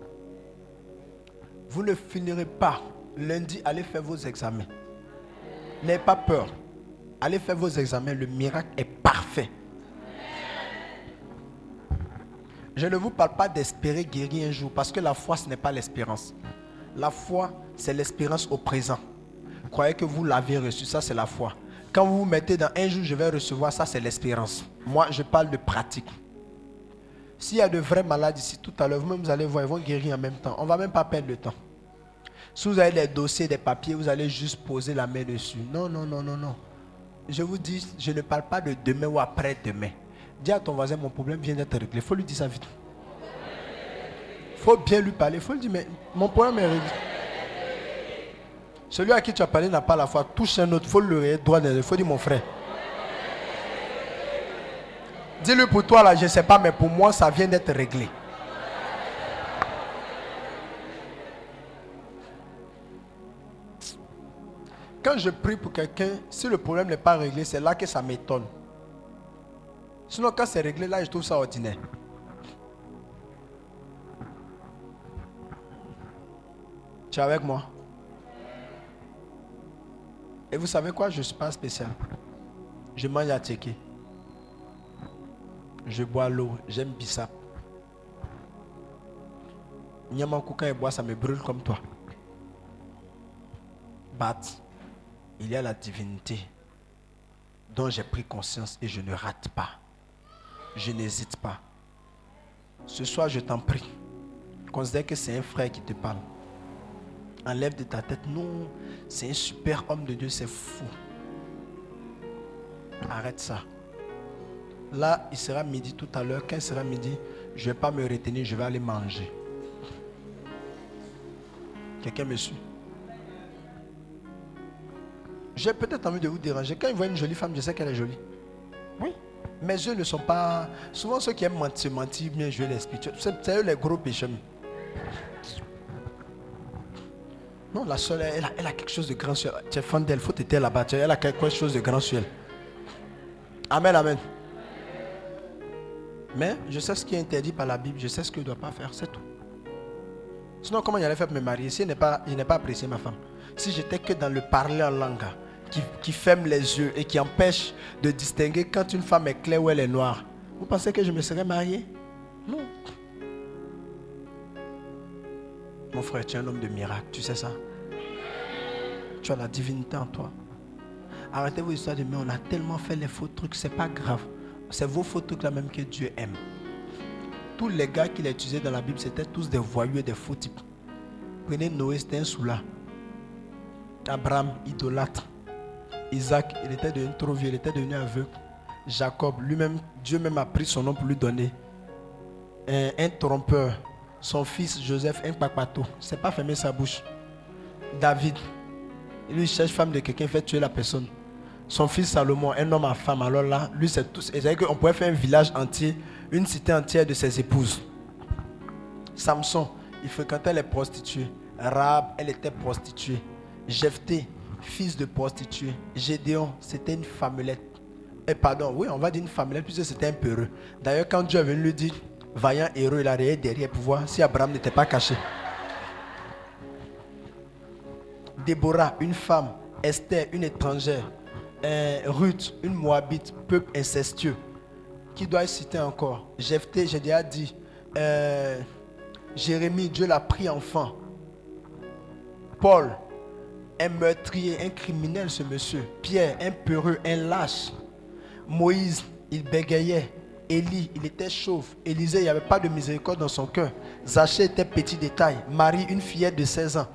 Vous ne finirez pas lundi, allez faire vos examens. N'ayez pas peur. Allez faire vos examens, le miracle est parfait. Je ne vous parle pas d'espérer guérir un jour, parce que la foi, ce n'est pas l'espérance. La foi, c'est l'espérance au présent. Croyez que vous l'avez reçu, ça c'est la foi. Quand vous vous mettez dans un jour, je vais recevoir, ça c'est l'espérance. Moi, je parle de pratique. S'il y a de vrais malades ici, tout à l'heure, vous-même, vous allez voir, ils vont guérir en même temps. On ne va même pas perdre de temps. Si vous avez des dossiers, des papiers, vous allez juste poser la main dessus. Non, non, non, non, non. Je vous dis, je ne parle pas de demain ou après-demain. Dis à ton voisin, mon problème vient d'être réglé. Il faut lui dire ça vite. Il faut bien lui parler. Il faut lui dire, mais mon problème est réglé. Celui à qui tu as parlé n'a pas la foi. Touche un autre. Il faut le réveiller droit dans il faut dire, mon frère. Dis-lui pour toi, là, je ne sais pas, mais pour moi, ça vient d'être réglé. Quand je prie pour quelqu'un, si le problème n'est pas réglé, c'est là que ça m'étonne. Sinon, quand c'est réglé, là, je trouve ça ordinaire. Tu es avec moi? Et vous savez quoi? Je ne suis pas spécial. Je mange à tchéké. Je bois l'eau. J'aime bissap. Niamankou, quand il boit, ça me brûle comme toi. Bat. Il y a la divinité dont j'ai pris conscience et je ne rate pas. Je n'hésite pas. Ce soir, je t'en prie. Considère que c'est un frère qui te parle. Enlève de ta tête. Non, c'est un super homme de Dieu, c'est fou. Arrête ça. Là, il sera midi tout à l'heure. Quand il sera midi, je ne vais pas me retenir, je vais aller manger. Quelqu'un me suit? J'ai peut-être envie de vous déranger. Quand il voit une jolie femme, je sais qu'elle est jolie. Oui. Mes yeux ne sont pas... Souvent ceux qui aiment se mentir, bien jouer l'esprit. C'est eux les gros pécheurs. Non, la seule, elle a quelque chose de grand sur elle. Tu es fan d'elle, il faut t'aider là-bas. Elle a quelque chose de grand sur elle. Amen, amen. Mais je sais ce qui est interdit par la Bible. Je sais ce que je ne dois pas faire, c'est tout. Sinon, comment il allait faire pour me marier si je n'ai pas apprécié ma femme? Si j'étais que dans le parler en langue qui ferme les yeux et qui empêche de distinguer quand une femme est claire ou elle est noire, vous pensez que je me serais marié? Non. Mon frère, tu es un homme de miracle, tu sais ça? Tu as la divinité en toi. Arrêtez vos histoires de mais on a tellement fait les faux trucs, c'est pas grave. C'est vos faux trucs là même que Dieu aime. Tous les gars qu'il a utilisés dans la Bible, c'était tous des voyous et des faux types. Prenez Noé, c'était un soula. Abraham, idolâtre. Isaac, il était devenu trop vieux, il était devenu aveugle. Jacob, lui-même, Dieu même a pris son nom pour lui donner. Un trompeur. Son fils Joseph, un papato. C'est pas fermer sa bouche. David, lui cherche femme de quelqu'un, il fait tuer la personne. Son fils Salomon, un homme à femme. Alors là, lui c'est tous. C'est-à-dire qu'on pourrait faire un village entier, une cité entière de ses épouses. Samson, il fréquentait les prostituées. Rahab, elle était prostituée. Jephthé, fils de prostituée. Gédéon, c'était une femmelette. Oui, on va dire une femmelette puisque c'était un peureux. D'ailleurs, quand Dieu est venu lui dire, vaillant héros, il a rayé derrière pour voir si Abraham n'était pas caché. Déborah, une femme. Esther, une étrangère. Ruth, une moabite, peuple incestueux. Qui doit citer encore? Jephthé, j'ai déjà dit. Jérémie, Dieu l'a pris enfant. Paul, un meurtrier, un criminel ce monsieur. Pierre, un peureux, un lâche. Moïse, il bégayait. Élie, il était chauve. Élisée, il n'y avait pas de miséricorde dans son cœur. Zachée était petit détail. Marie, une fillette de 16 ans.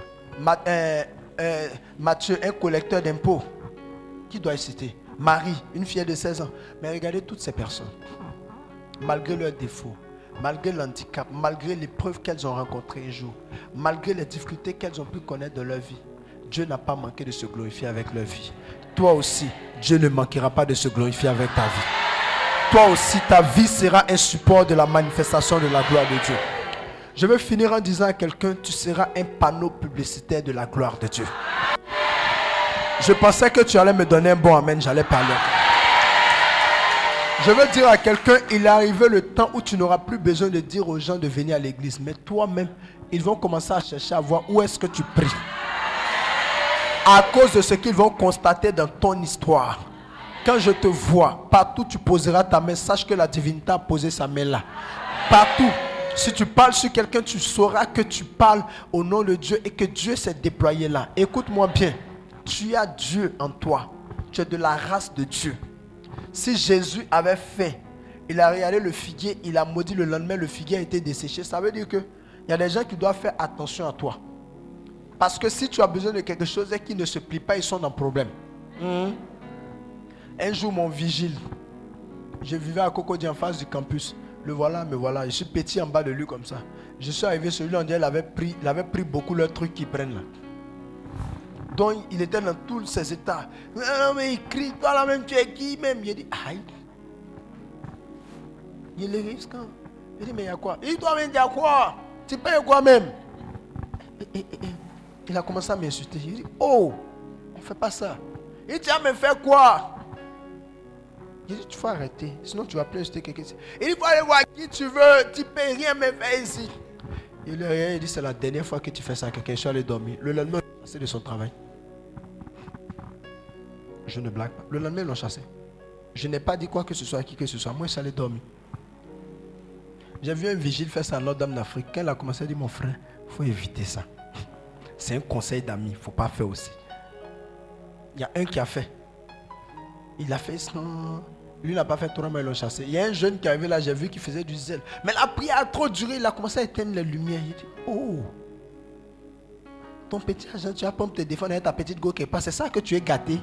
Matthieu, un collecteur d'impôts. Qui doit citer? Marie, une fillette de 16 ans. Mais regardez toutes ces personnes. Malgré leurs défauts, malgré l'handicap, malgré l'épreuve qu'elles ont rencontrée un jour, malgré les difficultés qu'elles ont pu connaître dans leur vie, Dieu n'a pas manqué de se glorifier avec leur vie. Toi aussi, Dieu ne manquera pas de se glorifier avec ta vie. Toi aussi, ta vie sera un support de la manifestation de la gloire de Dieu. Je veux finir en disant à quelqu'un, tu seras un panneau publicitaire de la gloire de Dieu. Je pensais que tu allais me donner un bon amen, j'allais parler. Je veux dire à quelqu'un, il est arrivé le temps où tu n'auras plus besoin de dire aux gens de venir à l'église. Mais toi-même, ils vont commencer à chercher à voir où est-ce que tu pries. À cause de ce qu'ils vont constater dans ton histoire. Quand je te vois, partout tu poseras ta main, sache que la divinité a posé sa main là. Partout. Si tu parles sur quelqu'un, tu sauras que tu parles au nom de Dieu et que Dieu s'est déployé là. Écoute-moi bien. Tu as Dieu en toi. Tu es de la race de Dieu. Si Jésus avait faim, il a regardé le figuier, il a maudit, le lendemain le figuier a été desséché. Ça veut dire qu'il y a des gens qui doivent faire attention à toi. Parce que si tu as besoin de quelque chose et qu'ils ne se plient pas, ils sont dans le problème. Un jour, mon vigile, je vivais à Cocody en face du campus. Le voilà, me voilà. Je suis petit en bas de lui comme ça. Je suis arrivé, celui-là, on dirait il avait pris beaucoup leurs trucs qu'ils prennent là. Donc, il était dans tous ses états. Non, mais il crie, toi là-même, tu es qui même? Il dit, aïe. Il est risque. Il dit, mais il y a quoi? Il dit, toi-même, il y a quoi? Tu payes quoi même? Il a commencé à m'insulter. Il dit, oh, on ne fait pas ça. Il dit, tu vas me faire quoi? Il dit, tu faut arrêter. Sinon, tu vas plus insulter quelqu'un. Il dit, il faut aller voir qui tu veux. Tu ne peux rien me faire ici. Il dit, c'est la dernière fois que tu fais ça à quelqu'un. Je suis allé dormir. Le lendemain, il est passé de son travail. Je ne blague pas. Le lendemain, ils l'ont chassé. Je n'ai pas dit quoi que ce soit à qui que ce soit. Moi, je suis allé dormir. J'ai vu un vigile faire ça à Notre-Dame d'Afrique. Quand il a commencé à dire, mon frère, il faut éviter ça. C'est un conseil d'amis. Il ne faut pas faire aussi. Il y a un qui a fait. Il a fait ça. Lui, il n'a pas fait tout, mais ils l'ont chassé. Il y a un jeune qui est arrivé là, j'ai vu qu'il faisait du zèle. Mais la prière a trop duré. Il a commencé à éteindre les lumières. Il dit, oh, ton petit agent, tu vas pas me te défendre avec ta petite go qui passe. C'est ça que tu es gâté.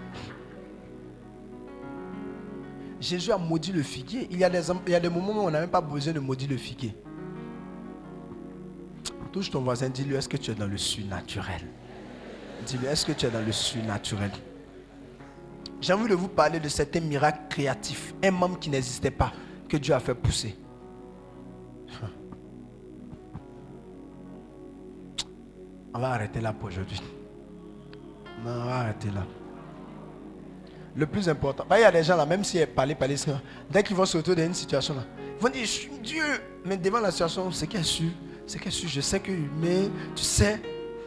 Jésus a maudit le figuier. Il y a des moments où on n'a même pas besoin de maudire le figuier. Touche ton voisin, dis-lui, est-ce que tu es dans le surnaturel? Dis-lui, est-ce que tu es dans le surnaturel? J'ai envie de vous parler de certains miracles créatifs. Un membre qui n'existait pas, que Dieu a fait pousser. On va arrêter là pour aujourd'hui. Non, on va arrêter là. Le plus important, il y a des gens là, même si ils parlent, dès qu'ils vont se retrouver dans une situation là, ils vont dire, je suis Dieu. Mais devant la situation, c'est qu'elle est sûre. C'est qu'elle est sûre, je sais que, mais tu sais,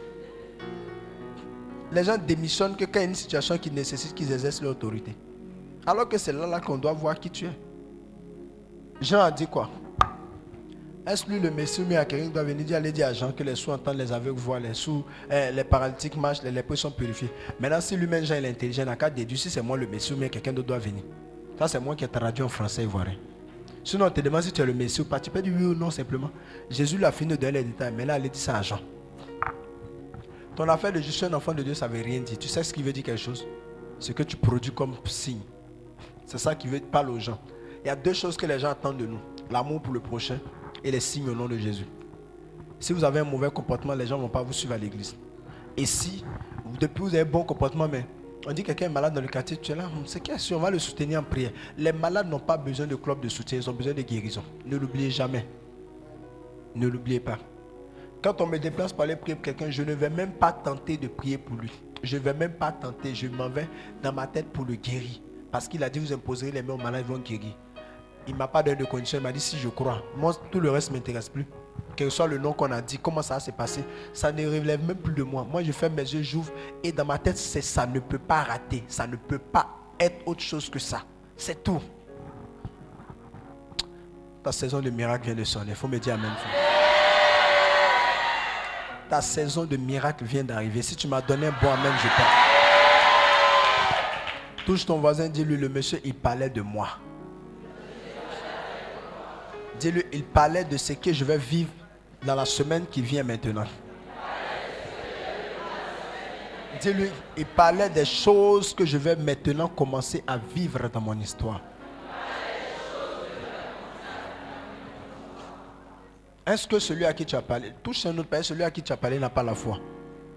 les gens démissionnent que quand il y a une situation qui nécessite qu'ils exercent leur autorité. Alors que c'est là qu'on doit voir qui tu es. Jean a dit quoi? Est-ce lui le Messie ou bien quelqu'un doit venir dire, allez dire à Jean que les sourds entendent, les aveugles voient, les sourds, les paralytiques marchent, les lépreux sont purifiés. Maintenant, si lui-même Jean est intelligent, il n'a qu'à déduire si c'est moi le Messie ou bien quelqu'un d'autre doit venir. Ça, c'est moi qui ai traduit en français ivoirien. Sinon, on te demande si tu es le Messie ou pas. Tu peux dire oui ou non simplement. Jésus l'a fini de donner les détails, mais là, il a dit ça à Jean. Ton affaire de je suis un enfant de Dieu, ça ne veut rien dire. Tu sais ce qui veut dire quelque chose? Ce que tu produis comme signe. C'est ça qui veut parler aux gens. Il y a deux choses que les gens attendent de nous. L'amour pour le prochain et les signes au nom de Jésus. Si vous avez un mauvais comportement, les gens ne vont pas vous suivre à l'église. Et si, depuis vous avez un bon comportement, mais on dit que quelqu'un est malade dans le quartier, tu es là, c'est qu'il on va le soutenir en prière. Les malades n'ont pas besoin de club de soutien, ils ont besoin de guérison. Ne l'oubliez jamais. Ne l'oubliez pas. Quand on me déplace pour aller prier pour quelqu'un, je ne vais même pas tenter de prier pour lui. Je ne vais même pas tenter, je m'en vais dans ma tête pour le guérir. Parce qu'il a dit, vous imposerez les mains aux malades, ils vont guérir. Il ne m'a pas donné de condition, il m'a dit, si je crois, moi tout le reste ne m'intéresse plus. Quel que soit le nom qu'on a dit, comment ça s'est passé, ça ne relève même plus de moi. Moi je ferme mes yeux, j'ouvre et dans ma tête, c'est ça ne peut pas rater. Ça ne peut pas être autre chose que ça. C'est tout. Ta saison de miracle vient de sonner. Il faut me dire amen. Ta saison de miracle vient d'arriver. Si tu m'as donné un bon amen, je pars. Touche ton voisin, dis-lui, le monsieur, il parlait de moi. Dis-lui, il parlait de ce que je vais vivre dans la semaine qui vient maintenant. Dis-lui, il parlait des choses que je vais maintenant commencer à vivre dans mon histoire. Est-ce que celui à qui tu as parlé, touche un autre pays, celui à qui tu as parlé n'a pas la foi?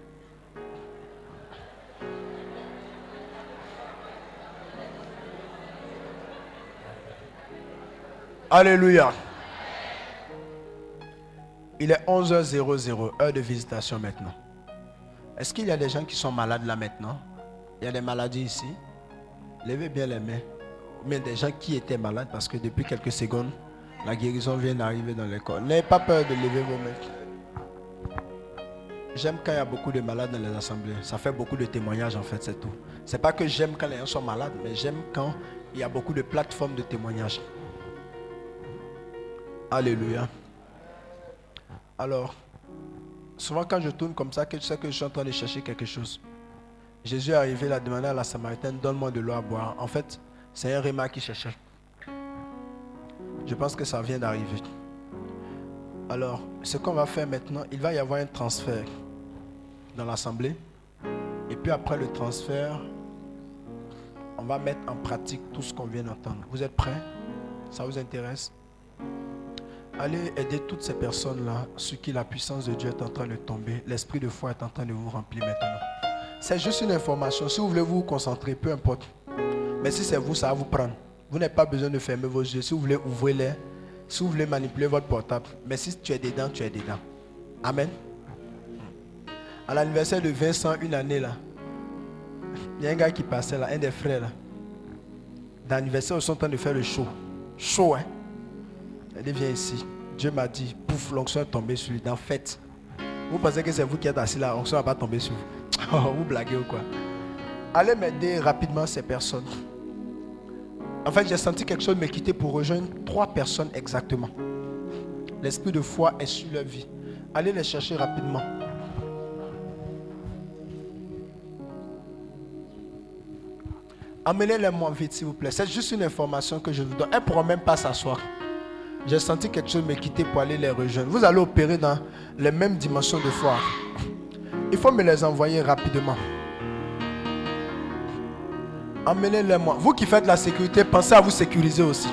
Alléluia. Il est 11h00, heure de visitation maintenant. Est-ce qu'il y a des gens qui sont malades là maintenant? Il y a des maladies ici. Levez bien les mains. Mais des gens qui étaient malades parce que depuis quelques secondes, la guérison vient d'arriver dans les corps. N'ayez pas peur de lever vos mains. J'aime quand il y a beaucoup de malades dans les assemblées. Ça fait beaucoup de témoignages en fait, c'est tout. C'est pas que j'aime quand les gens sont malades, mais j'aime quand il y a beaucoup de plateformes de témoignages. Alléluia. Alors, souvent quand je tourne comme ça, que je sais que je suis en train de chercher quelque chose. Jésus est arrivé, il a demandé à la Samaritaine, donne-moi de l'eau à boire. En fait, c'est un réma qui cherchait. Je pense que ça vient d'arriver. Alors, ce qu'on va faire maintenant, il va y avoir un transfert dans l'assemblée. Et puis après le transfert, on va mettre en pratique tout ce qu'on vient d'entendre. Vous êtes prêts? Ça vous intéresse? Allez aider toutes ces personnes-là sur qui la puissance de Dieu est en train de tomber. L'esprit de foi est en train de vous remplir maintenant. C'est juste une information. Si vous voulez vous concentrer, peu importe. Mais si c'est vous, ça va vous prendre. Vous n'avez pas besoin de fermer vos yeux. Si vous voulez, ouvrez-les. Si vous voulez manipuler votre portable. Mais si tu es dedans, tu es dedans. Amen. À l'anniversaire de Vincent, une année là, il y a un gars qui passait là, un des frères là. Dans l'anniversaire, ils sont en train de faire le show. Show, hein. Elle vient ici. Dieu m'a dit, pouf, l'onction est tombée sur lui. Dans fête. Vous pensez que c'est vous qui êtes assis là, l'onction ne va pas tomber sur vous. Oh, vous blaguez ou quoi? Allez m'aider rapidement ces personnes. En fait, j'ai senti quelque chose me quitter pour rejoindre 3 personnes exactement. L'esprit de foi est sur leur vie. Allez les chercher rapidement. Amenez-les-moi vite, s'il vous plaît. C'est juste une information que je vous donne. Elles ne pourront même pas s'asseoir. J'ai senti quelque chose me quitter pour aller les rejoindre. Vous allez opérer dans les mêmes dimensions de foi. Il faut me les envoyer rapidement. Emmenez-les-moi. Vous qui faites la sécurité, pensez à vous sécuriser aussi.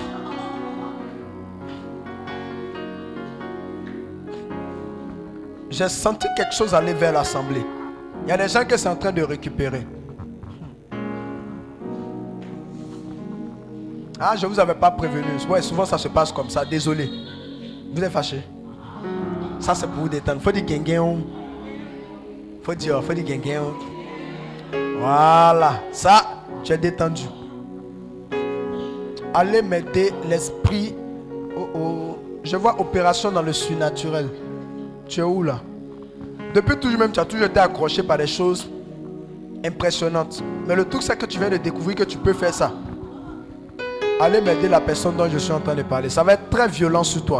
J'ai senti quelque chose aller vers l'assemblée. Il y a des gens qui sont en train de récupérer. Ah, je ne vous avais pas prévenu. Ouais, souvent ça se passe comme ça. Désolé. Vous êtes fâché. Ça c'est pour vous détendre. Faut dire gengen. Faut dire gengen. Voilà. Ça, tu es détendu. Allez m'aider l'esprit. Oh oh. Je vois opération dans le surnaturel. Tu es où là? Depuis toujours même, tu as toujours été accroché par des choses impressionnantes. Mais le truc c'est que tu viens de découvrir que tu peux faire ça. Allez m'aider la personne dont je suis en train de parler. Ça va être très violent sur toi.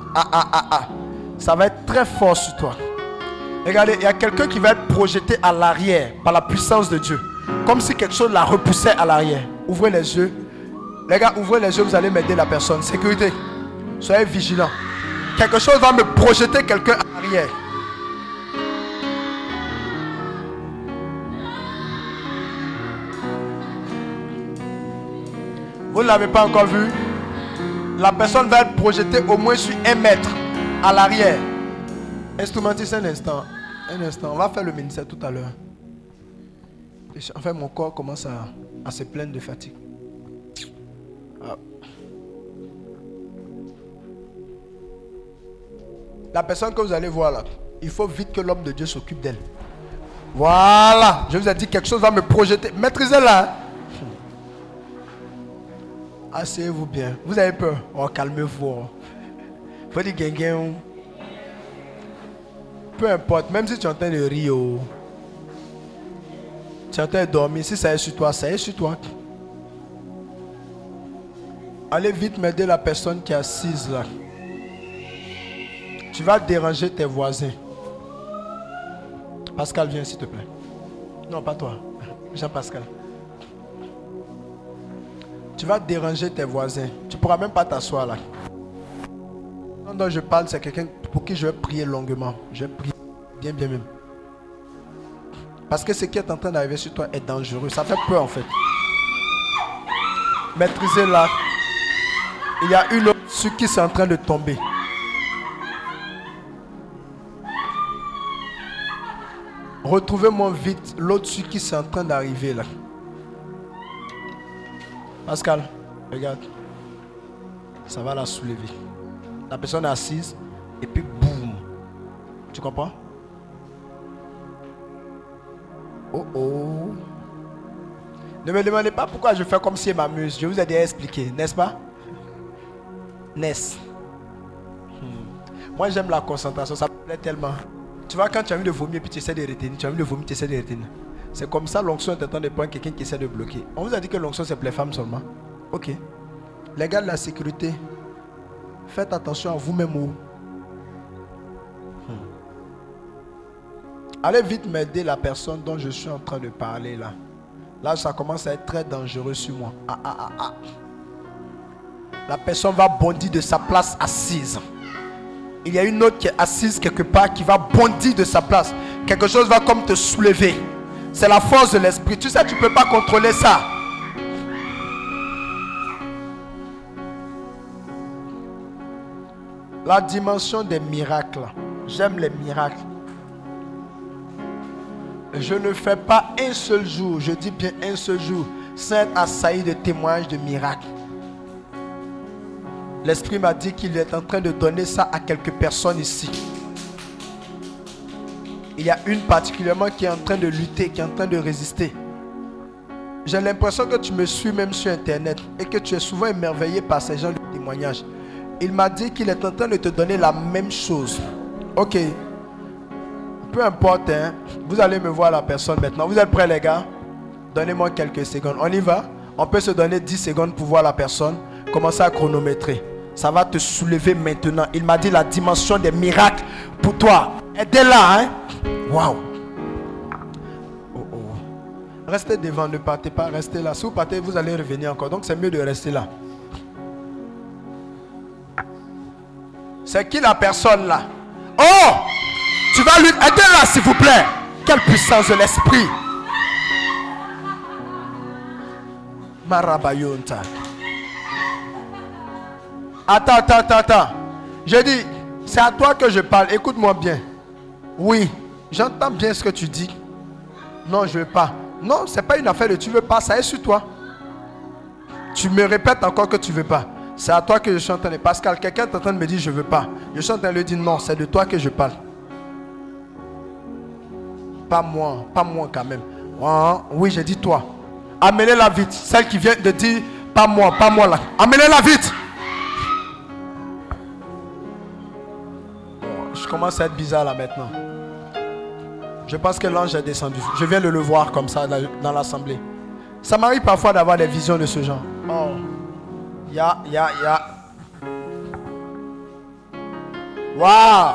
Ça va être très fort sur toi. Regardez, il y a quelqu'un qui va être projeté à l'arrière par la puissance de Dieu. Comme si quelque chose la repoussait à l'arrière. Ouvrez les yeux. Les gars, ouvrez les yeux, vous allez m'aider la personne. Sécurité. Soyez vigilants. Quelque chose va me projeter quelqu'un à l'arrière. Vous ne l'avez pas encore vu? La personne va être projetée au moins sur 1 mètre à l'arrière. Instrumentiste, un instant. Un instant. On va faire le ministère tout à l'heure. En fait, mon corps commence à se plaindre de fatigue. Ah. La personne que vous allez voir là, il faut vite que l'homme de Dieu s'occupe d'elle. Voilà. Je vous ai dit, quelque chose va me projeter. Maîtrisez-la. Asseyez-vous bien. Vous avez peur? Oh, calmez-vous. Il faut dire gengen. Peu importe, même si tu es en train de rire, tu es en train de dormir, si ça est sur toi, ça est sur toi. Allez vite m'aider la personne qui est assise là. Tu vas déranger tes voisins. Pascal, viens s'il te plaît. Non, pas toi. Jean-Pascal. Tu vas déranger tes voisins. Tu ne pourras même pas t'asseoir là. Le dont je parle, c'est quelqu'un pour qui je vais prier longuement. Je vais prier bien même. Parce que ce qui est en train d'arriver sur toi est dangereux. Ça fait peur en fait. Maîtrisez-la. Il y a une autre sur qui c'est en train de tomber. Retrouvez-moi vite l'autre celui qui est en train d'arriver là. Pascal, regarde. Ça va la soulever. La personne est assise et puis boum. Tu comprends? Oh oh. Ne me demandez pas pourquoi je fais comme si elle m'amuse. Je vous ai déjà expliqué, n'est-ce pas? N'est-ce? Moi j'aime la concentration, ça me plaît tellement. Tu vois, quand tu as envie de vomir puis tu essaies de retenir, tu as envie de vomir, tu essaies de retenir. C'est comme ça l'onction est en train de prendre quelqu'un qui essaie de bloquer. On vous a dit que l'onction c'est pour les femmes seulement. Ok. Les gars de la sécurité, faites attention à vous-même. Allez vite m'aider la personne dont je suis en train de parler là. Là, ça commence à être très dangereux sur moi. La personne va bondir de sa place assise. Il y a une autre qui est assise quelque part qui va bondir de sa place. Quelque chose va comme te soulever. C'est la force de l'esprit. Tu sais, tu ne peux pas contrôler ça. La dimension des miracles. J'aime les miracles. Je ne fais pas un seul jour, je dis bien un seul jour, sans être assailli de témoignages de miracles. L'Esprit m'a dit qu'il est en train de donner ça à quelques personnes ici. Il y a une particulièrement qui est en train de lutter, qui est en train de résister. J'ai l'impression que tu me suis même sur Internet et que tu es souvent émerveillé par ces gens de témoignages. Il m'a dit qu'il est en train de te donner la même chose. Ok. Peu importe, hein. Vous allez me voir la personne maintenant. Vous êtes prêts les gars? Donnez-moi quelques secondes. On y va? On peut se donner 10 secondes pour voir la personne. Commencez à chronométrer. Ça va te soulever maintenant. Il m'a dit la dimension des miracles pour toi. Aidez-la, hein? Waouh! Oh oh. Restez devant, ne partez pas, restez là. Si vous partez, vous allez revenir encore. Donc c'est mieux de rester là. C'est qui la personne là? Oh! Tu vas lui aider là s'il vous plaît. Quelle puissance de l'esprit. Marabayonta. Attends. Je dis, c'est à toi que je parle. Écoute-moi bien. Oui, j'entends bien ce que tu dis. Non, je ne veux pas. Non, ce n'est pas une affaire de tu ne veux pas. Ça est sur toi. Tu me répètes encore que tu ne veux pas. C'est à toi que je suis en train de... Pascal, quelqu'un est en train de me dire je ne veux pas. Je suis en train de lui dire non, c'est de toi que je parle. Pas moi quand même. Oui, j'ai dit toi. Amenez-la vite. Celle qui vient de dire pas moi là. Amenez-la vite. Je commence à être bizarre là maintenant. Je pense que l'ange est descendu. Je viens de le voir comme ça dans l'assemblée. Ça m'arrive parfois d'avoir des visions de ce genre. Oh. Ya. Waouh.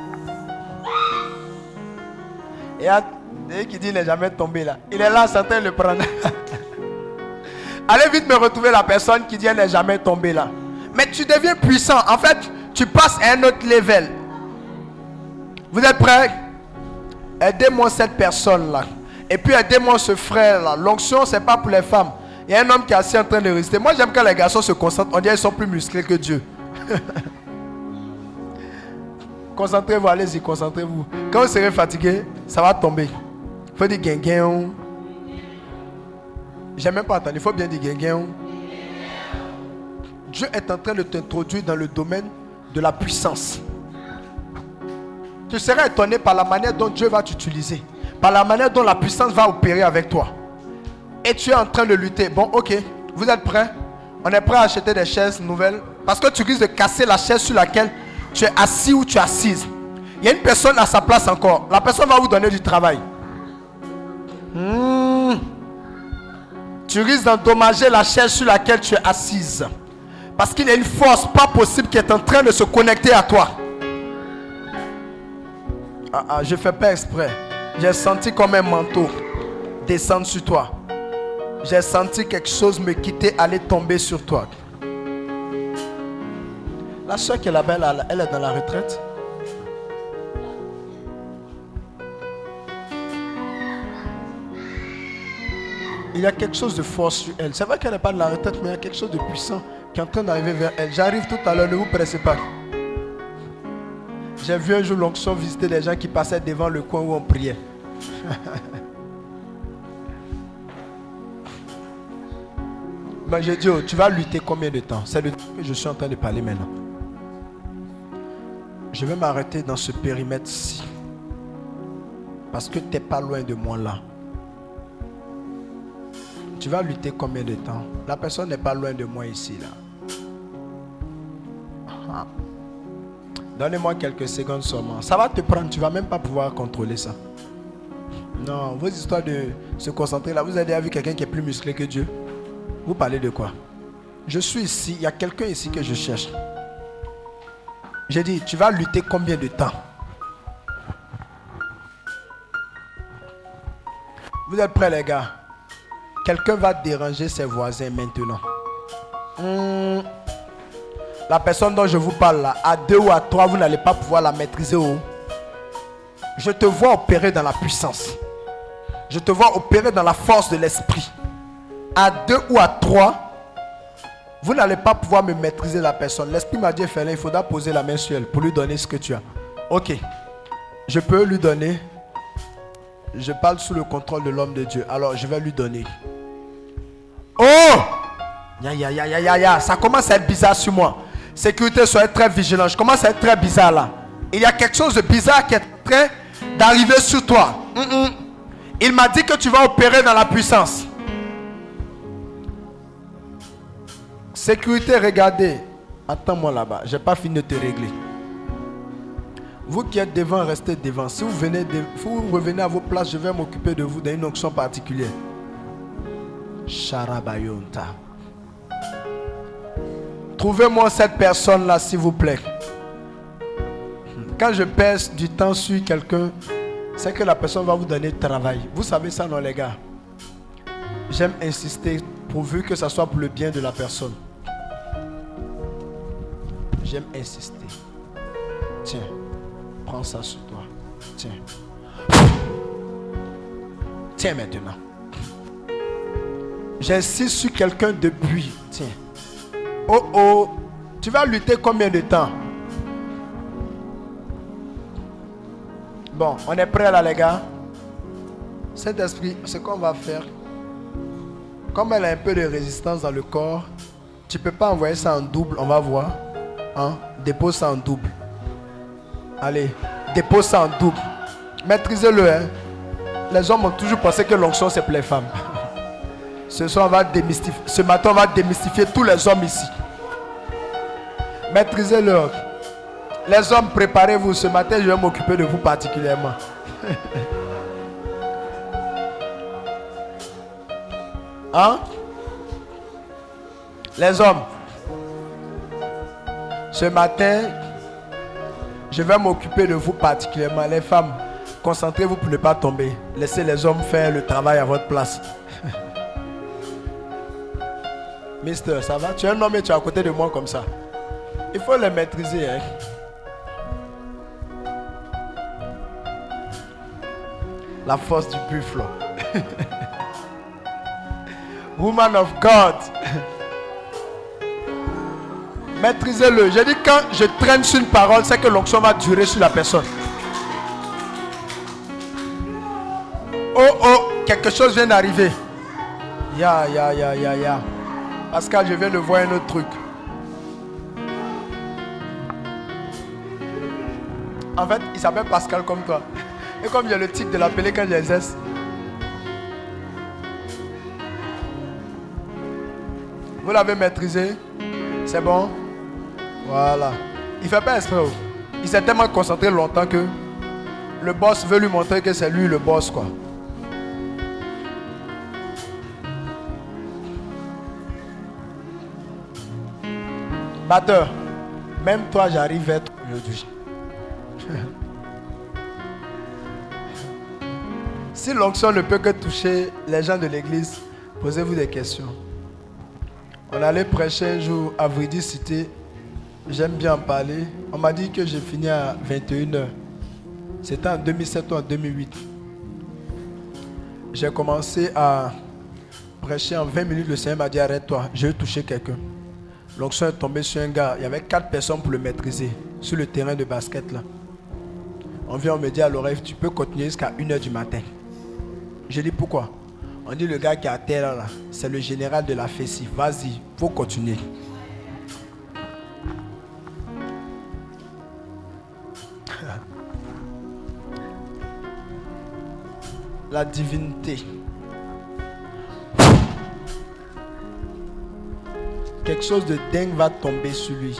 Et il y a qui dit il n'est jamais tombé là. Il est là, c'est en train de le prendre. Allez vite me retrouver la personne qui dit elle n'est jamais tombée là. Mais tu deviens puissant. En fait, tu passes à un autre level. Vous êtes prêts? Aidez-moi cette personne là. Et puis aidez-moi ce frère là. L'onction, c'est pas pour les femmes. Il y a un homme qui est assis en train de résister. Moi, j'aime quand les garçons se concentrent. On dirait qu'ils sont plus musclés que Dieu. Concentrez-vous, allez-y, concentrez-vous. Quand vous serez fatigué, ça va tomber. Il faut dire guinguin. J'ai même pas entendu. Il faut bien dire guinguin. Dieu est en train de t'introduire dans le domaine de la puissance. Tu seras étonné par la manière dont Dieu va t'utiliser. Par la manière dont la puissance va opérer avec toi. Et tu es en train de lutter. Bon, ok. Vous êtes prêts? On est prêt à acheter des chaises nouvelles. Parce que tu risques de casser la chaise sur laquelle tu es assis ou tu es assise. Il y a une personne à sa place encore. La personne va vous donner du travail. Tu risques d'endommager la chaise sur laquelle tu es assise. Parce qu'il y a une force pas possible qui est en train de se connecter à toi. Je ne fais pas exprès. J'ai senti comme un manteau descendre sur toi. J'ai senti quelque chose me quitter, aller tomber sur toi. La soeur qui est là-bas, elle est dans la retraite. Il y a quelque chose de fort sur elle. C'est vrai qu'elle n'est pas de la retraite, mais il y a quelque chose de puissant qui est en train d'arriver vers elle. J'arrive tout à l'heure, ne vous pressez pas. J'ai vu un jour l'onction visiter des gens qui passaient devant le coin où on priait. Mais j'ai dit, oh, tu vas lutter combien de temps? C'est le temps que je suis en train de parler maintenant. Je vais m'arrêter dans ce périmètre-ci. Parce que tu n'es pas loin de moi là. Tu vas lutter combien de temps? La personne n'est pas loin de moi ici là. Donnez-moi quelques secondes seulement. Ça va te prendre, tu ne vas même pas pouvoir contrôler ça. Non, vos histoires de se concentrer là, vous avez déjà vu quelqu'un qui est plus musclé que Dieu? Vous parlez de quoi? Je suis ici, il y a quelqu'un ici que je cherche. J'ai dit, tu vas lutter combien de temps? Vous êtes prêts les gars? Quelqu'un va déranger ses voisins maintenant. La personne dont je vous parle là, à 2 ou à 3, vous n'allez pas pouvoir la maîtriser. Je te vois opérer dans la puissance. Je te vois opérer dans la force de l'esprit. À 2 ou à 3, vous n'allez pas pouvoir me maîtriser la personne. L'esprit m'a dit, Félin, il faudra poser la main sur elle pour lui donner ce que tu as. Ok, je peux lui donner. Je parle sous le contrôle de l'homme de Dieu. Alors, je vais lui donner. Oh! Ça commence à être bizarre sur moi. Sécurité, soyez très vigilant. Je commence à être très bizarre là. Il y a quelque chose de bizarre qui est en train d'arriver sur toi. Il m'a dit que tu vas opérer dans la puissance. Sécurité, regardez. Attends-moi là-bas. Je n'ai pas fini de te régler. Vous qui êtes devant, restez devant. Si vous revenez à vos places, je vais m'occuper de vous dans une onction particulière. Charabayonta. Trouvez-moi cette personne-là, s'il vous plaît. Quand je pèse du temps sur quelqu'un, c'est que la personne va vous donner du travail. Vous savez ça, non, les gars? J'aime insister, pourvu que ça soit pour le bien de la personne. J'aime insister. Tiens, prends ça sur toi. Tiens. Tiens maintenant. J'insiste sur quelqu'un depuis. Tiens. Oh, tu vas lutter combien de temps? Bon, on est prêts là les gars. Cet esprit, ce qu'on va faire, comme elle a un peu de résistance dans le corps, tu ne peux pas envoyer ça en double, on va voir. Dépose ça en double. Allez, dépose ça en double. Maîtrisez-le. Les hommes ont toujours pensé que l'onction c'est pour les femmes. Ce matin, on va démystifier tous les hommes ici. Maîtrisez-le. Les hommes, préparez-vous. Ce matin, je vais m'occuper de vous particulièrement. Les hommes, ce matin, je vais m'occuper de vous particulièrement. Les femmes, concentrez-vous pour ne pas tomber. Laissez les hommes faire le travail à votre place. Mister, ça va? Tu es un homme et tu es à côté de moi comme ça. Il faut les maîtriser. La force du buffle. Woman of God. Maîtrisez-le. J'ai dit quand je traîne sur une parole, c'est que l'onction va durer sur la personne. Oh, quelque chose vient d'arriver. Ya. Pascal, je viens de voir un autre truc. En fait, il s'appelle Pascal comme toi. Et comme j'ai le tic de l'appeler quand j'exerce. Vous l'avez maîtrisé? C'est bon? Voilà. Il ne fait pas exprès. Il s'est tellement concentré longtemps que le boss veut lui montrer que c'est lui le boss, quoi. Batteur, même toi j'arrive vers toi aujourd'hui. Si l'onction ne peut que toucher les gens de l'église, posez-vous des questions. On allait prêcher un jour à Vridi Cité. J'aime bien en parler. On m'a dit que j'ai fini à 21h. C'était en 2007 ou en 2008. J'ai commencé à prêcher en 20 minutes. Le Seigneur m'a dit arrête-toi, je vais toucher quelqu'un. L'onction est tombée sur un gars. Il y avait 4 personnes pour le maîtriser sur le terrain de basket là. On vient, on me dit à l'oreille, tu peux continuer jusqu'à 1h du matin. Je dis pourquoi? On dit le gars qui est à terre là, c'est le général de la FESI. Vas-y, faut continuer. La divinité. Quelque chose de dingue va tomber sur lui.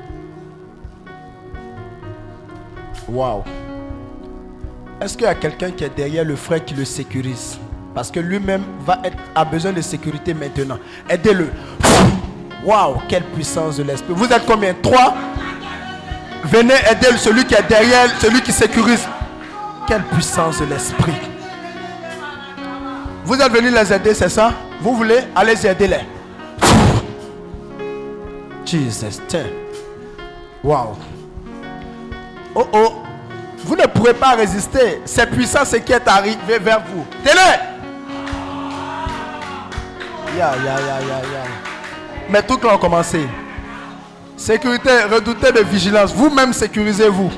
Waouh. Est-ce qu'il y a quelqu'un qui est derrière le frère qui le sécurise? Parce que lui-même a besoin de sécurité maintenant. Aidez-le. Waouh, quelle puissance de l'esprit. Vous êtes combien? 3. Venez aider celui qui est derrière, celui qui sécurise. Quelle puissance de l'esprit. Vous êtes venus les aider, c'est ça? Vous voulez? Allez aider-les. Jesus, tiens. Waouh. Oh oh. Vous ne pourrez pas résister. C'est puissant ce qui est arrivé vers vous. Tenez. Ya. Mais tout là a commencé. Sécurité, redoutez de vigilance. Vous-même sécurisez-vous.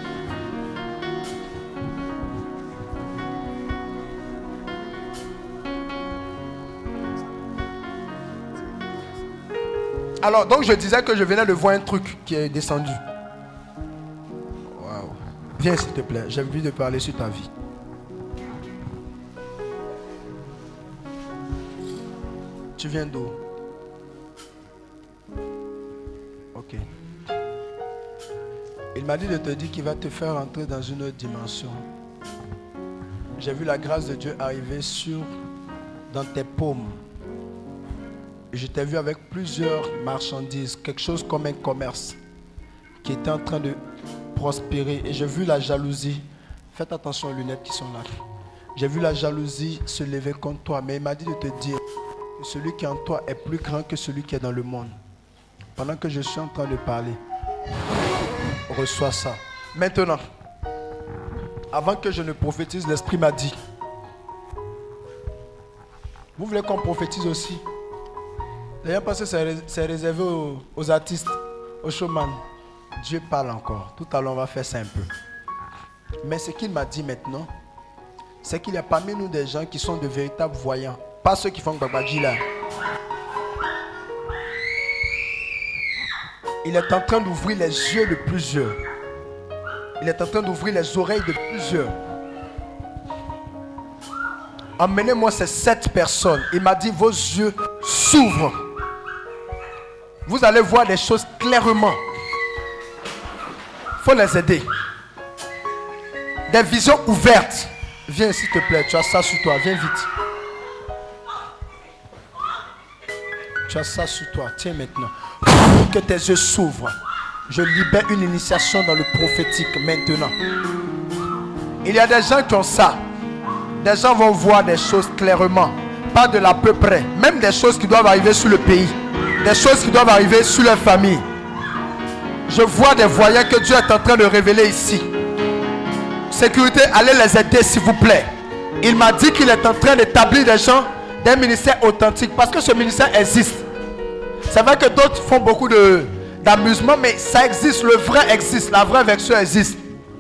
Alors, donc je disais que je venais de voir un truc qui est descendu. Waouh. Viens s'il te plaît, j'ai envie de parler sur ta vie. Tu viens d'où? Ok. Il m'a dit de te dire qu'il va te faire entrer dans une autre dimension. J'ai vu la grâce de Dieu arriver dans tes paumes. Je t'ai vu avec plusieurs marchandises, quelque chose comme un commerce qui était en train de prospérer. Et j'ai vu la jalousie. Faites attention aux lunettes qui sont là. J'ai vu la jalousie se lever contre toi. Mais il m'a dit de te dire que celui qui est en toi est plus grand que celui qui est dans le monde. Pendant que je suis en train de parler, reçois ça. Maintenant, avant que je ne prophétise, l'Esprit m'a dit. Vous voulez qu'on prophétise aussi? D'ailleurs, parce que c'est réservé aux artistes, aux showman. Dieu parle encore. Tout à l'heure, on va faire ça un peu. Mais ce qu'il m'a dit maintenant, c'est qu'il y a parmi nous des gens qui sont de véritables voyants. Pas ceux qui font Babadji là. Il est en train d'ouvrir les yeux de plusieurs. Il est en train d'ouvrir les oreilles de plusieurs. Emmenez-moi ces 7 personnes. Il m'a dit, vos yeux s'ouvrent. Vous allez voir des choses clairement. Il faut les aider. Des visions ouvertes. Viens s'il te plaît, tu as ça sur toi. Viens vite. Tu as ça sur toi. Tiens maintenant. Que tes yeux s'ouvrent. Je libère une initiation dans le prophétique maintenant. Il y a des gens qui ont ça. Des gens vont voir des choses clairement. Pas de l'à peu près. Même des choses qui doivent arriver sur le pays. Des choses qui doivent arriver sur leur famille. Je vois des voyants que Dieu est en train de révéler ici. Sécurité, allez les aider s'il vous plaît. Il m'a dit qu'il est en train d'établir des gens d'un ministère authentique. Parce que ce ministère existe. C'est vrai que d'autres font beaucoup d'amusement, mais ça existe. Le vrai existe. La vraie version existe.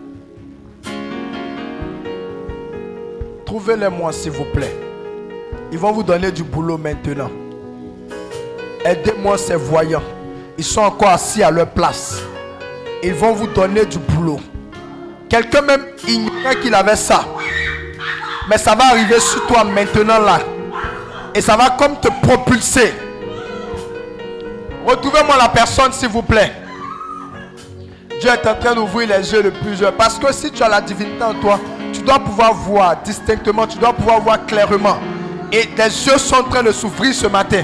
Trouvez-les-moi s'il vous plaît. Ils vont vous donner du boulot maintenant. Aidez-moi ces voyants. Ils sont encore assis à leur place. Ils vont vous donner du boulot. Quelqu'un même ignorait qu'il avait ça. Mais ça va arriver sur toi maintenant là. Et ça va comme te propulser. Retrouvez-moi la personne s'il vous plaît. Dieu est en train d'ouvrir les yeux de plusieurs. Parce que si tu as la divinité en toi, tu dois pouvoir voir distinctement. Tu dois pouvoir voir clairement. Et tes yeux sont en train de s'ouvrir ce matin.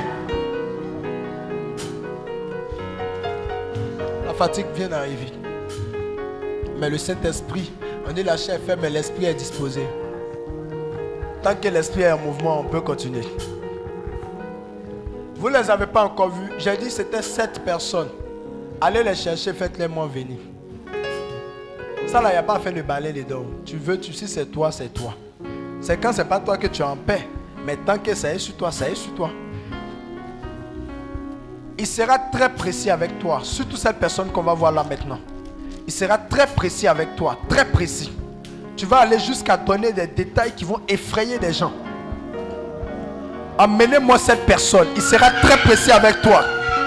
La fatigue vient d'arriver. Mais le Saint-Esprit, on dit la chair est faible, mais l'esprit est disposé. Tant que l'esprit est en mouvement, on peut continuer. Vous ne les avez pas encore vus. J'ai dit c'était 7 personnes. Allez les chercher, faites-les moi venir. Ça là, il n'y a pas à faire de balai dedans. Tu veux, si c'est toi, c'est toi. C'est quand c'est pas toi que tu es en paix. Mais tant que ça est sur toi, ça est sur toi. Il sera très précis avec toi. Surtout cette personne qu'on va voir là maintenant. Il sera très précis avec toi. Très précis. Tu vas aller jusqu'à donner des détails qui vont effrayer des gens. Amenez-moi cette personne. Il sera très précis avec toi.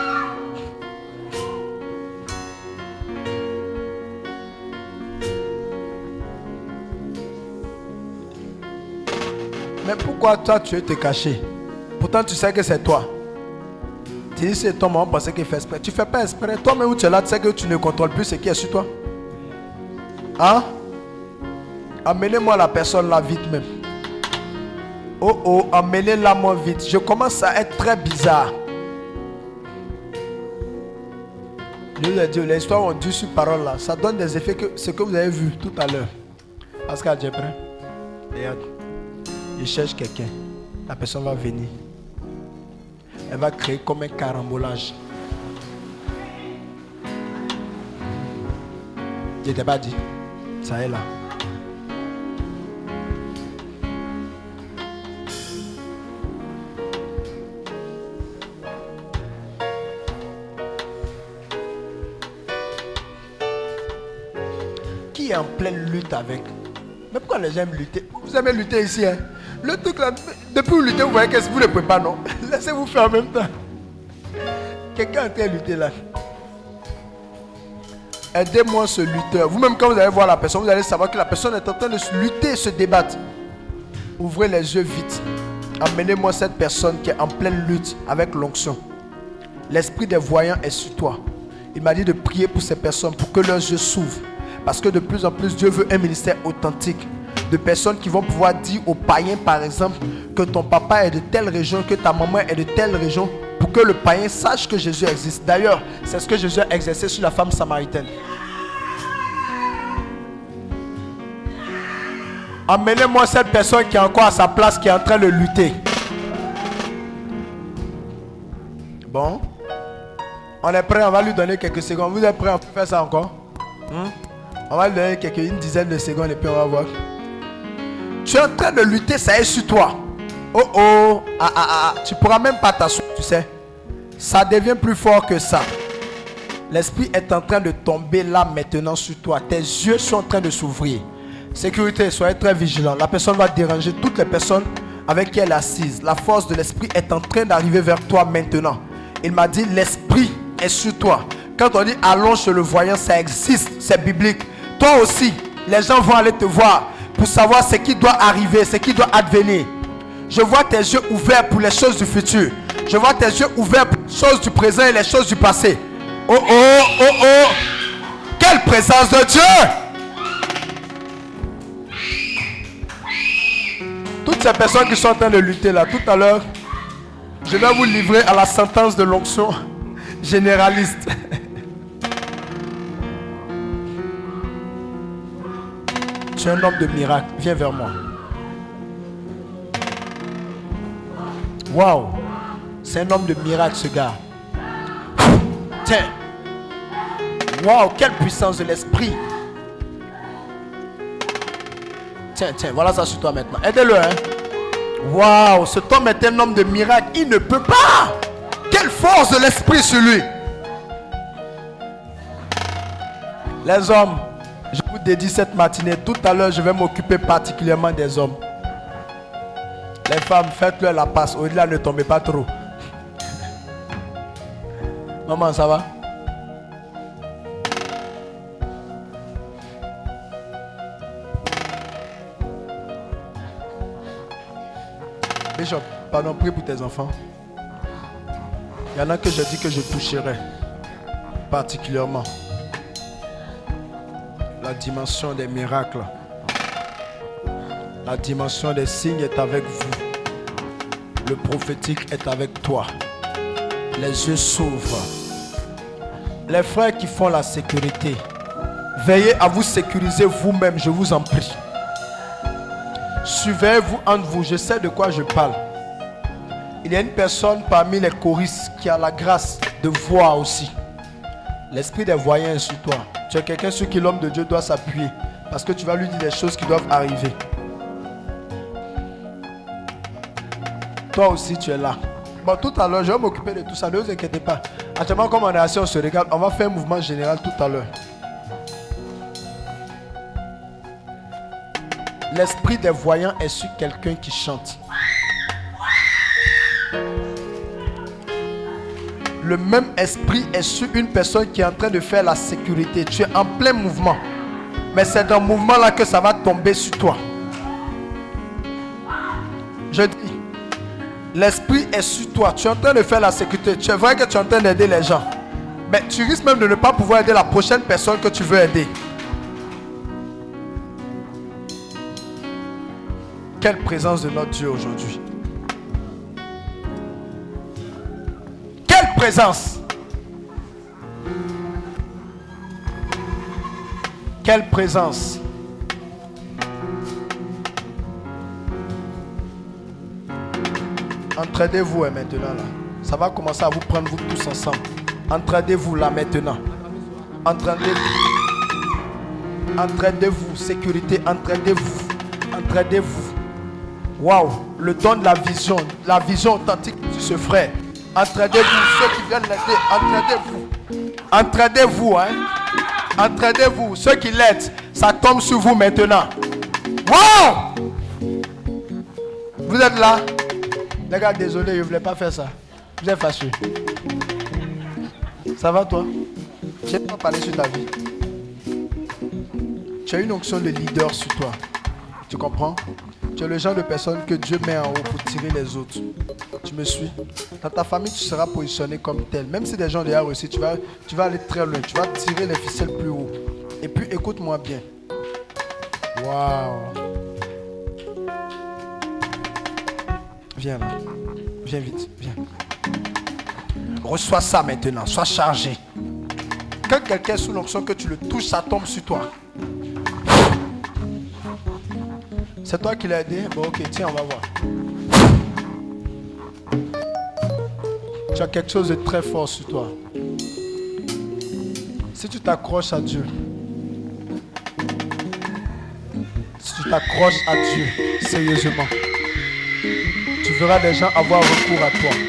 Mais pourquoi toi tu veux te cacher? Pourtant tu sais que c'est toi. Tu dis c'est toi, on pensait qu'il fait exprès. Tu ne fais pas exprès. Toi-même où tu es là, tu sais que tu ne contrôles plus ce qui est sur toi. Hein? Amenez-moi la personne là vite même. Oh, amenez-la moi vite. Je commence à être très bizarre. Je vous ai dit, les histoires ont dû sur parole là. Ça donne des effets que ce que vous avez vu tout à l'heure. Pascal, tu es prêt? Regarde. Il cherche quelqu'un. La personne va venir. Elle va créer comme un carambolage. Je t'ai pas dit. Ça est là. Qui est en pleine lutte avec? Mais pourquoi les gens aiment lutter? Vous aimez lutter ici, hein? Le truc là, depuis vous luttez, vous voyez que vous ne pouvez pas, non? Laissez-vous faire en même temps. Quelqu'un est en train de lutter là. Aidez-moi ce lutteur. Vous-même, quand vous allez voir la personne, vous allez savoir que la personne est en train de se lutter, se débattre. Ouvrez les yeux vite. Amenez-moi cette personne qui est en pleine lutte avec l'onction. L'esprit des voyants est sur toi. Il m'a dit de prier pour ces personnes, pour que leurs yeux s'ouvrent. Parce que de plus en plus, Dieu veut un ministère authentique. De personnes qui vont pouvoir dire aux païens, par exemple, que ton papa est de telle région, que ta maman est de telle région, pour que le païen sache que Jésus existe. D'ailleurs, c'est ce que Jésus a exercé sur la femme samaritaine. Amenez-moi cette personne qui est encore à sa place, qui est en train de lutter. Bon. On est prêt, on va lui donner quelques secondes. Vous êtes prêts à faire ça encore? On va lui donner une dizaine de secondes et puis on va voir. Tu es en train de lutter, ça est sur toi. Tu pourras même pas t'asseoir, tu sais. Ça devient plus fort que ça. L'esprit est en train de tomber là maintenant sur toi. Tes yeux sont en train de s'ouvrir. Sécurité, soyez très vigilants. La personne va déranger toutes les personnes avec qui elle est assise. La force de l'esprit est en train d'arriver vers toi maintenant. Il m'a dit, l'esprit est sur toi. Quand on dit allons chez le voyant, ça existe, c'est biblique. Toi aussi, les gens vont aller te voir pour savoir ce qui doit arriver, ce qui doit advenir. Je vois tes yeux ouverts pour les choses du futur. Je vois tes yeux ouverts pour les choses du présent et les choses du passé. Quelle présence de Dieu! Toutes ces personnes qui sont en train de lutter là, tout à l'heure, je vais vous livrer à la sentence de l'onction généraliste. Tu es un homme de miracle. Viens vers moi. Waouh. C'est un homme de miracle, ce gars. Tiens. Waouh, quelle puissance de l'esprit. Tiens, voilà ça sur toi maintenant. Aidez-le, hein. Waouh, cet homme est un homme de miracle. Il ne peut pas. Quelle force de l'esprit sur lui. Les hommes, je vous dédie cette matinée. Tout à l'heure, je vais m'occuper particulièrement des hommes. Les femmes, faites-leur la passe. Au-delà, ne tombez pas trop. Maman, ça va? Bishop, pardon, prie pour tes enfants. Il y en a que je dis que je toucherai particulièrement. La dimension des miracles, la dimension des signes est avec vous. Le prophétique est avec toi. Les yeux s'ouvrent. Les frères qui font la sécurité, veillez à vous sécuriser vous-même, je vous en prie. Surveillez-vous entre vous, je sais de quoi je parle. Il y a une personne parmi les choristes qui a la grâce de voir aussi. L'esprit des voyants est sur toi. Tu es quelqu'un sur qui l'homme de Dieu doit s'appuyer. Parce que tu vas lui dire des choses qui doivent arriver. Toi aussi tu es là. Bon, tout à l'heure, je vais m'occuper de tout ça. Ne vous inquiétez pas. Actuellement, comme on est assis, on se regarde. On va faire un mouvement général tout à l'heure. l'esprit des voyants est sur quelqu'un qui chante. Le même esprit est sur une personne qui est en train de faire la sécurité. Tu es en plein mouvement. Mais c'est dans le mouvement là que ça va tomber sur toi. Je dis, l'esprit est sur toi. Tu es en train de faire la sécurité. Tu es vrai que tu es en train d'aider les gens. Mais tu risques même de ne pas pouvoir aider la prochaine personne que tu veux aider. Quelle présence de notre Dieu aujourd'hui. Quelle présence. Quelle présence. Entraidez-vous maintenant là. Ça va commencer à vous prendre vous tous ensemble. Entraidez-vous là maintenant. Entraidez-vous. Entraidez-vous. Sécurité, entraidez-vous. Entraidez-vous. Waouh, le don de la vision authentique de ce frère. Entraidez-vous, ceux qui viennent l'aider, entraidez-vous. Entraidez-vous, hein. Entraidez-vous, ceux qui l'aident, ça tombe sur vous maintenant. Waouh! Vous êtes là? Les gars, désolé, je ne voulais pas faire ça. Vous êtes fâchés. Ça va toi? Je n'ai pas parlé sur ta vie. Tu as une onction de leader sur toi. Tu comprends? Tu es le genre de personne que Dieu met en haut pour tirer les autres. Tu me suis? Dans ta famille, tu seras positionné comme tel. Même si des gens déjà réussi, tu vas aller très loin. Tu vas tirer les ficelles plus haut. Et puis, écoute-moi bien. Waouh! Viens là. Viens vite. Viens. Reçois ça maintenant. Sois chargé. Quand quelqu'un est sous l'onction que tu le touches, ça tombe sur toi. C'est toi qui l'as aidé? Bon, ok, tiens, on va voir. Tu as quelque chose de très fort sur toi. Si tu t'accroches à Dieu, sérieusement, tu verras des gens avoir recours à toi.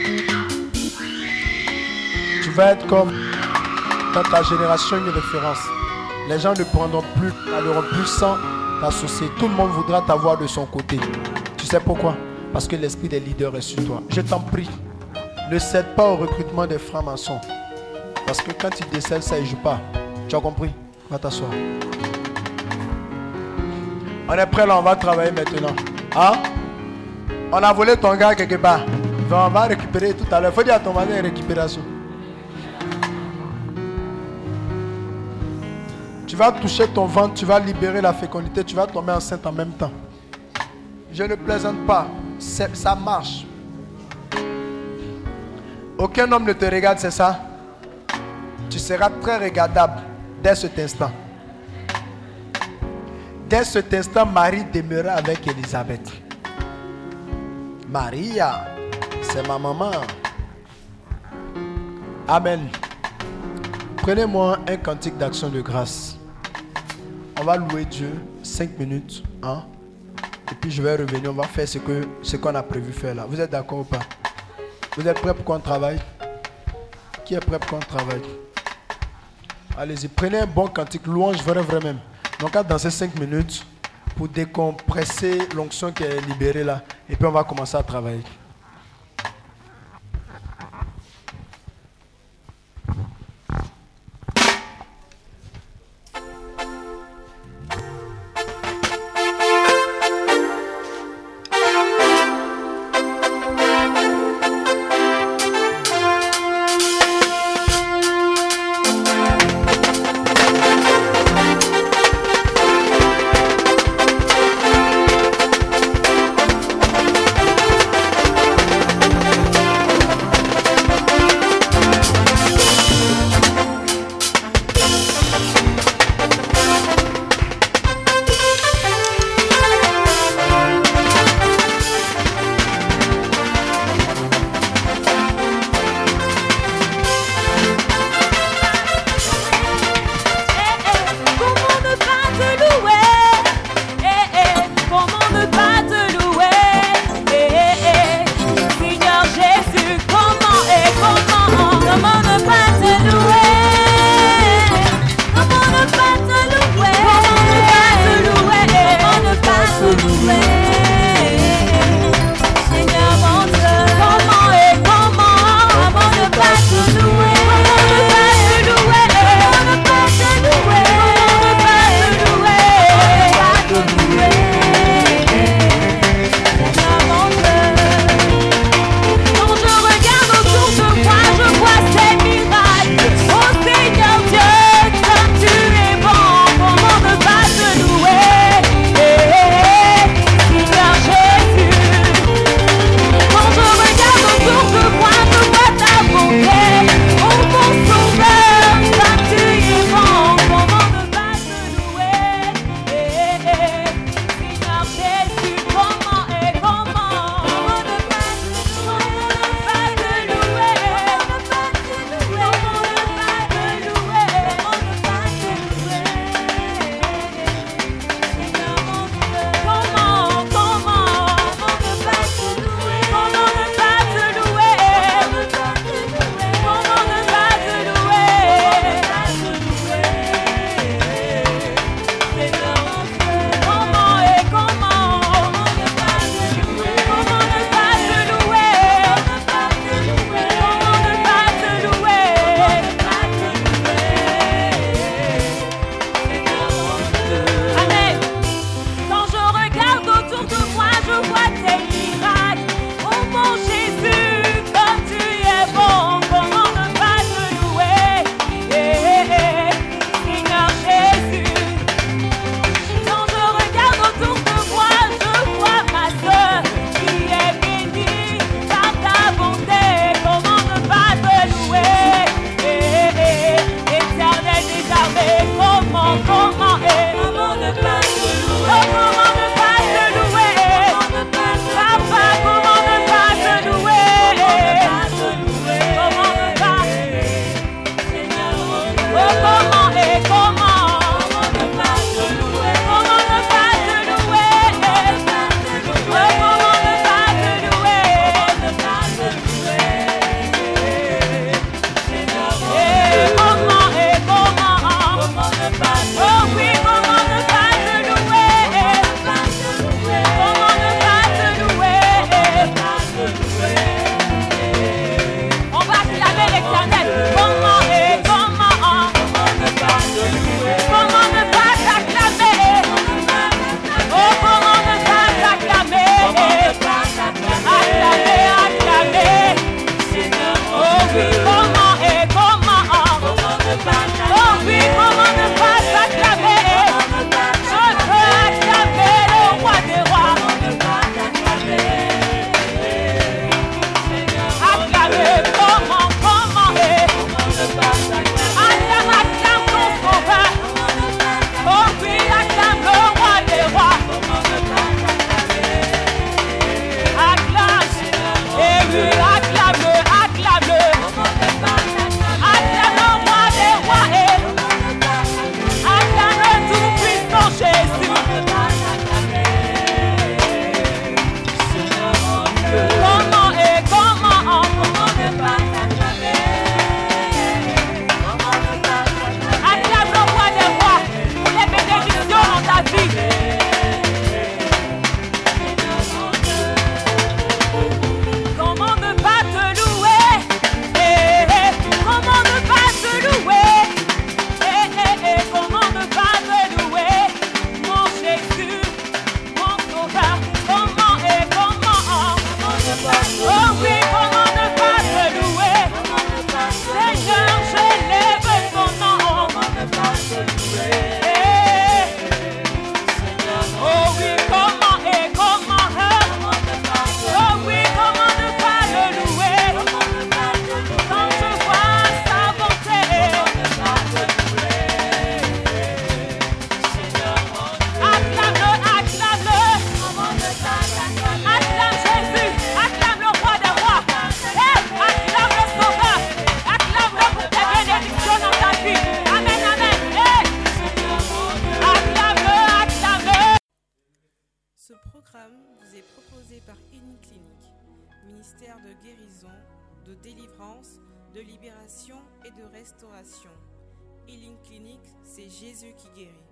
Tu vas être comme dans ta génération une référence. Les gens ne prendront plus, n'alleront plus sans t'associer. Tout le monde voudra t'avoir de son côté. Tu sais pourquoi? Parce que l'esprit des leaders est sur toi. Je t'en prie, ne cède pas au recrutement des francs-maçons. Parce que quand ils décèlent, ça ne joue pas. Tu as compris? Va t'asseoir. On est prêt là, on va travailler maintenant. Hein? On a volé ton gars quelque part. On va récupérer tout à l'heure. Il faut dire à ton mari une récupération. Tu vas toucher ton ventre, tu vas libérer la fécondité, tu vas tomber enceinte en même temps. Je ne plaisante pas. Ça marche. Aucun homme ne te regarde, c'est ça? Tu seras très regardable dès cet instant. Dès cet instant, Marie demeura avec Élisabeth. Maria, c'est ma maman. Amen. Prenez-moi un cantique d'action de grâce. On va louer Dieu 5 minutes. Hein? Et puis je vais revenir. On va faire ce qu'on a prévu faire là. Vous êtes d'accord ou pas? Vous êtes prêts pour qu'on travaille? Qui est prêt pour qu'on travaille? Allez-y, prenez un bon cantique. Louange vrai même. Donc à danser 5 minutes pour décompresser l'onction qui est libérée là. Et puis on va commencer à travailler. ministère de guérison, de délivrance, de libération et de restauration. Healing Clinic, c'est Jésus qui guérit.